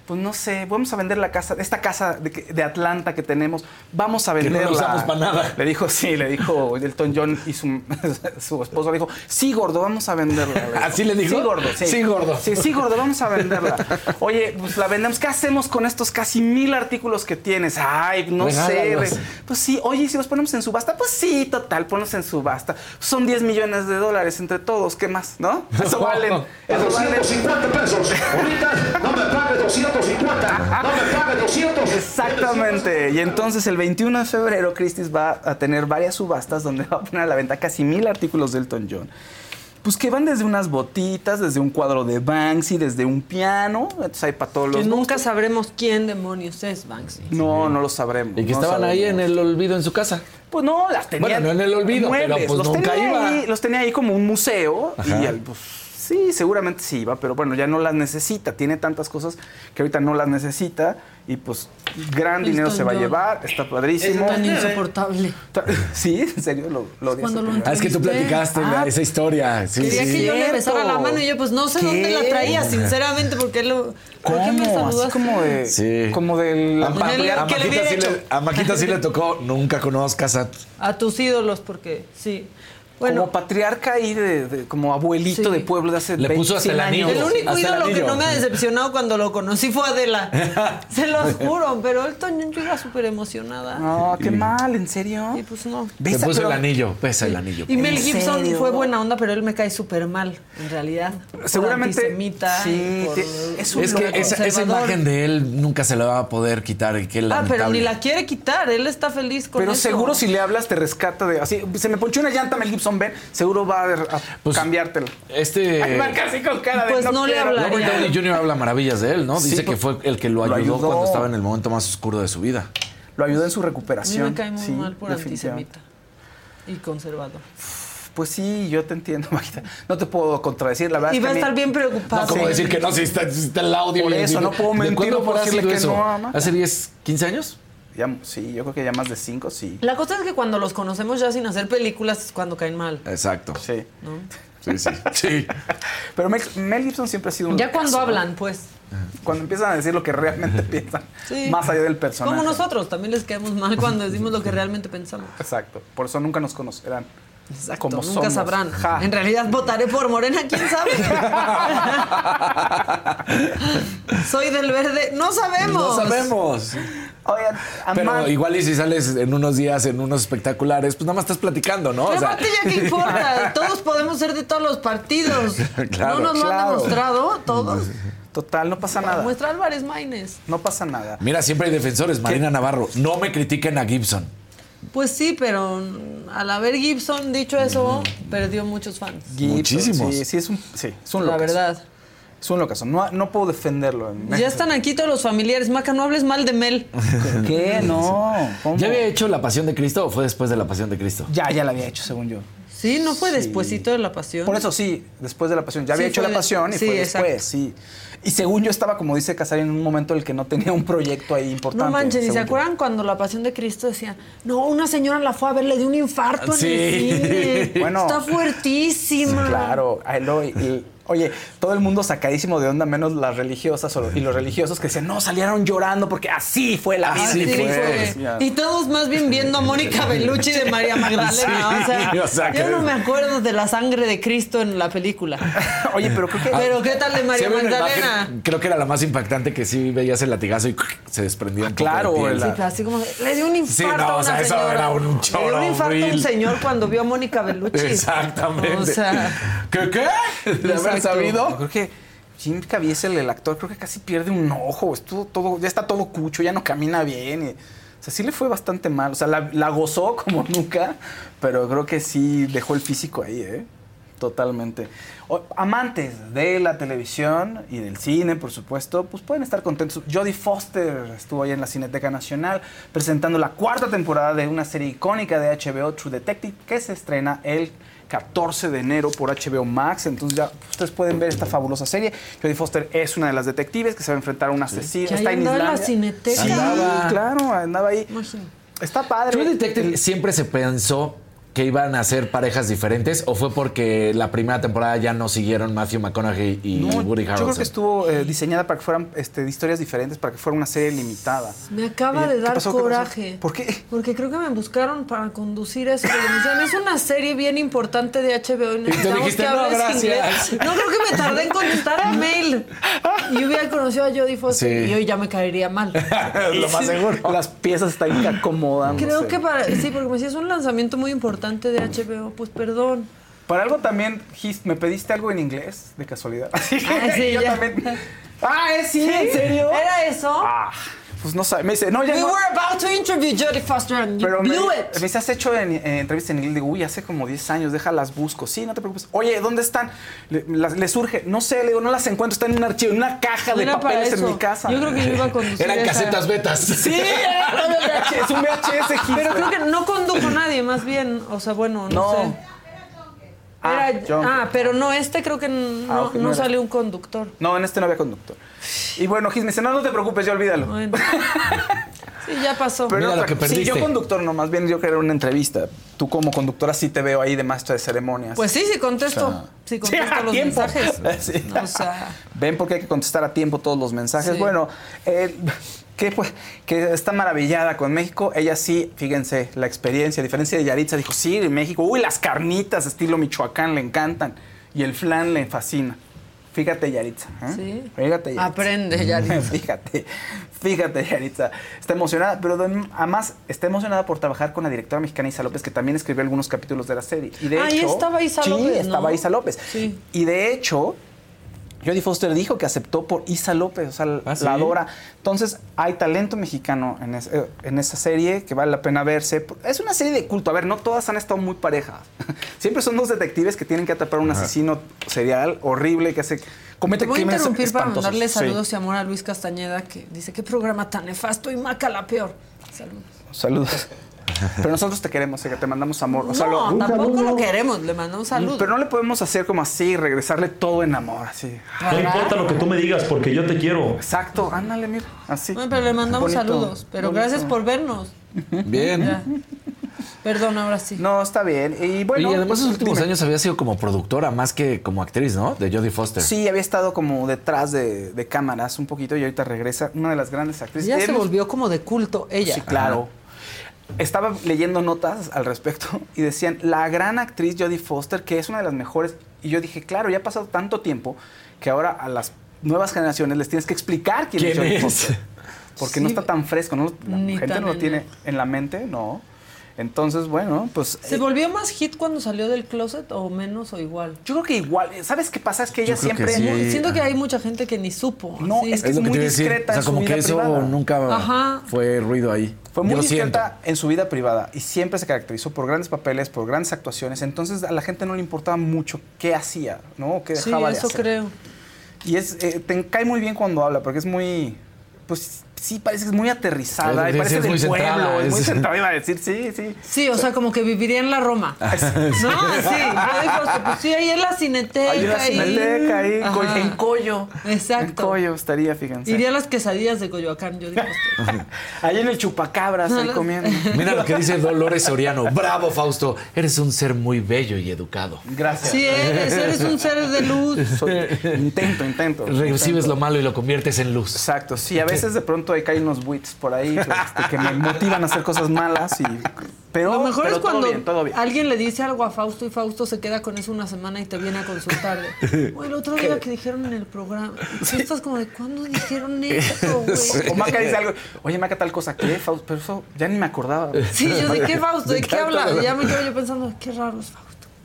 pues no sé, vamos a vender la casa, esta casa de, de Atlanta que tenemos, vamos a venderla. Que no la usamos para nada. Le dijo, sí, le dijo Elton John y su, su esposo, le dijo, sí, gordo, vamos a venderla. Le ¿Así le dijo? Sí, gordo, sí. Sí, gordo. Sí, sí, gordo, vamos a venderla. Oye, pues la vendemos, ¿qué hacemos con estos casi mil artículos que tienes? Ay, no Regálalos. sé. Pues sí, oye, ¿y si los ponemos en subasta? Pues sí, total, ponlos en subasta. Son diez millones de dólares entre todos, ¿qué más? ¿No? Eso valen. Eso valen. doscientos cincuenta pesos. Ahorita no me pague doscientos cincuenta. No me pague doscientos. Exactamente. Y entonces el veintiuno de febrero Christie's va a tener varias subastas donde va a poner a la venta casi mil artículos de Elton John. Pues que van desde unas botitas, desde un cuadro de Banksy, desde un piano. Entonces hay para todos los Que nunca gustos. sabremos quién demonios es Banksy. No, no lo sabremos. Y que no estaban sabemos. ahí en el olvido en su casa. Pues no, las tenía. Bueno, no en el olvido, muebles. pero pues los nunca tenía iba. Ahí, los tenía ahí como un museo. Ajá. Y al, pues sí, seguramente sí iba, pero bueno, ya no las necesita. Tiene tantas cosas que ahorita no las necesita. Y pues gran dinero se va a llevar. Está padrísimo. Es tan insoportable. Sí, en serio, lo, lo odias. Cuando lo Ah, es que tú platicaste la- Ah, esa historia. Sí, Quería sí. que yo le besara la Cierto. mano y yo pues no sé ¿Qué? dónde la traía, sinceramente, porque él lo... ¿Por qué me ¿Cómo? saludaste? Así como de... Sí. Como del... A, ampliar- a que le Maquita hubiera sí hecho. le, a Maquita sí le tocó nunca conozcas a... A tus ídolos, porque sí. Bueno, como patriarca ahí, de, de- como abuelito Sí. de pueblo de hace Le puso hasta el veinte, cien anillo. años. el único hasta el ídolo que anillo. no me ha decepcionado cuando lo conocí fue Adela. Se los juro, pero Elton John yo iba súper emocionada. No, qué mal, ¿en serio? Y pues no. Le Besa, puso pero- el anillo, pesa el anillo. Y Mel ¿En Gibson serio? fue buena onda, pero él me cae súper mal, en realidad. Por Seguramente, antisemita, sí, y por- te- es un Es que loco. esa, esa conservador. imagen de él nunca se la va a poder quitar. Y qué Ah, pero lamentable. ni la quiere quitar, él está feliz con Pero eso. seguro si le hablas te rescata de... Así, se me ponchó una llanta Mel Gibson, ven, seguro va a, a Pues, cambiártelo. Este... Ay, va casi con cara de Pues no le quiero. hablaría. Robert Downey junior habla maravillas de él, ¿no? Sí, Dice que pues, fue el que lo lo ayudó, ayudó. cuando estaba en el momento más oscuro de su vida. Lo ayudó en su A mí recuperación. me cae muy Sí, mal por definitivamente. antisemita y conservador. Pues sí, yo te entiendo, Maquita. No te puedo contradecir, la verdad Y es va a que estar a mí- bien preocupado. No, como Sí. decir que no, si está, si está el audio. Por y el eso, video. no puedo ¿De mentir, cuándo no puedo habrá decirle sido que eso? no, ama. ¿Hace diez, quince años? Ya, sí, yo creo que ya más de cinco, sí. La cosa es que cuando los conocemos ya sin hacer películas es cuando caen mal. Exacto. Sí. ¿no? Sí, sí. Sí. Pero Mel, Mel Gibson siempre ha sido un Ya cuando locazo, ¿no? hablan, pues. Cuando empiezan a decir lo que realmente piensan, Sí. más allá del personaje. Como nosotros, también les caemos mal cuando decimos lo que realmente pensamos. Exacto. Por eso nunca nos conocerán. Exacto, Como nunca somos. sabrán. Ja. En realidad votaré por Morena, ¿quién sabe? Soy del verde, no sabemos. No sabemos. Oigan, Pero Amanda- igual y si sales en unos días, en unos espectaculares, pues nada más estás platicando, ¿no? Y O sea, aparte ya qué importa, todos podemos ser de todos los partidos. Claro, no nos lo han claro. demostrado todos. Total, no pasa nada. Muestra Álvarez Maínez. No pasa nada. mira, siempre hay defensores. Marina Navarro, no me critiquen a Gibson. Pues sí, pero al haber Gibson dicho eso, perdió muchos fans. Gibson, Muchísimos. Sí, sí, es un, sí, es un La locazo. verdad. Es un locazo. No, no puedo defenderlo. en Ya México. están aquí todos los familiares. Maca, no hables mal de Mel. ¿Qué? No. ¿Cómo? ¿Ya había hecho La Pasión de Cristo o fue después de La Pasión de Cristo? Ya, ya la había hecho, según yo. Sí, no fue despuesito de La Pasión. Por eso sí, después de la pasión. Ya había Sí, hecho fue la de- pasión y sí, fue después, exacto. sí. Y según yo estaba, como dice Casarín, en un momento en el que no tenía un proyecto ahí importante. No manches, ¿y se según yo. acuerdan cuando La Pasión de Cristo decía, no, una señora la fue a ver, le dio un infarto Sí. en el cine? Bueno. Está fuertísima. Claro, I love it. Y, oye, todo el mundo sacadísimo de onda, menos las religiosas o- y los religiosos que decían, no, salieron llorando porque así fue la vida Así de fue. Cristo. Sí. Decían. Y todos más bien viendo a Mónica Bellucci de María Magdalena. Sí, o sea, o sea, yo que- no me acuerdo de la sangre de Cristo en la película. Oye, pero creo que... Pero ¿qué tal de Sí, María había una Magdalena? imagen, creo que era la más impactante, que sí veías el latigazo y se desprendía un poco claro, de piel. el- Sí, pero así como, le dio un infarto Sí, no, a o una sea, eso señora. era un Le dio un choro infarto a un horrible. señor cuando vio a Mónica Bellucci. Exactamente. O sea, ¿Qué, qué? De haber Exacto. sabido. Yo creo que Jim Caviezel, el actor, creo que casi pierde un ojo. Estuvo todo, ya está todo cucho, ya no camina bien. y- o sea, sí le fue bastante mal. O sea, la, la gozó como nunca, pero creo que sí dejó el físico ahí, ¿eh? Totalmente. O- amantes de la televisión y del cine, por supuesto, pues pueden estar contentos. Jodie Foster estuvo ahí en la Cineteca Nacional presentando la cuarta temporada de una serie icónica de H B O, True Detective, que se estrena el catorce de enero por H B O Max. Entonces ya ustedes pueden ver esta fabulosa serie. Jodie Foster es una de las detectives que se va a enfrentar a un asesino. Que ahí Está en andaba en la Islandia. Cineteca. Sí, Andaba. claro, andaba ahí. Imagínate. Está padre. True Detective siempre se pensó que iban a ser parejas diferentes o fue porque la primera temporada ya no siguieron Matthew McConaughey y No, Woody yo Harrelson? creo que estuvo eh, diseñada para que fueran este, de historias diferentes, para que fuera una serie limitada. Me acaba Eh, de ¿qué dar pasó? ¿Qué pasó? coraje. ¿Por qué? Porque creo que me buscaron para conducir eso. Porque me decían, es una serie bien importante de H B O y necesitamos dijiste, que "No, hables gracias". inglés. No, creo que me tardé en contestar el mail. Y hubiera conocido a Jodie Foster Sí. y hoy ya me caería mal. Lo más seguro. Las piezas están acomodando. Creo que para... Sí, porque me decía, es un lanzamiento muy importante de H B O. Pues perdón. Para algo también, Gis, ¿me pediste algo en inglés, de casualidad? Así que Ah, sí, yo ya. también... Ah, ¿es sí? ¿Sí? ¿En serio? ¿Era eso? Ah, pues no sabe. Me dice, no, ya We no. were about to interview Jodie Foster and you Pero me, blew me it. dice, ¿has hecho en, en entrevistas en inglés? Digo, uy, hace como diez años, déjalas busco. Sí, no te preocupes. Oye, ¿dónde están? Le, las- le surge, no sé, le digo, no las encuentro, están en un archivo, en una caja de Era para papeles en eso. mi casa. Yo creo que yo iba a conducir Eran esa- casetas betas. Sí, era un V H S, es un V H S, Gis. Pero creo que no condujo nadie, más bien, o sea, bueno, no, No. sé. Ah, Era- yo- ah, pero no, este creo que no, Ah, ok, no no era. salió un conductor. No, en este no había conductor. Y bueno, Gis me dice, no, no te preocupes, ya olvídalo. Bueno. Sí, ya pasó. Pero Mira otra lo que cosa. Sí, perdiste. yo conductor no, más bien yo que era una entrevista. Tú como conductora sí te veo ahí de maestra de ceremonias. Pues sí, sí contesto. O sea, sí contesto sí, a los tiempo. mensajes. Sí. O sea, Ven porque hay que contestar a tiempo todos los mensajes. Sí. Bueno, eh, que, pues, que está maravillada con México. Ella sí, fíjense, la experiencia, a diferencia de Yaritza, dijo, sí, en México, uy, las carnitas estilo Michoacán le encantan. Y el flan le fascina. Fíjate, Yaritza. ¿eh? Sí. Fíjate, Yaritza. Aprende, Yaritza. Fíjate, fíjate, Yaritza. Está emocionada, pero de- además está emocionada por trabajar con la directora mexicana Isa López, que también escribió algunos capítulos de la serie. Y de Ahí hecho, estaba Isa sí, López, ¿no? estaba Isa López. Sí. Y de hecho, Jodie Foster dijo que aceptó por Isa López, o sea, ¿Ah, sí? la adora. Entonces, hay talento mexicano en, es- eh, en esa serie que vale la pena verse. Es una serie de culto. A ver, no todas han estado muy parejas. Siempre son dos detectives que tienen que atrapar a un asesino serial horrible que hace comete te voy a crímenes interrumpir para espantosos. mandarle Sí. saludos y amor a Luis Castañeda, que dice, qué programa tan nefasto y Maca la peor. Saludos. Saludos. Pero nosotros te queremos, que te mandamos amor. O sea, No, lo- tampoco lo queremos, le mandamos saludos. Pero no le podemos hacer como así, regresarle todo en amor, así. No importa lo que tú me digas porque yo te quiero. Exacto, ándale, mira, así. Bueno, pero le mandamos Bonito, saludos. Pero bonito. gracias por vernos. Bien. Ya. Perdón, ahora sí. No, está bien. Y bueno, y además, en los últimos dime. años había sido como productora más que como actriz, ¿no? De Jodie Foster. Sí, había estado como detrás de, de cámaras un poquito y ahorita regresa una de las grandes actrices. Ya se Hemos- volvió como de culto ella. Sí, claro. Estaba leyendo notas al respecto y decían, la gran actriz Jodie Foster, que es una de las mejores. Y yo dije, claro, ya ha pasado tanto tiempo que ahora a las nuevas generaciones les tienes que explicar quién, ¿Quién es Jodie es? Foster. Porque no Sí. está tan fresco, ¿no? La Ni gente tan no lo en- tiene en la mente, no. Entonces, bueno, pues... ¿Se eh, volvió más hit cuando salió del closet o menos o igual? yo creo que igual. ¿Sabes qué pasa? Es que ella Yo creo que siempre... sí. Siento que hay mucha gente que ni supo. No, así. es que Es lo que muy te iba a decir. discreta O sea, en su como que vida eso privada. nunca Ajá. fue ruido ahí. Fue muy Yo lo discreta siento. en su vida privada y siempre se caracterizó por grandes papeles, por grandes actuaciones. Entonces a la gente no le importaba mucho qué hacía, ¿no? O qué Sí, dejaba de eso hacer. creo. Y es, eh, te cae muy bien cuando habla, porque es muy, pues sí, parece que es muy aterrizada, Es- y parece es del muy pueblo, centrada, es muy es- centrada, iba a decir, sí, sí. Sí, o sea, como que viviría en la Roma. ¿No? Sí, yo digo, pues sí, ahí en la Cineteca. Ahí en la Cineteca, ahí, Ajá. co- en Coyo. Exacto. En Coyo estaría, fíjense. Iría a las quesadillas de Coyoacán, yo digo. Ahí en el Chupacabras, ahí No, comiendo. Mira lo que dice Dolores Soriano. Bravo, Fausto. Eres un ser muy bello y educado. Gracias. Sí eres, eres un ser de luz. Soy- intento, intento. Recibes intento. lo malo y lo conviertes en luz. Exacto, sí, a veces de pronto hay caen unos buits por ahí este, que me motivan a hacer cosas malas y pero, Lo mejor pero es cuando todo bien, todo bien. alguien le dice algo a Fausto y Fausto se queda con eso una semana y te viene a consultar. de, "Oye, el otro día que dijeron en el programa. Y tú estás como de, ¿cuándo dijeron eso, güey? O Maca dice algo, oye Maca tal cosa, ¿qué? Fausto? Pero eso ya ni me acordaba. Sí, yo de qué Fausto, ¿de qué habla? habla? Y ya me quedo yo pensando, qué raro es Fausto.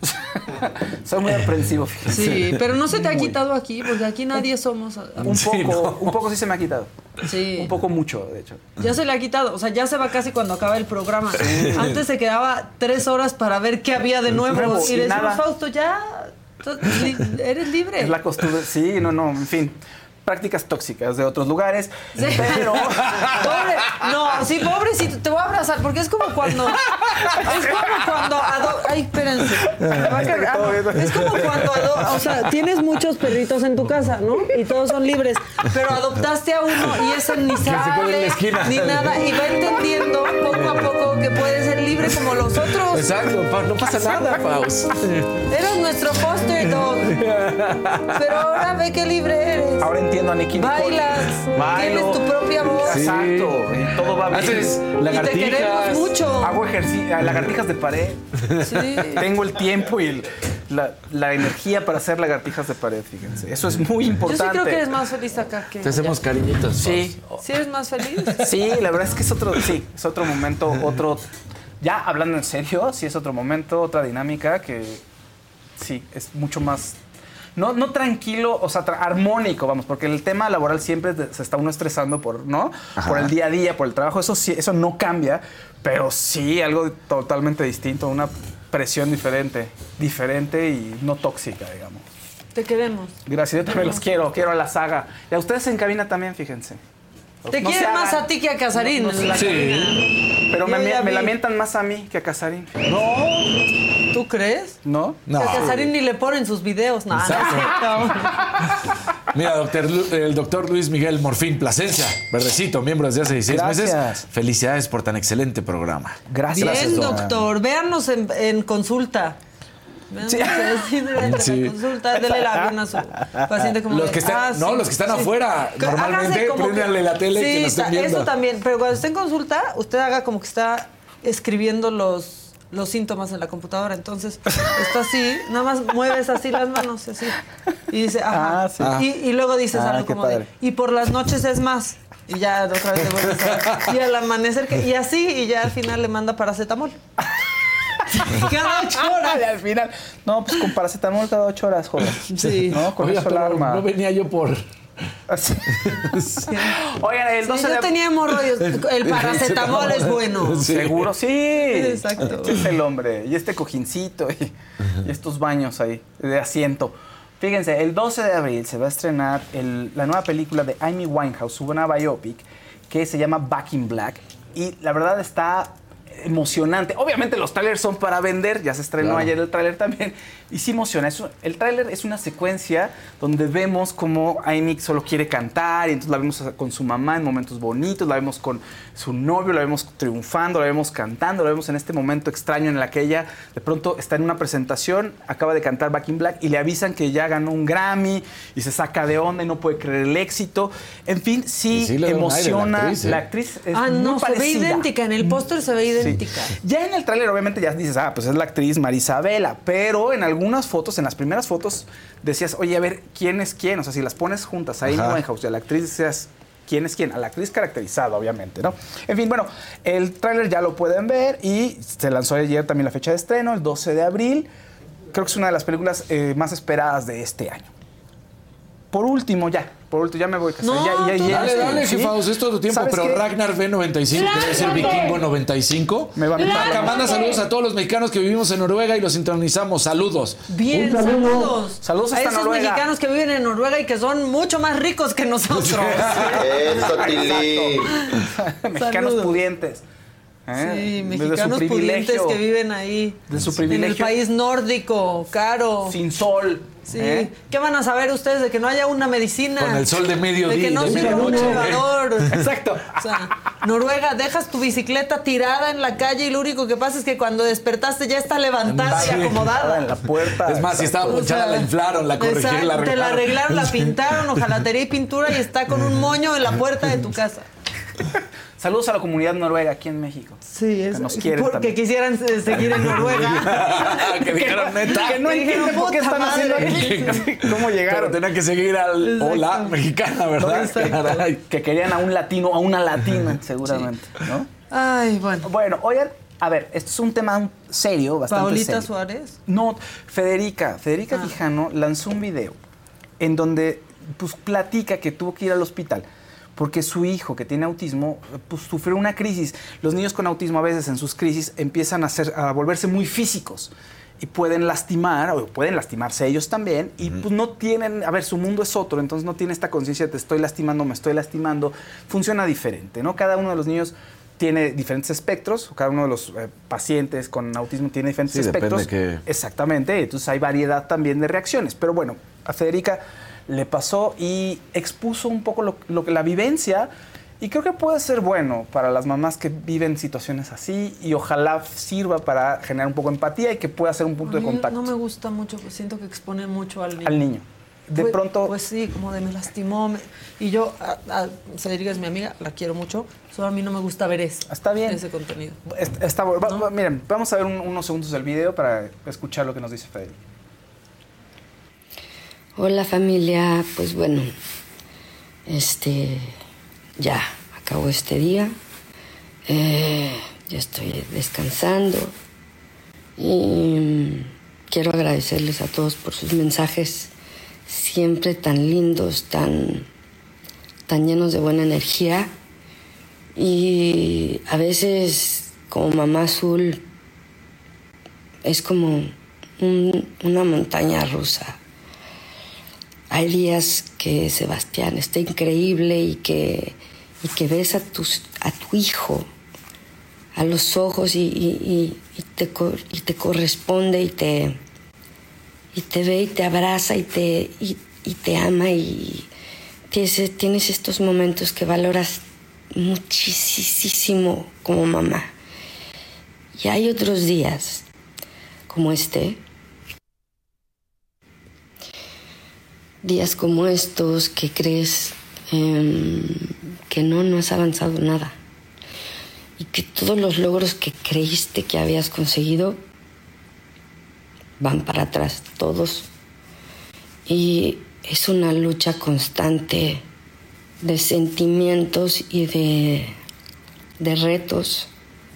Soy muy aprensivo, fíjate. Sí, pero no se te ha Muy. quitado aquí, porque aquí nadie somos. Un poco, un poco sí se me ha quitado. Sí. Un poco mucho, de hecho. Ya se le ha quitado, o sea, ya se va casi cuando acaba el programa. Antes se quedaba tres horas para ver qué había de nuevo. Nuevo, y y le decimos, nada. Fausto, ya tú- li- eres libre. Es la costumbre, sí, no, no, en fin. Prácticas tóxicas de otros lugares. Sí. Pero. Pobre, no, sí, pobrecito, te voy a abrazar, porque es como cuando. Es como cuando. ado- Ay, espérense. Me va a caer- ah, no. Es como cuando. ado- O sea, tienes muchos perritos en tu casa, ¿no? Y todos son libres. Pero adoptaste a uno y ese ni se queda en la sale, esquina. ni nada. Y va entendiendo poco a poco porque puedes ser libre como los otros. Exacto, pa- no pasa nada, Paus. Eras nuestro foster dog. Pero ahora ve qué libre eres. Ahora entiendo a Nicky Nicole. Bailas, Bailo. tienes tu propia voz. Sí. Exacto, y todo va bien. Haces Y te lagartijas. queremos mucho. Hago ejercicio, lagartijas de pared. Sí. Tengo el tiempo y el- la, la energía para hacer lagartijas de pared, fíjense. Eso es muy Yo importante. sí creo que eres más feliz acá que Te hacemos cariñitos. Sí, ¿Sí eres más feliz? sí, la verdad es que es otro, sí, es otro momento, otro. Ya hablando en serio, sí es otro momento, otra dinámica que sí, es mucho más. No, no tranquilo, o sea, tra- armónico, vamos, porque el tema laboral siempre de- se está uno estresando por, ¿no? Ajá. Por el día a día, por el trabajo, eso sí, eso no cambia, pero sí algo totalmente distinto, una presión diferente, diferente y no tóxica, digamos. Te queremos. Gracias, yo también los quiero, quiero a la saga. Y a ustedes en cabina también, fíjense. Te No quieren se más hagan. a ti que a Casarín. No, no en la sé. cabina. Pero me, Yo ya me vi. lamentan más a mí que a Casarín. No. ¿Tú crees? ¿No? No. Que a Casarín ni le ponen sus videos. No, no es cierto. Mira, doctor, Lu- el doctor Luis Miguel Morfín Plasencia, verdecito, miembro desde hace dieciséis Gracias. meses. Felicidades por tan excelente programa. Gracias. Bien, doctor. Véannos en, en consulta. Véannos Sí. sí, durante Sí. la consulta. Dele el avión a su paciente como Los de, que están, ah, no, sí, los que están sí. afuera, Que normalmente hágase como que- préndanle la tele y sí, que lo estén ta- viendo. Eso también. Pero cuando esté en consulta, usted haga como que está escribiendo los, los síntomas en la computadora. Entonces, está así, nada más mueves así las manos, así. Y dice, ajá. Ah, sí. Y, y luego dices Ah, algo qué como de, padre. y por las noches es más. Y ya otra vez le vuelves a... Y al amanecer, que, y así, y ya al final le manda paracetamol. Cada ocho horas. Y al final. No, pues con paracetamol cada ocho horas, joder. Sí. No, con Oiga, eso pero alarma. no venía yo por... Así. Oigan, el Sí, doce de yo abril. tenía hemorroides. El paracetamol es bueno. Sí. Seguro, sí. Exacto. Este es el hombre. Y este cojincito y, y estos baños ahí de asiento. Fíjense, el doce de abril se va a estrenar el- la nueva película de Amy Winehouse, su buena biopic, que se llama Back in Black. Y la verdad está emocionante. Obviamente los trailers son para vender, ya se estrenó Claro. ayer el tráiler también, y sí emociona. Es un- el tráiler es una secuencia donde vemos cómo Amy solo quiere cantar, y entonces la vemos con su mamá en momentos bonitos, la vemos con su novio, la vemos triunfando, la vemos cantando, la vemos en este momento extraño en la que ella de pronto está en una presentación, acaba de cantar Back in Black y le avisan que ya ganó un Grammy y se saca de onda y no puede creer el éxito. En fin, sí, Y sí le da un aire emociona. la actriz, ¿eh? La actriz es Ah, muy no, se ve parecida. idéntica. En el póster se ve idéntica. Sí. Ya en el tráiler obviamente ya dices, ah, pues es la actriz Marisabela, pero en algunas fotos, en las primeras fotos, decías, oye, a ver, ¿quién es quién? O sea, si las pones juntas ahí en Ajá. Winehouse y a la actriz decías, ¿quién es quién? A la actriz caracterizada, obviamente, ¿no? En fin, bueno, el tráiler ya lo pueden ver y se lanzó ayer también la fecha de estreno, el doce de abril. Creo que es una de las películas eh, más esperadas de este año. Por último, ya, por último, ya me voy a casar. No, ya, ya, tú ya, Dale, sí, dale, ¿sí? jefaos, es todo tu tiempo, ¿Sabes pero qué? Ragnar V noventa y cinco, debe ser Vikingo noventa y cinco. Me va a meter Vaca, la- manda saludos a todos los mexicanos que vivimos en Noruega y los sintonizamos. Saludos. Bien, Un saludo. saludos. Saludos a hasta esos Noruega. mexicanos que viven en Noruega y que son mucho más ricos que nosotros. Eso, Tilly. Mexicanos Saludos. pudientes. ¿eh? Sí, Desde su mexicanos pudientes privilegio, que viven ahí. de su En el privilegio. país nórdico, caro. Sin sol. Sí. ¿eh? ¿Qué van a saber ustedes de que no haya una medicina? Con el sol de mediodía, De que no de sirva un medianoche. elevador. Exacto. O sea, Noruega, dejas tu bicicleta tirada en la calle y lo único que pasa es que cuando despertaste ya está levantada Sí, y acomodada. en la puerta. Es más, si estaba Exacto. ponchada, O sea, la inflaron, la corrigieron, exacto, la te la arreglaron. arreglaron, la pintaron, hojalatería y pintura y está con un moño en la puerta de tu casa. Saludos a la comunidad noruega aquí en México. Sí, Que eso. nos quieren Porque también. quisieran eh, seguir en Noruega. Que dijeron neta. Que no Que dijeron, entienden por qué "Puta están haciendo madre". aquí. ¿Cómo Pero llegaron? tenía que seguir al Exacto. hola mexicana, ¿verdad? Exacto. Caray. Que querían a un latino, a una latina, seguramente, ¿no? Ay, bueno. Bueno, oigan, a ver, esto es un tema serio, bastante Paulita serio. Suárez. No, Federica, Federica Ah. Quijano lanzó un video en donde pues platica que tuvo que ir al hospital porque su hijo, que tiene autismo, pues sufrió una crisis. Los niños con autismo a veces en sus crisis empiezan a, ser, a volverse muy físicos y pueden lastimar, o pueden lastimarse ellos también, y pues no tienen, a ver, su mundo es otro, entonces no tiene esta conciencia de te estoy lastimando, me estoy lastimando, funciona diferente, ¿no? Cada uno de los niños tiene diferentes espectros, cada uno de los eh, pacientes con autismo tiene diferentes Sí, depende espectros. que- Exactamente, entonces hay variedad también de reacciones. Pero bueno, a Federica le pasó y expuso un poco lo, lo que la vivencia Y creo que puede ser bueno para las mamás que viven situaciones así y ojalá sirva para generar un poco de empatía y que pueda ser un punto A de mí contacto. No me gusta mucho, pues siento que expone mucho al niño. Al niño. De pues, pronto... Pues sí, como de me lastimó. Me, y yo, a, a Federica es mi amiga, la quiero mucho, solo a mí no me gusta ver eso. Está bien. Ese contenido. Está, está, ¿no? va, va, miren, vamos a ver un, unos segundos del video para escuchar lo que nos dice Federica. Hola familia, pues bueno, este, ya acabó este día, eh, ya estoy descansando y quiero agradecerles a todos por sus mensajes siempre tan lindos, tan, tan llenos de buena energía y a veces como mamá azul es como un, una montaña rusa. Hay días que Sebastián está increíble y que, y que ves a, tus, a tu hijo a los ojos y, y, y, te, y te corresponde y te, y te ve y te abraza y te, y, y te ama y tienes, tienes estos momentos que valoras muchísimo como mamá. Y hay otros días como este, días como estos que crees eh, que no, no has avanzado nada y que todos los logros que creíste que habías conseguido van para atrás, todos. Y es una lucha constante de sentimientos y de, de retos.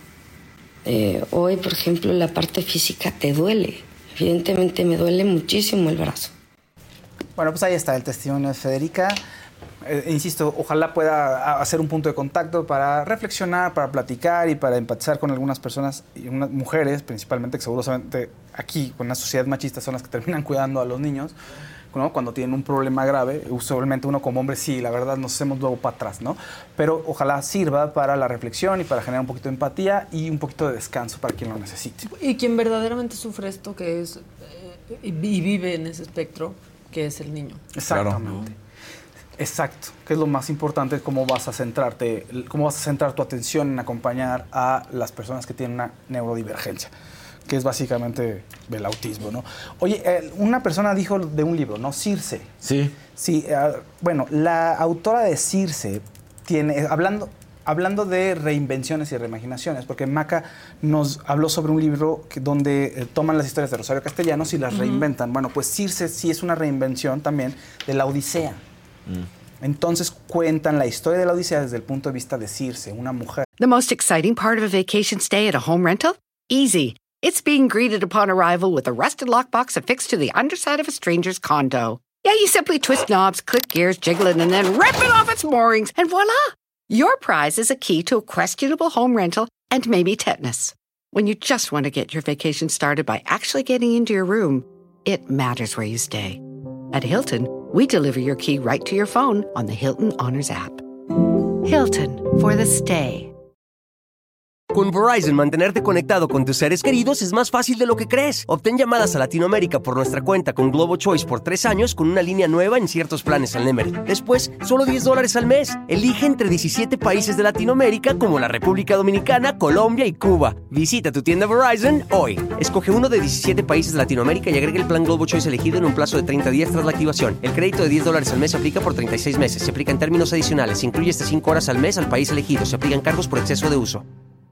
Eh, hoy, por ejemplo, la parte física te duele. Evidentemente me duele muchísimo el brazo. Bueno, pues ahí está el testimonio de Federica. Eh, insisto, ojalá pueda hacer un punto de contacto para reflexionar, para platicar y para empatizar con algunas personas, y unas mujeres principalmente, que seguramente aquí, con una sociedad machista, son las que terminan cuidando a los niños, ¿no? Cuando tienen un problema grave. Usualmente uno como hombre, sí, la verdad, nos hacemos luego para atrás, ¿no? Pero ojalá sirva para la reflexión y para generar un poquito de empatía y un poquito de descanso para quien lo necesite. Y quien verdaderamente sufre esto, que es eh, y vive en ese espectro, que es el niño. Exactamente. Claro. Exacto. Que es lo más importante, cómo vas a centrarte, cómo vas a centrar tu atención en acompañar a las personas que tienen una neurodivergencia, que es básicamente el autismo, ¿no? Oye, eh, una persona dijo de un libro, ¿no? Circe. Sí. Sí, eh, bueno, la autora de Circe tiene, eh, hablando... Hablando de reinvenciones y reimaginaciones, porque Maca nos habló sobre un libro que, donde eh, toman las historias de Rosario Castellanos y las uh-huh. reinventan. Bueno, pues Circe sí es una reinvención también de la Odisea. Mm. Entonces cuentan la historia de la Odisea desde el punto de vista de Circe, una mujer. The most exciting part of a vacation stay at a home rental? Easy. It's being greeted upon arrival with a rusted lockbox affixed to the underside of a stranger's condo. Yeah, you simply twist knobs, click gears, jiggle it, and then rip it off its moorings, and voila! Your prize is a key to a questionable home rental and maybe tetanus. When you just want to get your vacation started by actually getting into your room, it matters where you stay. At Hilton, we deliver your key right to your phone on the Hilton Honors app. Hilton, for the stay. Con Verizon, mantenerte conectado con tus seres queridos es más fácil de lo que crees. Obtén llamadas a Latinoamérica por nuestra cuenta con Globo Choice por tres años con una línea nueva en ciertos planes al Nemery. Después, solo diez dólares al mes. Elige entre diecisiete países de Latinoamérica como la República Dominicana, Colombia y Cuba. Visita tu tienda Verizon hoy. Escoge uno de diecisiete países de Latinoamérica y agrega el plan Globo Choice elegido en un plazo de treinta días tras la activación. El crédito de diez dólares al mes se aplica por treinta y seis meses. Se aplica en términos adicionales. Se incluye hasta cinco horas al mes al país elegido. Se aplican cargos por exceso de uso.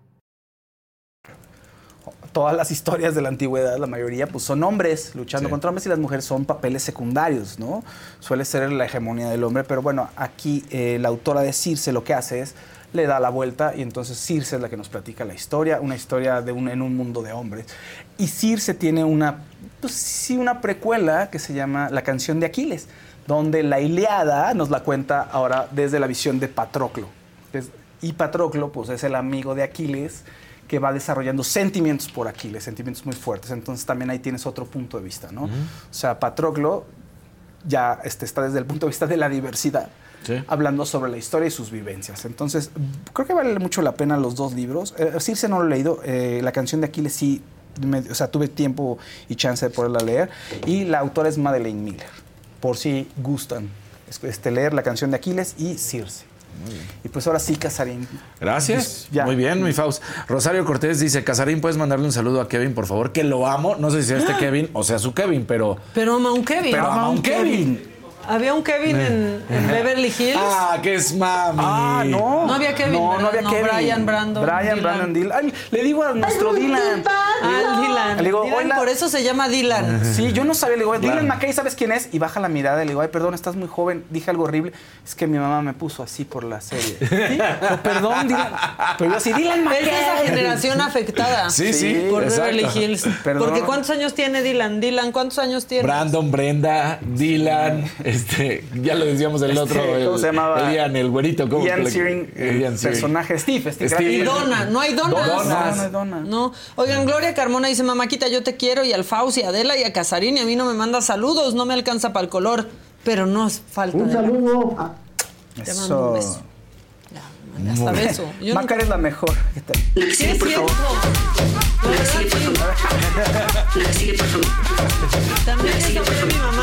Todas las historias de la antigüedad, la mayoría, pues son hombres luchando sí. contra hombres y las mujeres son papeles secundarios, ¿no? Suele ser la hegemonía del hombre, pero bueno, aquí eh, la autora de Circe lo que hace es, le da la vuelta y entonces Circe es la que nos platica la historia, una historia de un, en un mundo de hombres. Y Circe tiene una, pues sí, una precuela que se llama La canción de Aquiles, donde la Ilíada nos la cuenta ahora desde la visión de Patroclo. Y Patroclo, pues es el amigo de Aquiles, que va desarrollando sentimientos por Aquiles, sentimientos muy fuertes. Entonces también ahí tienes otro punto de vista, ¿no? Uh-huh. O sea, Patroclo ya este, está desde el punto de vista de la diversidad, sí. hablando sobre la historia y sus vivencias. Entonces, creo que vale mucho la pena los dos libros. Eh, Circe no lo he leído, eh, La canción de Aquiles sí, me, o sea, tuve tiempo y chance de poderla leer. Y la autora es Madeleine Miller, por si gustan este, leer La canción de Aquiles y Circe. Y pues ahora sí, Casarín. Gracias. Ya. Muy bien, mi Faust. Rosario Cortés dice, Casarín, ¿puedes mandarle un saludo a Kevin, por favor? Que lo amo. No sé si sea este Kevin o sea su Kevin, pero... Pero ama un Kevin. Pero ama un Kevin. Había un Kevin en, en Beverly Hills. Ah, que es mami. Ah, no. No había Kevin. No, no había no, Kevin. Brian, Brandon. Brian, Dylan. Brandon, Dylan. Ay, le digo a nuestro Dylan. Ah, Dylan. Le digo, Dylan, hola. por eso se llama Dylan. Sí, yo no sabía. Le digo, Claro. Dylan McKay, ¿sabes quién es? Y baja la mirada y le digo, ay, perdón, estás muy joven. Dije algo horrible. Es que mi mamá me puso así por la serie. ¿Sí? No, perdón, Dylan. Pero yo así, Dylan McKay. Es de esa generación afectada. Sí, sí, Por exacto. Beverly Hills. Perdón. Porque ¿cuántos años tiene Dylan? Dylan, ¿cuántos años tiene? Brandon, Brenda, Dylan, este, ya lo decíamos el otro, Este, el, ¿cómo se llamaba? el Ian, el güerito, ¿cómo? Ian que le- Searing, el Ian Searing. personaje Steve. Steve, Steve. Y Steve. Donna, no hay donas. No, no hay dona. No. Oigan, Gloria Carmona dice, mamáquita, yo te quiero, y al Faust, y a Adela, y a Casarín, y a mí no me manda saludos, no me alcanza para el color, pero no es falta Un de... saludo. Te mando un beso. Ya, hasta Muy bien. beso. Yo no- Macar es la mejor. ¿Qué tal? Sí, es cierto. La verdad, sí. También eso fue mi mamá.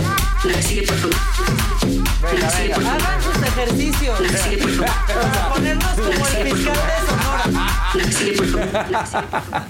Venga, venga. Hagan sus ejercicios. Para ponernos como el fiscal de Sonora.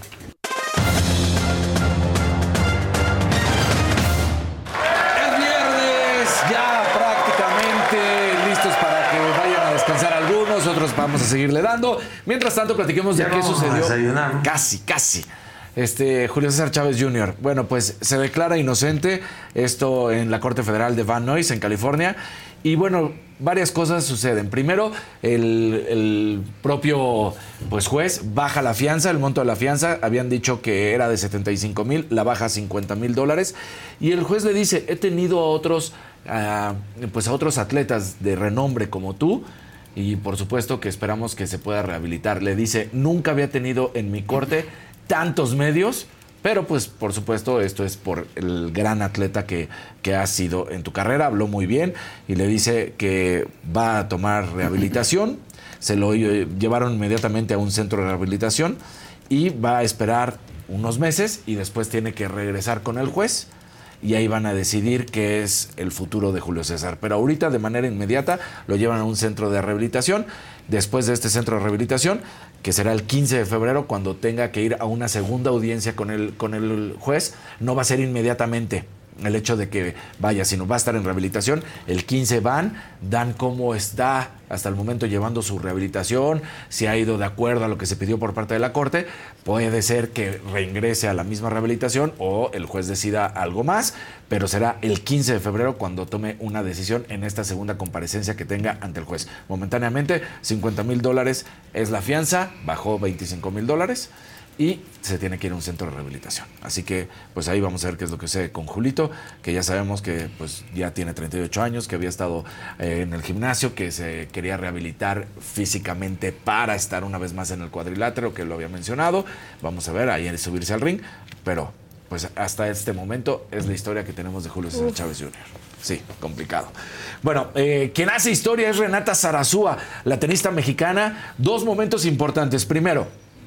Es viernes, ya prácticamente listos para que vayan a descansar algunos, otros vamos a seguirle dando. Mientras tanto, platiquemos de Ya qué vamos a sucedió. desayunar. Casi, casi. Este, Julio César Chávez junior Bueno, pues se declara inocente, esto en la Corte Federal de Van Nuys, en California. Y bueno, varias cosas suceden. Primero, el, el propio pues, juez baja la fianza, el monto de la fianza. Habían dicho que era de setenta y cinco mil, la baja a cincuenta mil dólares. Y el juez le dice, he tenido a otros, uh, pues a otros atletas de renombre como tú, y por supuesto que esperamos que se pueda rehabilitar. Le dice, nunca había tenido en mi corte tantos medios, pero pues por supuesto esto es por el gran atleta que, que has sido en tu carrera. Habló muy bien y le dice que va a tomar rehabilitación. Se lo llevaron inmediatamente a un centro de rehabilitación y va a esperar unos meses y después tiene que regresar con el juez y ahí van a decidir qué es el futuro de Julio César. Pero ahorita de manera inmediata lo llevan a un centro de rehabilitación. Después de este centro de rehabilitación, que será el quince de febrero, cuando tenga que ir a una segunda audiencia con el, con el juez, no va a ser inmediatamente el hecho de que vaya, sino va a estar en rehabilitación. El quince van, dan cómo está hasta el momento llevando su rehabilitación, si ha ido de acuerdo a lo que se pidió por parte de la Corte. Puede ser que reingrese a la misma rehabilitación o el juez decida algo más, pero será el quince de febrero cuando tome una decisión en esta segunda comparecencia que tenga ante el juez. Momentáneamente, cincuenta mil dólares es la fianza, bajó veinticinco mil dólares. Y se tiene que ir a un centro de rehabilitación. Así que, pues ahí vamos a ver qué es lo que sucede con Julito, que ya sabemos que pues ya tiene treinta y ocho años, que había estado eh, en el gimnasio, que se quería rehabilitar físicamente para estar una vez más en el cuadrilátero, que lo había mencionado. Vamos a ver, ahí subirse al ring. Pero, pues hasta este momento es la historia que tenemos de Julio César Chávez junior Sí, complicado. Bueno, eh, quien hace historia es Renata Zarazúa, la tenista mexicana. Dos momentos importantes. Primero,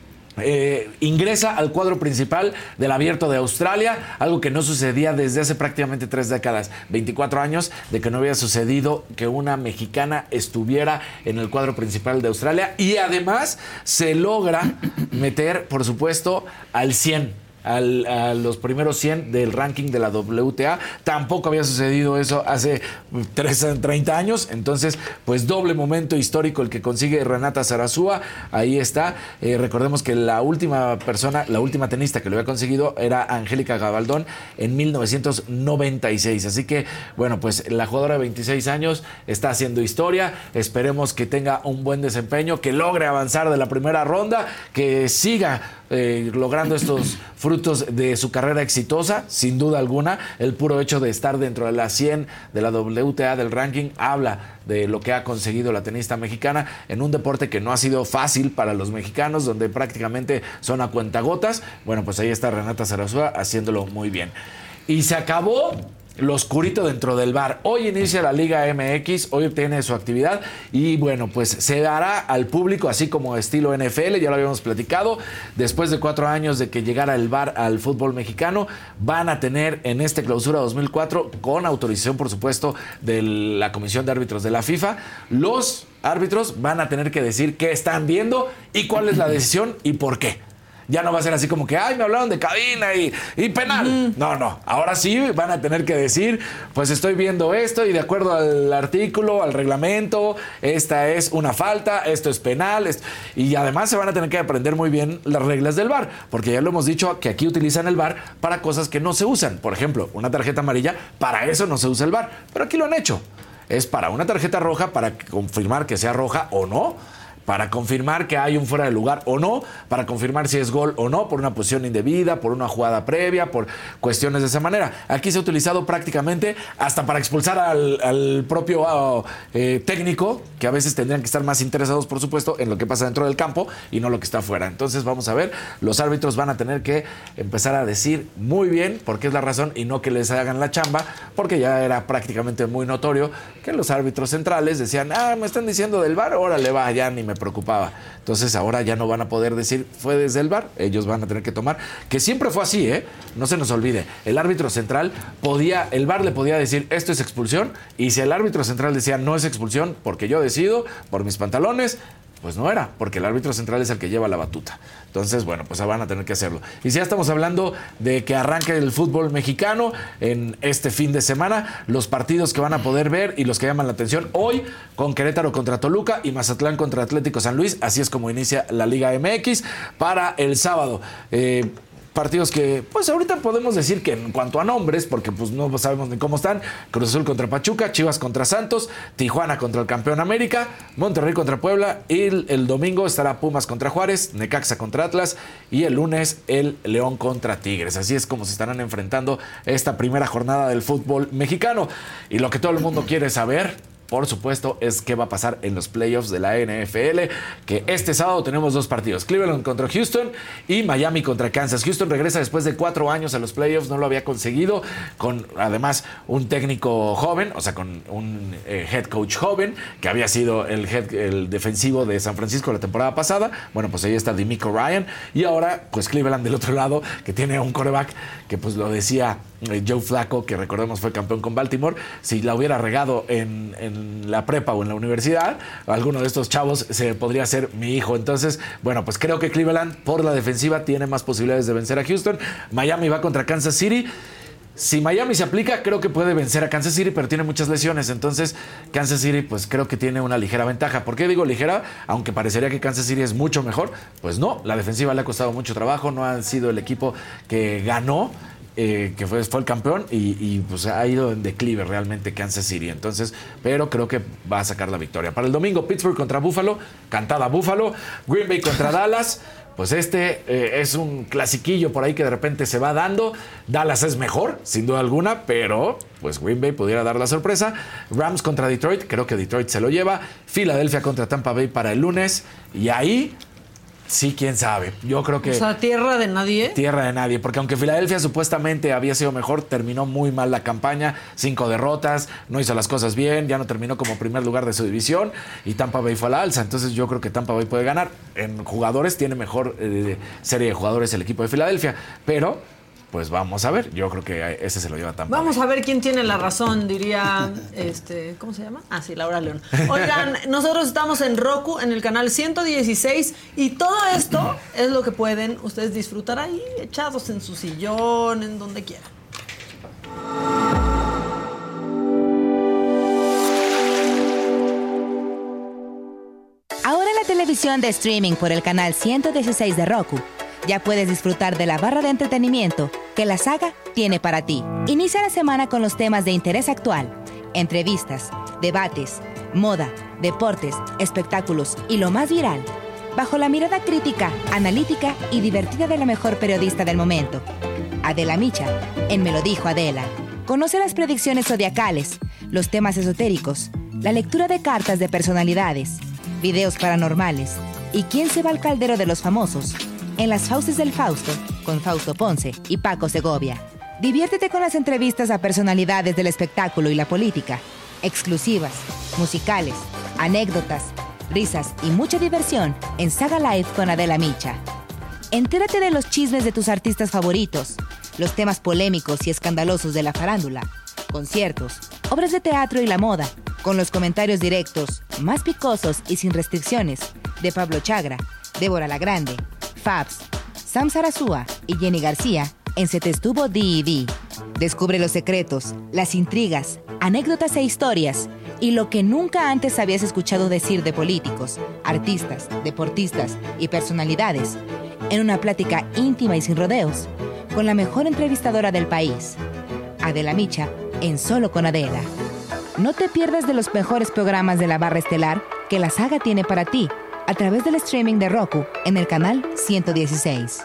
Eh, ingresa al cuadro principal del Abierto de Australia, algo que no sucedía desde hace prácticamente tres décadas, veinticuatro años de que no había sucedido que una mexicana estuviera en el cuadro principal de Australia, y además se logra meter, por supuesto, al cien. Al, a los primeros cien del ranking de la W T A. Tampoco había sucedido eso hace treinta años. Entonces, pues doble momento histórico el que consigue Renata Zarazúa. Ahí está. Eh, recordemos que la última persona, la última tenista que lo había conseguido era Angélica Gabaldón en mil novecientos noventa y seis. Así que, bueno, pues la jugadora de veintiséis años está haciendo historia. Esperemos que tenga un buen desempeño, que logre avanzar de la primera ronda, que siga Eh, logrando estos frutos de su carrera exitosa, sin duda alguna. El puro hecho de estar dentro de la cien de la W T A del ranking habla de lo que ha conseguido la tenista mexicana en un deporte que no ha sido fácil para los mexicanos, donde prácticamente son a cuentagotas. Bueno, pues ahí está Renata Zarazúa haciéndolo muy bien. Y se acabó lo oscurito dentro del V A R. Hoy inicia la Liga M X, hoy tiene su actividad y bueno, pues se dará al público así como estilo N F L, ya lo habíamos platicado, después de cuatro años de que llegara el V A R al fútbol mexicano, van a tener en este clausura dos mil cuatro, con autorización por supuesto de la Comisión de Árbitros de la FIFA, los árbitros van a tener que decir qué están viendo y cuál es la decisión y por qué. Ya no va a ser así como que, ay, me hablaron de cabina y, y penal. Uh-huh. No, no. Ahora sí van a tener que decir, pues estoy viendo esto y de acuerdo al artículo, al reglamento, esta es una falta, esto es penal. Esto... Y además se van a tener que aprender muy bien las reglas del V A R, porque ya lo hemos dicho que aquí utilizan el V A R para cosas que no se usan. Por ejemplo, una tarjeta amarilla, para eso no se usa el V A R. Pero aquí lo han hecho. Es para una tarjeta roja, para confirmar que sea roja o no, para confirmar que hay un fuera de lugar o no, para confirmar si es gol o no, por una posición indebida, por una jugada previa, por cuestiones de esa manera. Aquí se ha utilizado prácticamente hasta para expulsar al, al propio uh, eh, técnico, que a veces tendrían que estar más interesados, por supuesto, en lo que pasa dentro del campo y no lo que está afuera. Entonces vamos a ver, los árbitros van a tener que empezar a decir muy bien por qué es la razón y no que les hagan la chamba, porque ya era prácticamente muy notorio que los árbitros centrales decían, ah, me están diciendo del V A R, órale, va, ya ni me preocupaba. Entonces ahora ya no van a poder decir fue desde el V A R, ellos van a tener que tomar, que siempre fue así, ¿eh? No se nos olvide, el árbitro central podía, el V A R le podía decir esto es expulsión, y si el árbitro central decía no es expulsión porque yo decido por mis pantalones, pues no era, porque el árbitro central es el que lleva la batuta. Entonces, bueno, pues van a tener que hacerlo. Y si ya estamos hablando de que arranque el fútbol mexicano en este fin de semana, los partidos que van a poder ver y los que llaman la atención hoy, con Querétaro contra Toluca y Mazatlán contra Atlético San Luis, así es como inicia la Liga M X para el sábado. Eh, Partidos que, pues ahorita podemos decir que en cuanto a nombres, porque pues no sabemos ni cómo están, Cruz Azul contra Pachuca, Chivas contra Santos, Tijuana contra el campeón América, Monterrey contra Puebla, y el, el domingo estará Pumas contra Juárez, Necaxa contra Atlas, y el lunes el León contra Tigres. Así es como se estarán enfrentando esta primera jornada del fútbol mexicano. Y lo que todo el mundo quiere saber, por supuesto, es qué va a pasar en los playoffs de la N F L, que este sábado tenemos dos partidos, Cleveland contra Houston y Miami contra Kansas. Houston regresa después de cuatro años a los playoffs, no lo había conseguido, con además un técnico joven, o sea, con un eh, head coach joven, que había sido el, head, el defensivo de San Francisco la temporada pasada. Bueno, pues ahí está DeMeco Ryan, y ahora, pues Cleveland del otro lado, que tiene un quarterback que, pues lo decía eh, Joe Flacco, que recordemos fue campeón con Baltimore. Si la hubiera regado en, en la prepa o en la universidad, alguno de estos chavos se podría ser mi hijo. Entonces, bueno, pues creo que Cleveland por la defensiva tiene más posibilidades de vencer a Houston. Miami va contra Kansas City. Si Miami se aplica, creo que puede vencer a Kansas City, pero tiene muchas lesiones. Entonces, Kansas City, pues creo que tiene una ligera ventaja. ¿Por qué digo ligera? Aunque parecería que Kansas City es mucho mejor, pues no, la defensiva le ha costado mucho trabajo, no ha sido el equipo que ganó, Eh, que fue, fue el campeón, y, y pues ha ido en declive realmente Kansas City. Entonces, pero creo que va a sacar la victoria. Para el domingo, Pittsburgh contra Buffalo, cantada Buffalo. Green Bay contra Dallas. Pues este eh, es un clasiquillo por ahí que de repente se va dando. Dallas es mejor, sin duda alguna, pero pues Green Bay pudiera dar la sorpresa. Rams contra Detroit, creo que Detroit se lo lleva. Filadelfia contra Tampa Bay para el lunes, y ahí sí, quién sabe. Yo creo que... O sea, tierra de nadie. Tierra de nadie, porque aunque Filadelfia supuestamente había sido mejor, terminó muy mal la campaña, cinco derrotas, no hizo las cosas bien, ya no terminó como primer lugar de su división, y Tampa Bay fue a la alza. Entonces yo creo que Tampa Bay puede ganar. En jugadores tiene mejor eh, serie de jugadores el equipo de Filadelfia, pero pues vamos a ver. Yo creo que ese se lo lleva Tampa Vamos Bay. a ver quién tiene la razón, diría, este, ¿cómo se llama? Ah, sí, Laura León. Oigan, nosotros estamos en Roku, en el canal ciento dieciséis, y todo esto es lo que pueden ustedes disfrutar ahí, echados en su sillón, en donde quieran. Ahora en la televisión de streaming por el canal ciento dieciséis de Roku, ya puedes disfrutar de la barra de entretenimiento que la saga tiene para ti. Inicia la semana con los temas de interés actual, entrevistas, debates, moda, deportes, espectáculos y lo más viral, bajo la mirada crítica, analítica y divertida de la mejor periodista del momento, Adela Micha, en Me lo dijo Adela. Conoce las predicciones zodiacales, los temas esotéricos, la lectura de cartas de personalidades, videos paranormales y quién se va al caldero de los famosos, en Las Fauces del Fausto, con Fausto Ponce y Paco Segovia. Diviértete con las entrevistas a personalidades del espectáculo y la política, exclusivas, musicales, anécdotas, risas y mucha diversión en Saga Live con Adela Micha. Entérate de los chismes de tus artistas favoritos, los temas polémicos y escandalosos de la farándula, conciertos, obras de teatro y la moda, con los comentarios directos, más picosos y sin restricciones, de Pablo Chagra, Débora La Grande, Fabs, Sam Sarasúa y Jenny García en Se Te Estuvo D y D. Descubre los secretos, las intrigas, anécdotas e historias y lo que nunca antes habías escuchado decir de políticos, artistas, deportistas y personalidades en una plática íntima y sin rodeos con la mejor entrevistadora del país, Adela Micha, en Solo con Adela. No te pierdas de los mejores programas de la barra estelar que la Saga tiene para ti a través del streaming de Roku en el canal ciento dieciséis.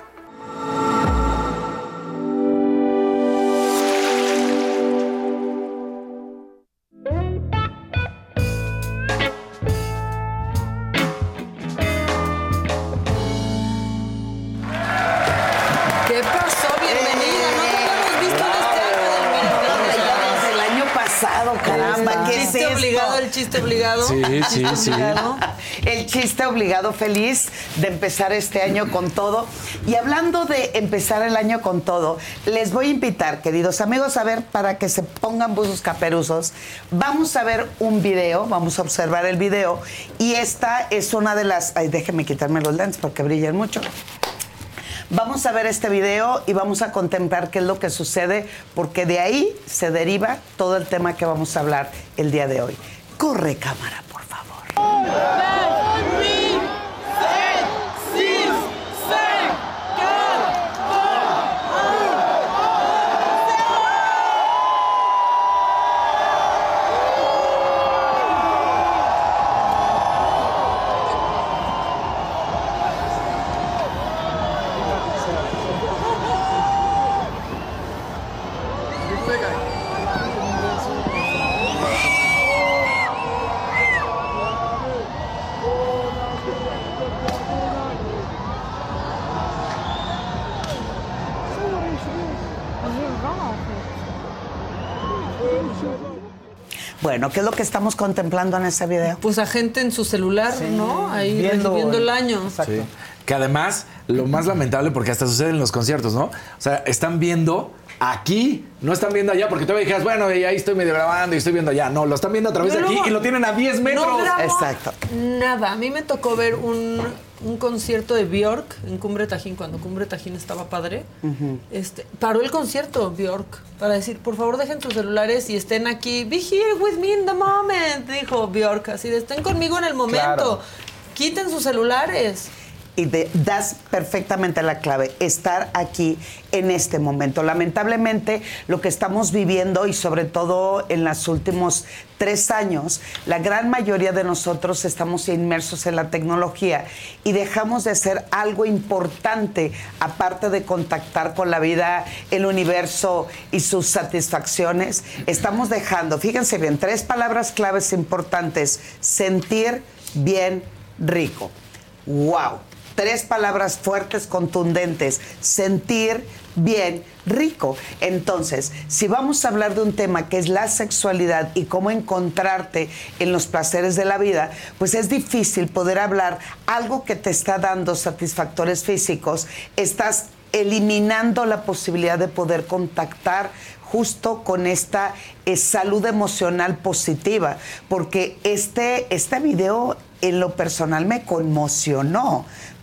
¿Qué pasó? Bienvenida. No te habíamos visto en este año del Milagro. Desde el año pasado, caramba, ¿qué es Chiste esto? obligado, el chiste obligado. Sí, El sí, chiste sí. obligado. El chiste obligado, feliz de empezar este año con todo. Y hablando de empezar el año con todo, les voy a invitar, queridos amigos, a ver, para que se pongan buzos caperuzos, vamos a ver un video, vamos a observar el video. Y esta es una de las... Ay, déjenme quitarme los lentes porque brillan mucho. Vamos a ver este video y vamos a contemplar qué es lo que sucede, porque de ahí se deriva todo el tema que vamos a hablar el día de hoy. Corre, cámara, por favor. Bueno, ¿qué es lo que estamos contemplando en ese video? Pues a gente en su celular, Sí, ¿no? Ahí viendo- viendo el año. Sí. Que además, lo más lamentable, porque hasta sucede en los conciertos, ¿no? O sea, están viendo aquí, no están viendo allá, porque tú me dijeras, bueno, y ahí estoy medio grabando y estoy viendo allá. No, lo están viendo a través Yo de aquí luego- y lo tienen a diez metros. No grabo Exacto. Nada. A mí me tocó ver un, un concierto de Bjork en Cumbre Tajín, cuando Cumbre Tajín estaba padre. Este, paró el concierto Bjork para decir, por favor dejen sus celulares y estén aquí. Be here with me in the moment, dijo Bjork. Así de, estén conmigo en el momento. Claro. Quiten sus celulares. Y de- das perfectamente la clave, estar aquí en este momento. Lamentablemente, lo que estamos viviendo, y sobre todo en los últimos tres años, la gran mayoría de nosotros estamos inmersos en la tecnología y dejamos de hacer algo importante, aparte de contactar con la vida, el universo y sus satisfacciones. Estamos dejando, fíjense bien, tres palabras claves importantes: sentir bien rico. ¡Wow! Tres palabras fuertes, contundentes. Sentir bien rico. Entonces, si vamos a hablar de un tema que es la sexualidad y cómo encontrarte en los placeres de la vida, pues es difícil poder hablar algo que te está dando satisfactores físicos. Estás eliminando la posibilidad de poder contactar justo con esta eh, salud emocional positiva, porque este, este video en lo personal me conmocionó.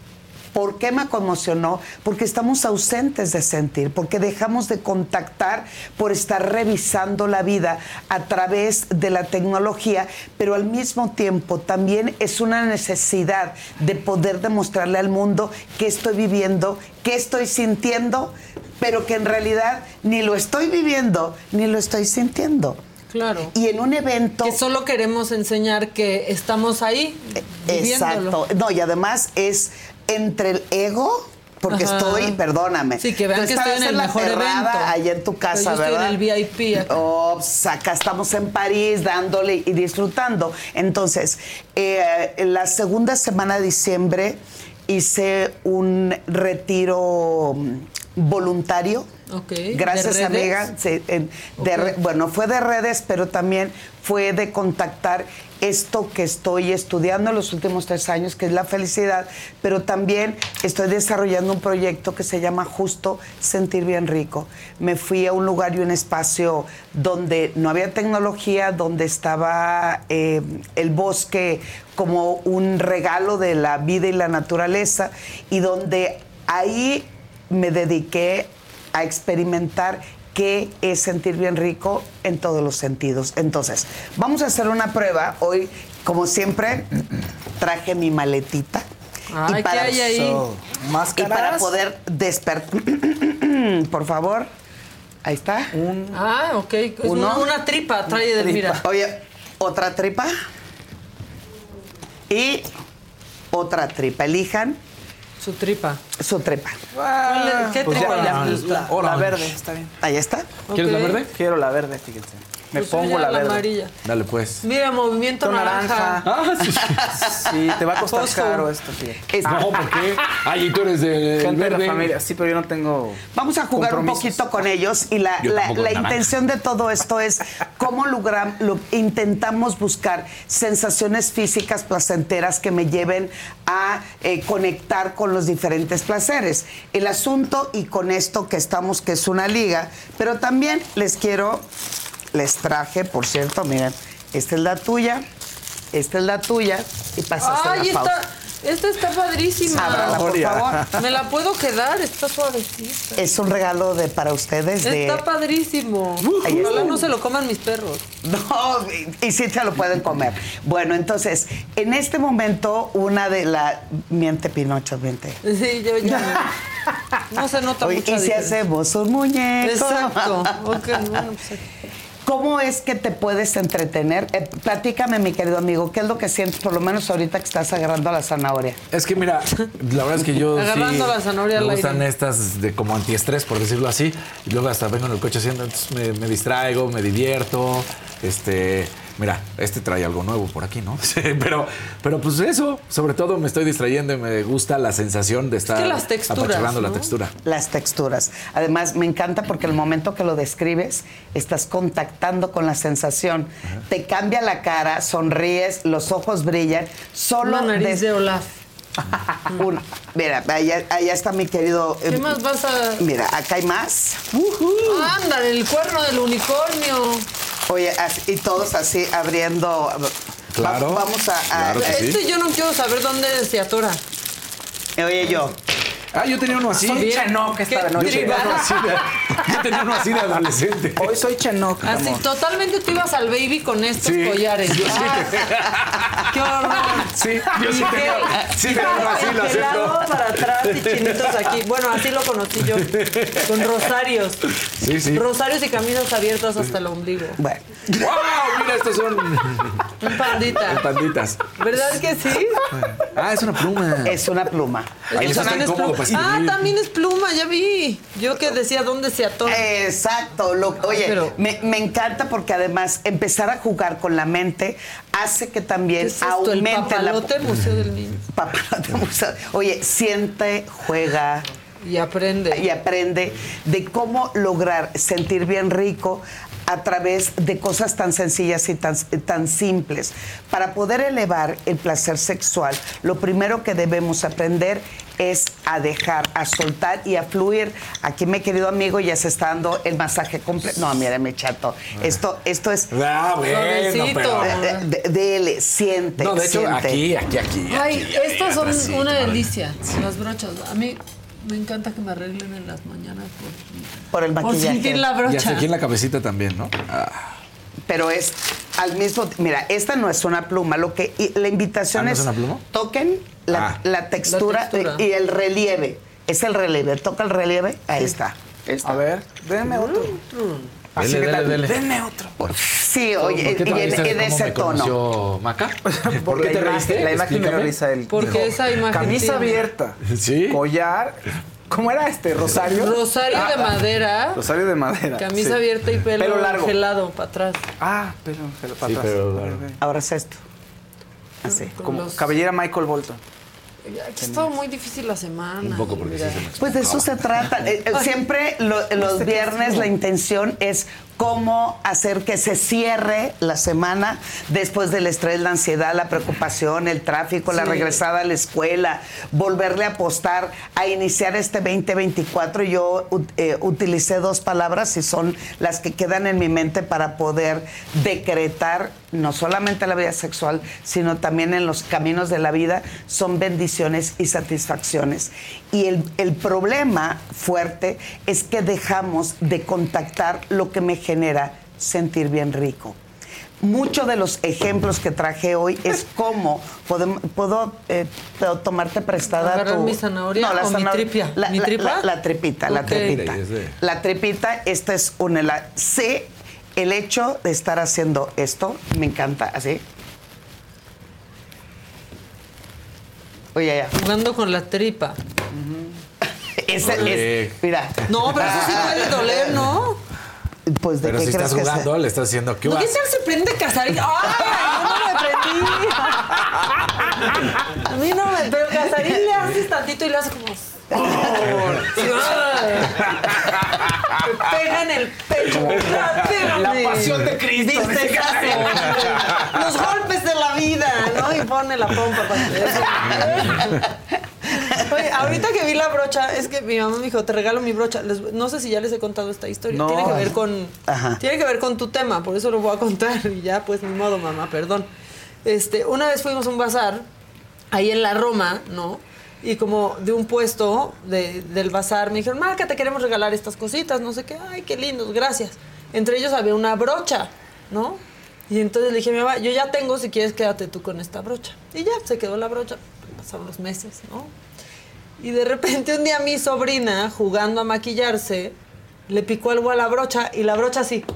¿Por qué me conmocionó? Porque estamos ausentes de sentir, porque dejamos de contactar por estar revisando la vida a través de la tecnología, pero al mismo tiempo también es una necesidad de poder demostrarle al mundo qué estoy viviendo, qué estoy sintiendo, pero que en realidad ni lo estoy viviendo ni lo estoy sintiendo. Claro. Y en un evento... Que solo queremos enseñar que estamos ahí, viviéndolo. Exacto. No, y además es entre el ego, porque Ajá. estoy, perdóname. Sí, que vean tú que estoy estabas en el la mejor perrada evento. allá en tu casa, Pero yo estoy ¿verdad? en el V I P acá. Ops, acá estamos en París dándole y disfrutando. Entonces, eh, en la segunda semana de diciembre hice un retiro voluntario Okay. Gracias, ¿De redes? amiga. Sí, en- de re- bueno, fue de redes, pero también fue de contactar esto que estoy estudiando en los últimos tres años, que es la felicidad, pero también estoy desarrollando un proyecto que se llama Justo Sentir Bien Rico. Me fui a un lugar y un espacio donde no había tecnología, donde estaba eh, el bosque como un regalo de la vida y la naturaleza, y donde ahí me dediqué a experimentar qué es sentir bien rico en todos los sentidos. Entonces, vamos a hacer una prueba. Hoy, como siempre, traje mi maletita. Ay, ¿qué hay ahí? So, Y para poder despertar... Por favor. Ahí está. Ah, ok. Es Uno. una, una tripa trae Edelmira. Oye, otra tripa. Y otra tripa. Elijan. Su tripa. Su tripa. ¿Cuál- ¿Qué Pues tripa ya, les la- gusta? La, la verde, está bien. Ahí está. ¿Quieres la Ok. verde? Quiero la verde, fíjense. Me Pues pongo ya la la verde. amarilla. Dale, pues. Mira, movimiento Con naranja. naranja. Ah, sí. Sí, te va a costar Fosfo. caro esto, fíjate. Es- No, ¿por qué? Ay, y tú eres de Gente de verde. la familia. Sí, pero yo no tengo. Vamos a jugar un compromisos. poquito con ellos y la, Yo la- tampoco, la naranja. intención de todo esto es cómo lograr, lo, intentamos buscar sensaciones físicas placenteras que me lleven a eh, conectar con los diferentes placeres. El asunto, y con esto que estamos, que es una liga, pero también les quiero, les traje, por cierto, miren, esta es la tuya, esta es la tuya, y pasas a Ay, la pausa. esta, esta está padrísima. Ábrala, por favor. Me la puedo quedar, está suavecita. Es un regalo de para ustedes de... Está padrísimo. Ahí Ojalá está. no se lo coman mis perros. No, y, y sí se lo pueden comer. Bueno, entonces, en este momento, una de la... Miente, Pinocho, miente. Sí, yo ya. No se nota Oye, mucha y si diferencia. hacemos un muñeco. Exacto. Ok, bueno, pues, ¿Cómo es que te puedes entretener? Eh, platícame, mi querido amigo, ¿qué es lo que sientes, por lo menos ahorita que estás agarrando la zanahoria? Es que mira, la verdad es que yo Agarrando sí la zanahoria al me gustan aire. estas de como antiestrés, por decirlo así. Y luego hasta vengo en el coche haciendo, entonces me, me distraigo, me divierto. Este, mira, este trae algo nuevo por aquí, ¿no? Sí, pero, pero pues eso, sobre todo me estoy distrayendo y me gusta la sensación de estar que las texturas, apachurrando la ¿no? textura. Las texturas. Además, me encanta porque el momento que lo describes, estás contactando con la sensación. Te cambia la cara, sonríes, los ojos brillan. Solo Una nariz de Olaf. Una. Mira, allá, allá está mi querido... ¿Qué eh, más vas a...? Mira, acá hay más. Ándale, el cuerno del unicornio. Oye, así- y todos así abriendo... Claro, Va- vamos a... a- claro que sí. Este yo no quiero saber dónde se atora. Oye, yo... Ah, yo tenía uno así. Soy Chenoc esta ¿Qué de noche. Yo tenía uno así de, yo tenía uno así de adolescente. Hoy soy Chenoc, mi Así, amor. totalmente tú ibas al baby con estos Sí, collares. yo sí. Ah, ¡Qué horror! Sí, yo sí Y tenía, que- sí tenía uno así, lo pelado acepto. para atrás y chinitos aquí. Bueno, así lo conocí yo. Con rosarios. Sí, sí. Rosarios y camisas abiertas hasta el ombligo. Bueno, ¡Wow! Mira, estos son Un pandita. panditas. ¿Verdad que sí? Ah, es una pluma. es una pluma. Ahí Eso está también es incómodo pluma. para Ah, escribir. también es pluma, ya vi. Yo que decía dónde se atora. Exacto. Lo- oye, pero- me, me encanta porque además empezar a jugar con la mente hace que ¿Qué también es esto? El aumente la... papalote Museo del Niño. Papalote Museo. Oye, siente, juega... Y aprende. y aprende de cómo lograr sentir bien rico a través de cosas tan sencillas y tan, tan simples. Para poder elevar el placer sexual, lo primero que debemos aprender es a dejar, a soltar y a fluir. Aquí, mi querido amigo, ya se está dando el masaje completo. No, mírame, chato. Esto, esto es... Ah, bueno, Suavecito. pero... de- de- Dele, siente, No, de hecho, siente. aquí, aquí, aquí. Ay, aquí, estas son así, una vale. delicia. Las brochas. A mí me encanta que me arreglen en las mañanas por, Por el por maquillaje. sentir la Y hasta brocha. aquí en la cabecita también, ¿no? Ah. Pero es al mismo... Mira, esta no es una pluma. Lo que y la invitación ¿Ah, no es... es una pluma? Toquen la, Ah. la textura, La textura. y el relieve. Es el relieve. Toca el relieve. Ahí está. Ahí está. A ver, denme otro. Así Dele, que dele, tal, dele. denme otro. Sí, oye, ¿Por qué y te en, reíste de en cómo ese me tono. conoció Maca? ¿Por qué la te imagen- reíste? La imagen me dio Explícame. risa. El, Porque dijo, esa imagen camisa tiene- abierta. Sí. Collar. ¿Cómo era este? ¿Rosario? Rosario Ah, de madera. Rosario de madera. Camisa sí. abierta y pelo, Pelo largo. gelado para atrás. Ah, pelo, pelo para Sí, atrás. pero- Ok, ok. Ahora es esto. Así. Como Los- cabellera Michael Bolton. Aquí estuvo muy difícil la semana. Un poco porque sí se me Pues de eso se trata. Eh, eh, Siempre lo- los viernes la intención es cómo hacer que se cierre la semana después del estrés, la ansiedad, la preocupación, el tráfico, la Sí. regresada a la escuela, volverle a apostar, a iniciar este veinte veinticuatro. Yo ut- eh, utilicé dos palabras y son las que quedan en mi mente para poder decretar no solamente la vida sexual, sino también en los caminos de la vida, son bendiciones y satisfacciones. Y el, el problema fuerte es que dejamos de contactar lo que me genera sentir bien rico. Muchos de los ejemplos que traje hoy es cómo podemos, puedo, eh, puedo tomarte prestada ¿Agarrar tu... mi zanahoria o mi zanahor- tripia? La, ¿Mi la- tripa? la- la tripita, la Ok. tripita. La tripita, esta es una... La, sé el hecho de estar haciendo esto, me encanta, así. Oye, ya. Jugando con la tripa. Ese es, mira. No, pero eso sí puede doler, ¿no? Pues de Pero qué si crees estás que jugando, le estás haciendo ¿qué ¿No vas? qué tal se prende Casarín? ¡Ay! Yo no me prendí. A mí no me... Pero Casarín le haces tantito y le hace como... Sí, ¡ay! Me pega en el pecho. La pasión de Cristo. ¿Viste? Exacto. Los golpes de la vida, ¿no? Y pone la pompa para que... Oye, ahorita que vi la brocha, es que mi mamá me dijo, te regalo mi brocha. Les- no sé si ya les he contado esta historia. No. Tiene que ver con Ajá. tiene que ver con tu tema, por eso lo voy a contar. Y ya, pues, ni modo, mamá, perdón. Este, una vez fuimos a un bazar, ahí en la Roma, ¿no? Y como de un puesto de- del bazar, me dijeron, Marca, te queremos regalar estas cositas, no sé qué. Ay, qué lindos, gracias. Entre ellos había una brocha, ¿no? Y entonces le dije a mi mamá, yo ya tengo, si quieres quédate tú con esta brocha. Y ya, se quedó la brocha. Pasaron los meses, ¿no? Y de repente un día mi sobrina, jugando a maquillarse, le picó algo a la brocha y la brocha así.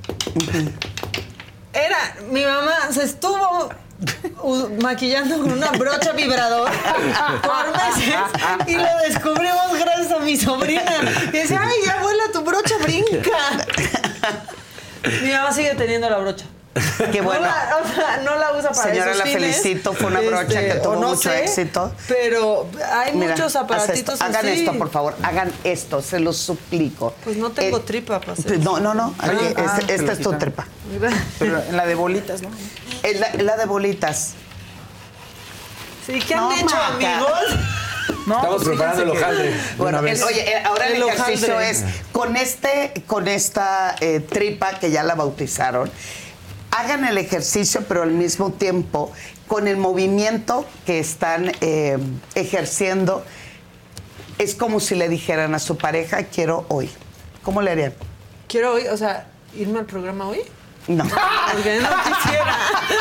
Era, mi mamá se estuvo uh, maquillando con una brocha vibrador por meses y lo descubrimos gracias a mi sobrina. Y decía, ay, abuela, tu brocha brinca. Mi mamá sigue teniendo la brocha. Qué bueno. No la, o sea, no la usa para Señora, esos la fines. felicito, fue una brocha Este, que tuvo o no mucho sé, éxito. Pero hay Mira, muchos haz aparatitos esto. Hagan así. esto, por favor, hagan esto, se los suplico. Pues no tengo Eh, tripa para hacer No, no, no, Ah, aquí, ah, este- te esta lo es tu quitan. trepa. Pero en la de bolitas, ¿no? Es la, la de bolitas. Sí, ¿qué No, han hecho, Maca. amigos? No, Estamos pues preparando el fíjense que- hojaldre. de Bueno, una el- vez. oye, eh, ahora el, El ejercicio hojaldre. es con este, con esta eh, tripa que ya la bautizaron, hagan el ejercicio, pero al mismo tiempo, con el movimiento que están eh, ejerciendo, es como si le dijeran a su pareja, quiero hoy. ¿Cómo le harían? Quiero hoy, o sea, irme al programa hoy. No. Porque no quisiera.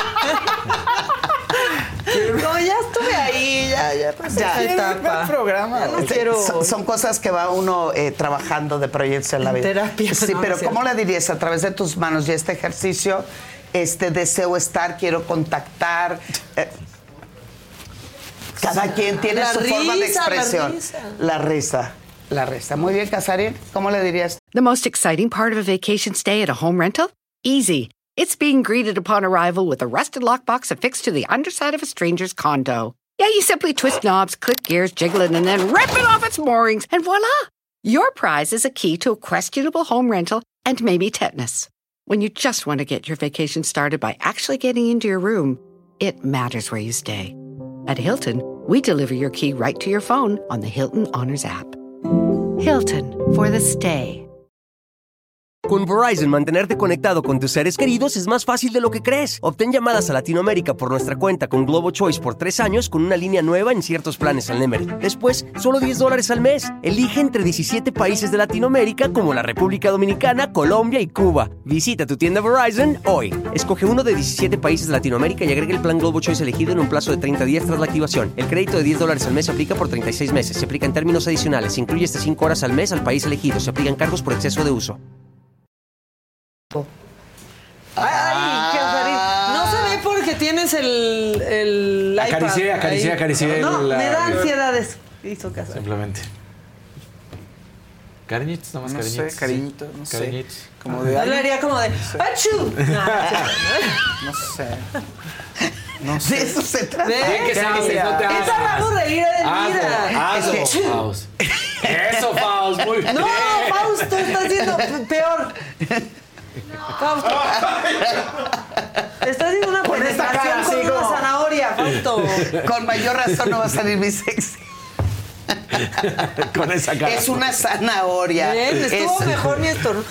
No, ya estuve ahí, ya, ya pasé Ya. esa etapa. el programa. Ya no Sí, quiero son, hoy. son cosas que va uno eh, trabajando de proyectos en la En vida. terapia, Sí, no, no pero es cierto. ¿cómo le dirías a través de tus manos y este ejercicio? Este deseo estar, quiero contactar. eh, cada quien tiene La su forma de risa, la expresión. risa. La risa. La risa. Muy bien, Casarín. ¿Cómo le dirías? The most exciting part of a vacation stay at a home rental? Easy. It's being greeted upon arrival with a rusted lockbox affixed to the underside of a stranger's condo. Yeah, you simply twist knobs, click gears, jiggle it, and then rip it off its moorings, and voila! Your prize is a key to a questionable home rental and maybe tetanus. When you just want to get your vacation started by actually getting into your room, it matters where you stay. At Hilton, we deliver your key right to your phone on the Hilton Honors app. Hilton for the stay. Con Verizon, mantenerte conectado con tus seres queridos es más fácil de lo que crees. Obtén llamadas a Latinoamérica por nuestra cuenta con Globo Choice por tres años con una línea nueva en ciertos planes al Nemery. Después, solo diez dólares al mes. Elige entre diecisiete países de Latinoamérica como la República Dominicana, Colombia y Cuba. Visita tu tienda Verizon hoy. Escoge uno de diecisiete países de Latinoamérica y agrega el plan Globo Choice elegido en un plazo de treinta días tras la activación. El crédito de diez dólares al mes se aplica por treinta y seis meses. Se aplica en términos adicionales. Se incluye hasta cinco horas al mes al país elegido. Se aplican cargos por exceso de uso. Ay, Casarín. No se ve porque tienes el, el iPad. Acaricié, acaricié, ahí. acaricié No, la- me da ansiedad eso. Hizo Casarín. Simplemente. Cariñitos, nada más No cariñitos. sé, cariñitos, no sé. Cariñitos. Como de Yo le alguien. haría como de ¡achú! No, No sé. No sé. De eso se trata. Bien que sabes, no te hagas. Esa la hago reír a Elvira. Hazlo, hazlo, Faust. Eso, Faust, muy bien. No, Faust, tú estás haciendo peor. Fausto. Estás haciendo una Con esta penetración cara, con así una como- zanahoria, Fausto. Con mayor razón no va a salir mi sexy. Con esa cara. Es una zanahoria. Bien, estuvo Es- mejor mi estornudo.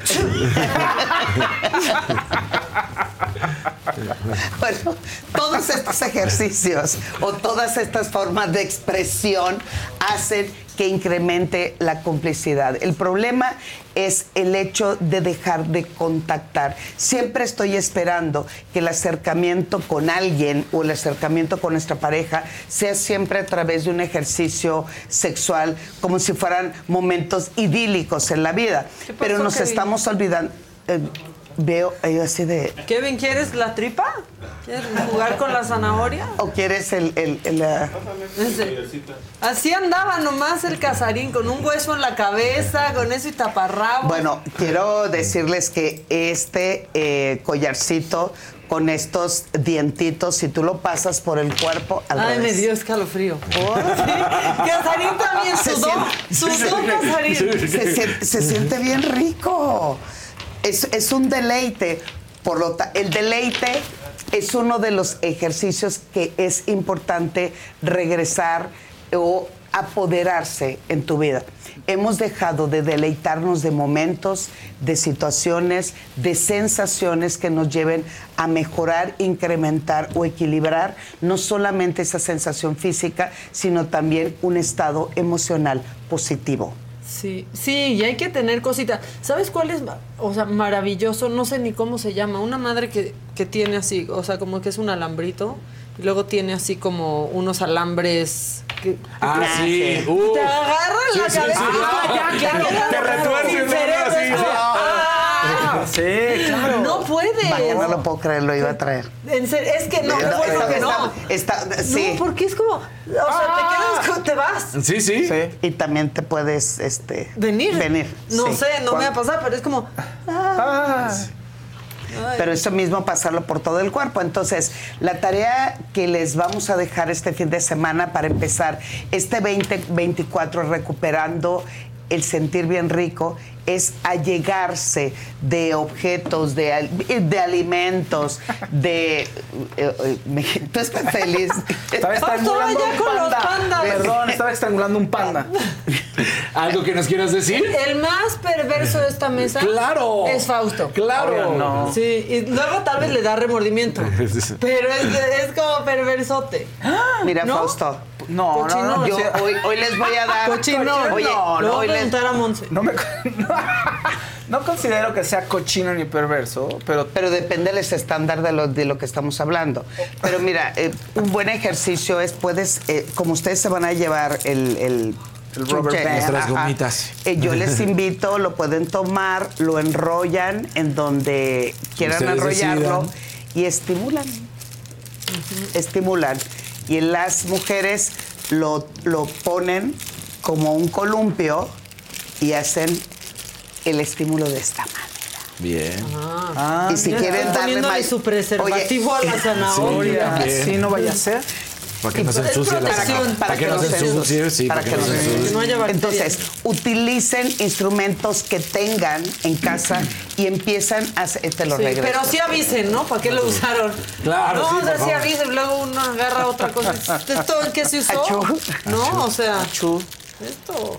Bueno, todos estos ejercicios o todas estas formas de expresión hacen que incremente la complicidad. El problema es el hecho de dejar de contactar. Siempre estoy esperando que el acercamiento con alguien o el acercamiento con nuestra pareja sea siempre a través de un ejercicio sexual, como si fueran momentos idílicos en la vida. Pero nos Kevin? estamos olvidando. eh, veo eh, así de... Kevin, ¿quieres la tripa? ¿Quieres jugar con la zanahoria? ¿O quieres el... el, el, uh... Ese. Así andaba nomás el Casarín, con un hueso en la cabeza, con eso y taparrabos. Bueno, quiero decirles que este eh, collarcito con estos dientitos, si tú lo pasas por el cuerpo, al Ay, revés. me dio escalofrío. Casarín también Se sudó. siente- Sudó Casarín. Se, sien- se siente bien rico. Es, es un deleite. Por lo ta- el deleite es uno de los ejercicios que es importante regresar o apoderarse en tu vida. Hemos dejado de deleitarnos de momentos, de situaciones, de sensaciones que nos lleven a mejorar, incrementar o equilibrar no solamente esa sensación física, sino también un estado emocional positivo. Sí, sí, y hay que tener cositas. ¿Sabes cuál es, o sea, maravilloso? No sé ni cómo se llama. Una madre que, que tiene así, o sea, como que es un alambrito, y luego tiene así como unos alambres... Que, Ah, que- sí. Te Uh. agarran Sí, la sí, cabeza. sí. Ah, ya, Te ya, retuerce sin el cerebro, dedo así, es como, sí. ah. Sí, claro. No puedes. Vaya, no lo puedo creer, lo iba a traer. En serio, es que no, No, no, está- que no. está- está- sí. No, porque es como, o sea, te quedas, te vas. Sí, sí. Y también te puedes este, Venir. venir. No sí. sé, no me va a pasar, pero es como... ah. Ay. Pero eso mismo pasarlo por todo el cuerpo. Entonces, la tarea que les vamos a dejar este fin de semana para empezar este veinte veinticuatro recuperando el sentir bien rico es allegarse de objetos, de, al- de alimentos, de... eh, eh, me- Tú estás feliz. Estaba estrangulando ya un con los panda. pandas. Perdón, estaba estrangulando un panda. ¿Algo que nos quieras decir? El más perverso de esta mesa ¡Claro! es Fausto. ¡Claro! Obvio, no. Sí, y luego tal vez le da remordimiento. Pero es, es como perversote. Mira, ¿No? Fausto. No, Cochino. no, no. Yo sí. hoy, hoy les voy a dar... Cochino. Oye, No, Le no, voy hoy a les, preguntar a Monse. No me no, no considero que sea cochino ni perverso, pero pero depende del estándar de lo, de lo que estamos hablando. Pero mira, eh, un buen ejercicio es, puedes, eh, como ustedes se van a llevar el... el El rubber chuche- band. Nuestras ajá, gomitas. eh, yo les invito, lo pueden tomar, lo enrollan en donde quieran Ustedes enrollarlo decidan. y estimulan. Estimulan. Y en las mujeres lo, lo ponen como un columpio y hacen el estímulo de esta manera. Bien. Ah, y si Ya quieren están darle poniéndole más... su preservativo Oye, a la zanahoria. Sí, así no vaya a ser. Para que no se Es ensucie la protección. saca. Para que no se ensucie, sí, para para que que no se no se ensucie. Que no haya bacterias. Entonces, utilicen instrumentos que tengan en casa y empiezan a hacer, te lo Sí, regreso. pero sí avisen, ¿no? ¿Para qué lo usaron? Claro, no, sí, o sea, por sí favor. avisen, luego uno agarra otra cosa. ¿Esto en qué se usó? Achú. No, o sea, Achú. esto...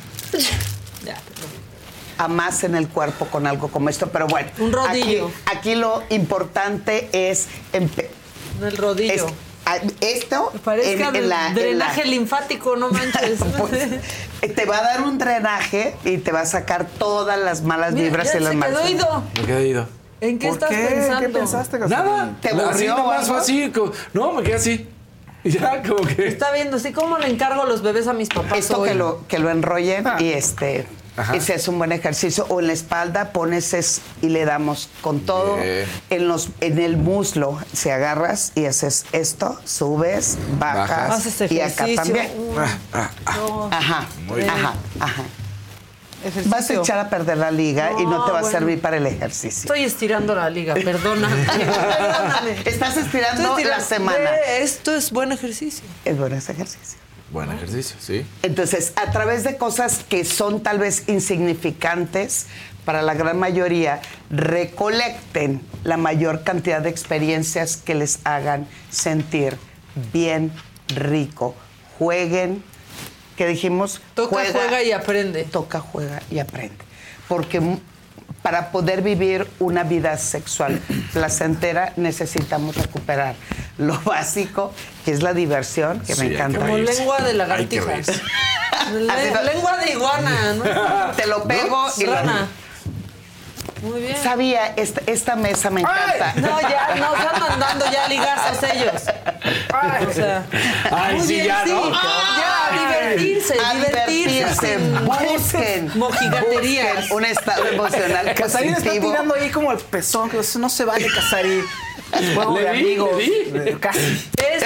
Ya, perdón. Amasen el cuerpo con algo como esto, pero bueno. Un rodillo. Aquí, aquí lo importante es, empe- En el rodillo. es a- esto Parezca en- en la- en drenaje la- linfático, no manches. Pues, te va a dar un drenaje y te va a sacar todas las malas Mira, vibras ya y las se quedó malas. ido. Me quedé ido. ¿En qué ¿Por estás qué? pensando? ¿Qué pensaste, Casarín? Nada. ¿Te Así aburrió nomás algo? fue así. como- No, me quedé así. Y ya, como que. Está viendo, así como le encargo los bebés a mis papás Esto hoy. que lo, que lo enrollen Ah. y este Ajá. ese es un buen ejercicio. O en la espalda pones es, y le damos con todo. Bien. En los en el muslo, si agarras y haces esto, subes, bajas, Bajas. Haces y acá ejercicio. también. Uno, Ah, ah, ah. dos, Ajá, Muy bien. ajá, ajá. ejercicio. Vas a echar a perder la liga No, y no te va bueno. a servir para el ejercicio. Estoy estirando la liga, perdóname. Perdóname. Estás estirando, Estoy estirando la semana. Ve, Esto es buen ejercicio. Es buen ejercicio. Buen ejercicio, sí. Entonces, a través de cosas que son tal vez insignificantes para la gran mayoría, recolecten la mayor cantidad de experiencias que les hagan sentir bien, rico. Jueguen, ¿qué dijimos? Toca, juega y aprende. Toca, juega y aprende. Porque m- para poder vivir una vida sexual placentera necesitamos recuperar lo básico, que es la diversión, que Sí, me hay que encanta. Como reírse. lengua de Hay que lagartija. reírse. Le- Así no- lengua de iguana, ¿no? Te lo pego y lo- Rana. Muy bien. Sabía, esta, esta mesa me encanta. No, ya, no están mandando ya a ligarse ellos. O sea, Ay, muy sí, bien, ya, sí. ¿no? Ya, a divertirse, A divertirse. divertirse. sin Busquen, mojigaterías. busquen un estado emocional Casarín está positivo. tirando ahí como el pezón, que eso no se vale, Casarín. Es juego ¿Le de vi? amigos. ¿Le vi? de- Casi. Es,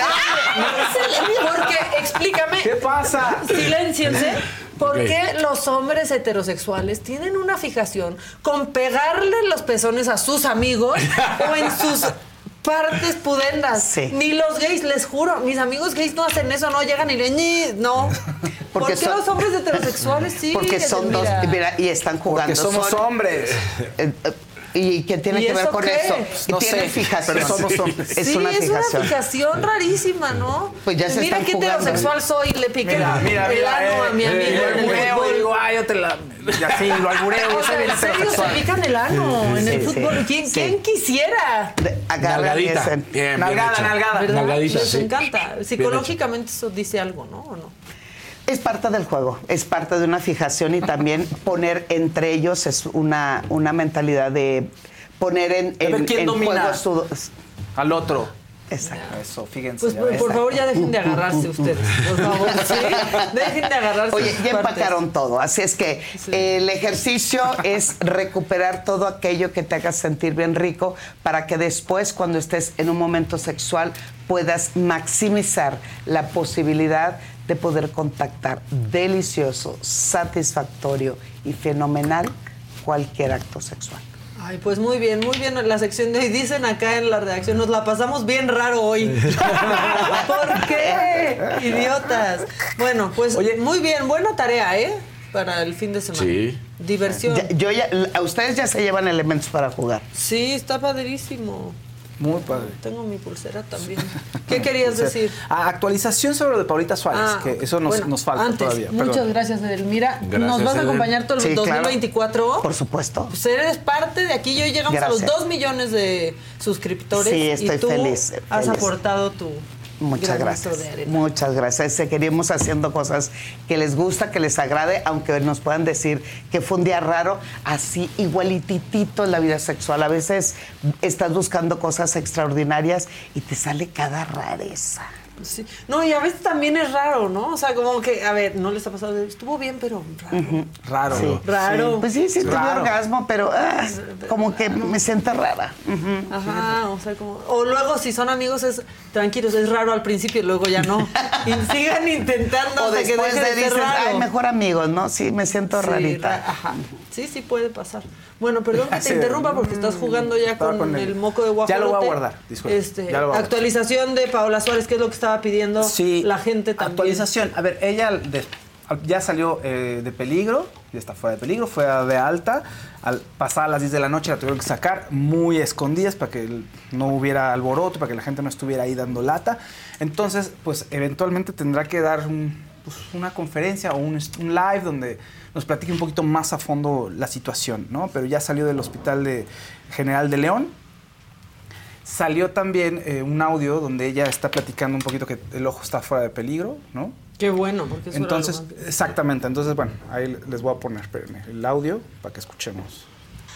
porque, explícame. ¿Qué pasa? Silénciense. ¿Por qué los hombres heterosexuales tienen una fijación con pegarle los pezones a sus amigos o en sus partes pudendas? Sí. Ni los gays, les juro, mis amigos gays no hacen eso, no llegan y le "Ñi", no. ¿Por Porque qué son- los hombres heterosexuales sí? Porque son dos, Mira. mira, y están jugando. Porque somos son- hombres. eh, eh, ¿Y qué tiene ¿Y que ver eso con qué? eso? Pues no Tiene sé, fijación. pero somos hombres. Es sí, una es fijación. una fijación rarísima, ¿no? Pues ya se Mira están qué jugando. heterosexual soy, le piqué Mira, el, mira, el mira. ano eh, a mi amigo eh, en lo el albureo, fútbol. y digo, ay, yo te la. Y así, lo albureo, yo O soy sea, bien en serio se heterosexual. pican el ano en el Sí, fútbol. sí, ¿Quién, sí. ¿Quién quisiera? De- agarran y Nalgadita. hacen- Bien, bien Nalgada, hecho. nalgada. ¿Verdad? Nalgadita, Les sí. encanta. Psicológicamente eso dice algo, ¿no? ¿O no? Es parte del juego, es parte de una fijación y también poner entre ellos es una, una mentalidad de poner en, A ver, en, ¿quién en domina? juego su... Al otro. Exacto. Eso, fíjense. Pues ya por, ves. por favor ya dejen de agarrarse ustedes. Por favor, sí. Dejen de agarrarse. Oye, sus ya partes. empacaron todo, así es que Sí. eh, el ejercicio es recuperar todo aquello que te haga sentir bien rico para que después, cuando estés en un momento sexual, puedas maximizar la posibilidad de poder contactar delicioso, satisfactorio y fenomenal cualquier acto sexual. Ay, pues muy bien, muy bien la sección de hoy. Dicen acá en la redacción, nos la pasamos bien raro hoy. ¿Por qué? Idiotas. Bueno, pues Oye. muy bien, buena tarea, ¿eh? Para el fin de semana. Sí. Diversión. Ya- yo ya, a ustedes ya se llevan elementos para jugar. Sí, está padrísimo. Muy padre. Tengo mi pulsera también. ¿Qué querías O sea, decir? ah, actualización sobre lo de Paulita Suárez, Ah, que eso nos, bueno, nos falta antes, todavía. Muchas perdón. gracias, Edelmira. Gracias, ¿Nos vas a Edel. acompañar todo el Sí, dos mil claro. veinticuatro? Por supuesto. Pues eres parte de aquí. Hoy llegamos a los Gracias. dos millones de suscriptores. Sí, estoy y tú feliz, has feliz. aportado tu Muchas granito gracias. de arena. Muchas gracias. Seguiremos haciendo cosas que les gusta, que les agrade, aunque nos puedan decir que fue un día raro, así igualititito en la vida sexual. A veces estás buscando cosas extraordinarias y te sale cada rareza. Sí. No, y a veces también es raro, ¿no? O sea, como que, a ver, no les ha pasado, estuvo bien, pero raro. Ujú. Raro. Sí. Raro. Pues sí, sí tuve Raro. orgasmo, pero ah, como que me siento rara. Ujú. Ajá, o sea, como... O luego, si son amigos, es tranquilos, es raro al principio y luego ya no. Y sigan intentando O hasta que después deje de de ser dices, raro. ay, mejor amigos, ¿no? Sí, me siento Sí, rarita. ra- ajá. Sí, sí puede pasar. Bueno, perdón que te Sí. interrumpa porque estás jugando ya Estaba con, con el el- moco de guajolote. Ya lo voy a guardar, disculpe. Este, Ya lo voy a guardar. actualización de Paola Suárez, que es lo que estaba pidiendo Sí, la gente también. actualización. A ver, ella de- ya salió eh, de peligro, ya está fuera de peligro, fue de alta. Al pasar a las diez de la noche la tuvieron que sacar muy escondidas para que el- no hubiera alboroto, para que la gente no estuviera ahí dando lata. Entonces, pues eventualmente tendrá que dar un, pues, una conferencia o un, un live donde nos platique un poquito más a fondo la situación, ¿no? Pero ya salió del Hospital de General de León. Salió también eh, un audio donde ella está platicando un poquito que el ojo está fuera de peligro, ¿no? Qué bueno, porque eso era lo Entonces, más- exactamente. Entonces, bueno, ahí les voy a poner, espérenme, el audio para que escuchemos.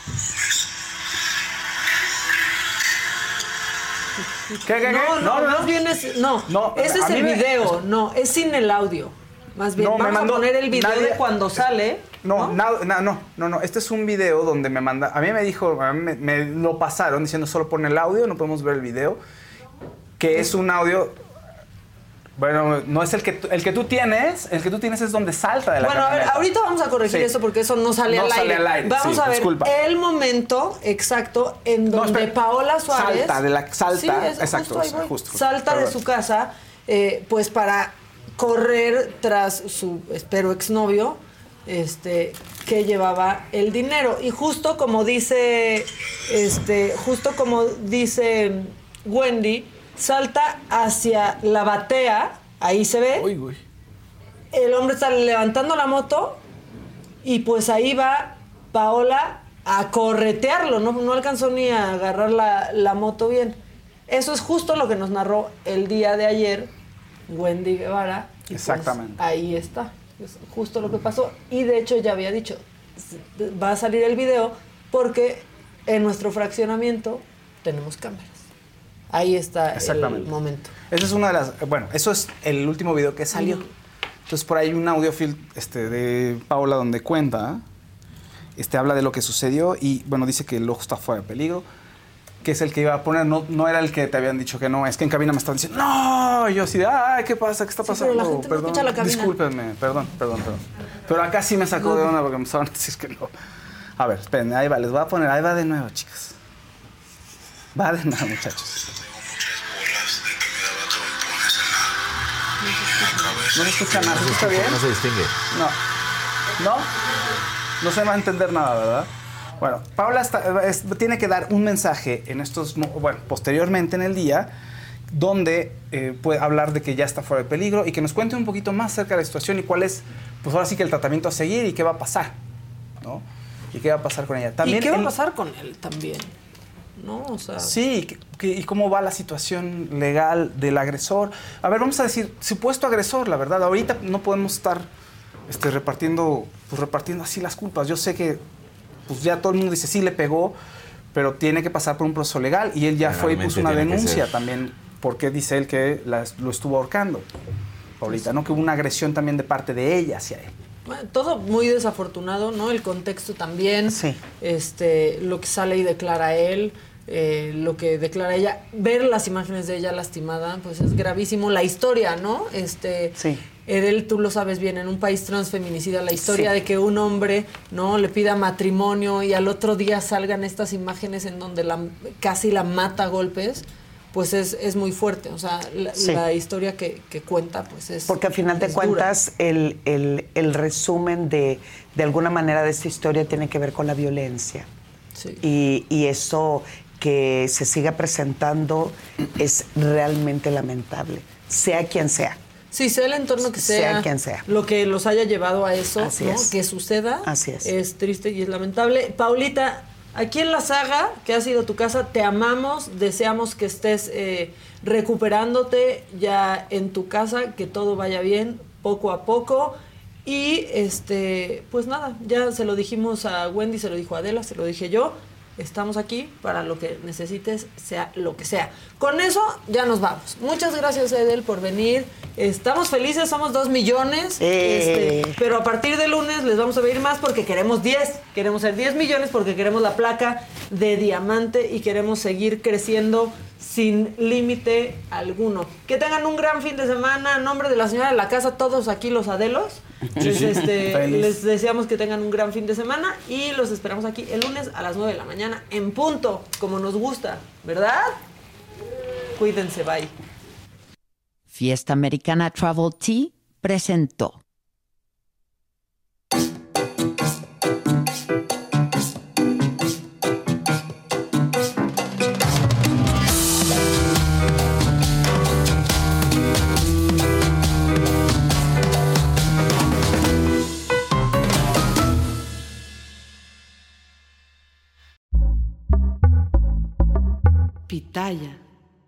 ¿Qué, qué, qué? No, no, No, no, más no. bien es... No, No, ese a es mí el me- video, no, es sin el audio. Más bien, No, me vamos mandó- a poner el video nadie- de cuando sale. No, nada- na- no, no, no. Este es un video donde me manda. A mí me dijo, a mí me, me lo pasaron diciendo solo pon el audio, no podemos ver el video. Que es un audio. Bueno, no es el que, el que tú tienes, el que tú tienes es donde salta de la Bueno, camioneta. a ver, ahorita vamos a corregir Sí. eso porque eso no sale, No al, sale aire. al aire, Vamos sí, a ver disculpa. el momento exacto en No, donde espera. Paola Suárez... Salta, de la- salta, Sí, es- exacto, justo ahí sí, voy. justo, justo. Salta de Perdón. su casa, eh, pues para correr tras su, espero, exnovio, este, que llevaba el dinero. Y justo como dice, este, justo como dice Wendy, salta hacia la batea, ahí se ve. Uy, uy. El hombre está levantando la moto y pues ahí va Paola a corretearlo, no, no alcanzó ni a agarrar la, la moto bien. Eso es justo lo que nos narró el día de ayer Wendy Guevara. Y Exactamente. pues ahí está, es justo lo que pasó. Y de hecho ya había dicho, va a salir el video porque en nuestro fraccionamiento tenemos cámaras. Ahí está el momento. Esa es una de las... Bueno, eso es el último video que salió. Mm. Entonces, por ahí un audiofil este, de Paola donde cuenta, este, habla de lo que sucedió y, bueno, dice que el ojo está fuera de peligro, que es el que iba a poner, no, no era el que te habían dicho que no, es que en cabina me estaban diciendo, ¡no! Y yo así de, ¡ay, qué pasa! ¿Qué está Sí, pasando? pero la gente no escucha la cabina. Discúlpenme, perdón, perdón, perdón. Pero acá sí me sacó No. de onda porque me empezaron a decir que no. A ver, esperen, ahí va, les voy a poner, ahí va de nuevo, chicas. Va de nuevo, muchachos. No se escucha nada, ¿se escucha bien? No se distingue. No. ¿No? No se va a entender nada, ¿verdad? Bueno, Paola está- es- tiene que dar un mensaje en estos, mo- bueno, posteriormente en el día, donde eh, puede hablar de que ya está fuera de peligro y que nos cuente un poquito más acerca de la situación y cuál es, pues ahora sí que el tratamiento a seguir y qué va a pasar, ¿no? Y qué va a pasar con ella. ¿Y qué va a el- pasar con él también? ¿No? O sea... Sí, que- que- y cómo va la situación legal del agresor. A ver, vamos a decir, supuesto agresor, la verdad. Ahorita no podemos estar este, repartiendo, pues, repartiendo así las culpas. Yo sé que pues, ya todo el mundo dice, sí, le pegó, pero tiene que pasar por un proceso legal. Y él ya fue y Legalmente puso una tiene que denuncia ser. también, porque dice él que la- lo estuvo ahorcando. Ahorita, ¿no? Que hubo una agresión también de parte de ella hacia él. Bueno, todo muy desafortunado, ¿no? El contexto también. Sí. Este, lo que sale y declara él, eh, lo que declara ella. Ver las imágenes de ella lastimada, pues es gravísimo. La historia, ¿no? Este, Sí. Edel, tú lo sabes bien, en un país transfeminicida, la historia Sí. de que un hombre, ¿no? Le pida matrimonio y al otro día salgan estas imágenes en donde la, casi la mata a golpes, pues es, es muy fuerte. O sea, la, Sí. la historia que, que cuenta, pues es Porque al final de es dura. cuentas, el, el- el resumen de, de alguna manera de esta historia tiene que ver con la violencia. Sí. Y, y eso que se siga presentando es realmente lamentable, sea quien sea. Sí, sea el entorno que sea, Sea quien sea. lo que los haya llevado a eso, Así ¿no? es. Que suceda, Así es. triste y es lamentable. Paulita, aquí en la saga, que ha sido tu casa, te amamos, deseamos que estés eh, recuperándote ya en tu casa, que todo vaya bien, poco a poco. Y, este, pues nada, ya se lo dijimos a Wendy, se lo dijo a Adela, se lo dije yo. Estamos aquí para lo que necesites, sea lo que sea. Con eso ya nos vamos. Muchas gracias, Edel, por venir. Estamos felices, somos dos millones. Eh. Este, pero a partir de lunes les vamos a pedir más porque queremos diez. Queremos ser diez millones porque queremos la placa de diamante y queremos seguir creciendo sin límite alguno. Que tengan un gran fin de semana. En nombre de la señora de la casa, todos aquí los Adelos. Les, este, Feliz. les deseamos que tengan un gran fin de semana y los esperamos aquí el lunes a las nueve de la mañana en punto, como nos gusta, ¿verdad? Cuídense, bye. Fiesta Americana Travel Tea presentó. Pitaya.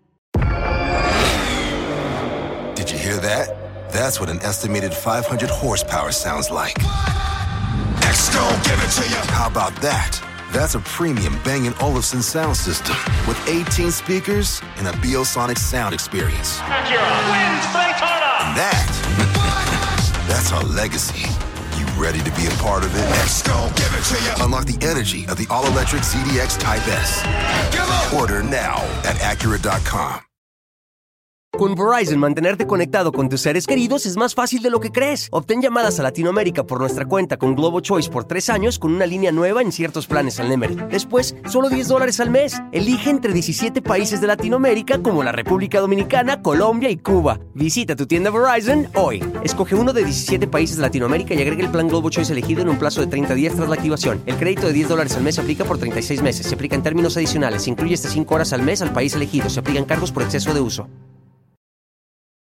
Did you hear that? That's what an estimated five hundred horsepower sounds like. Next, go give it to you. How about that? That's a premium Bang and Olufsen sound system with eighteen speakers and a Biosonic sound experience. And that, that's our legacy. You ready to be a part of it? Next, go give it to you. Unlock the energy of the all-electric Z D X Type S. Order now at Acura dot com. Con Verizon, mantenerte conectado con tus seres queridos es más fácil de lo que crees. Obtén llamadas a Latinoamérica por nuestra cuenta con Globo Choice por tres años con una línea nueva en ciertos planes al Nemery. Después, solo diez dólares al mes. Elige entre diecisiete países de Latinoamérica como la República Dominicana, Colombia y Cuba. Visita tu tienda Verizon hoy. Escoge uno de diecisiete países de Latinoamérica y agrega el plan Globo Choice elegido en un plazo de treinta días tras la activación. El crédito de diez dólares al mes se aplica por treinta y seis meses. Se aplica en términos adicionales. Se incluye hasta cinco horas al mes al país elegido. Se aplican cargos por exceso de uso.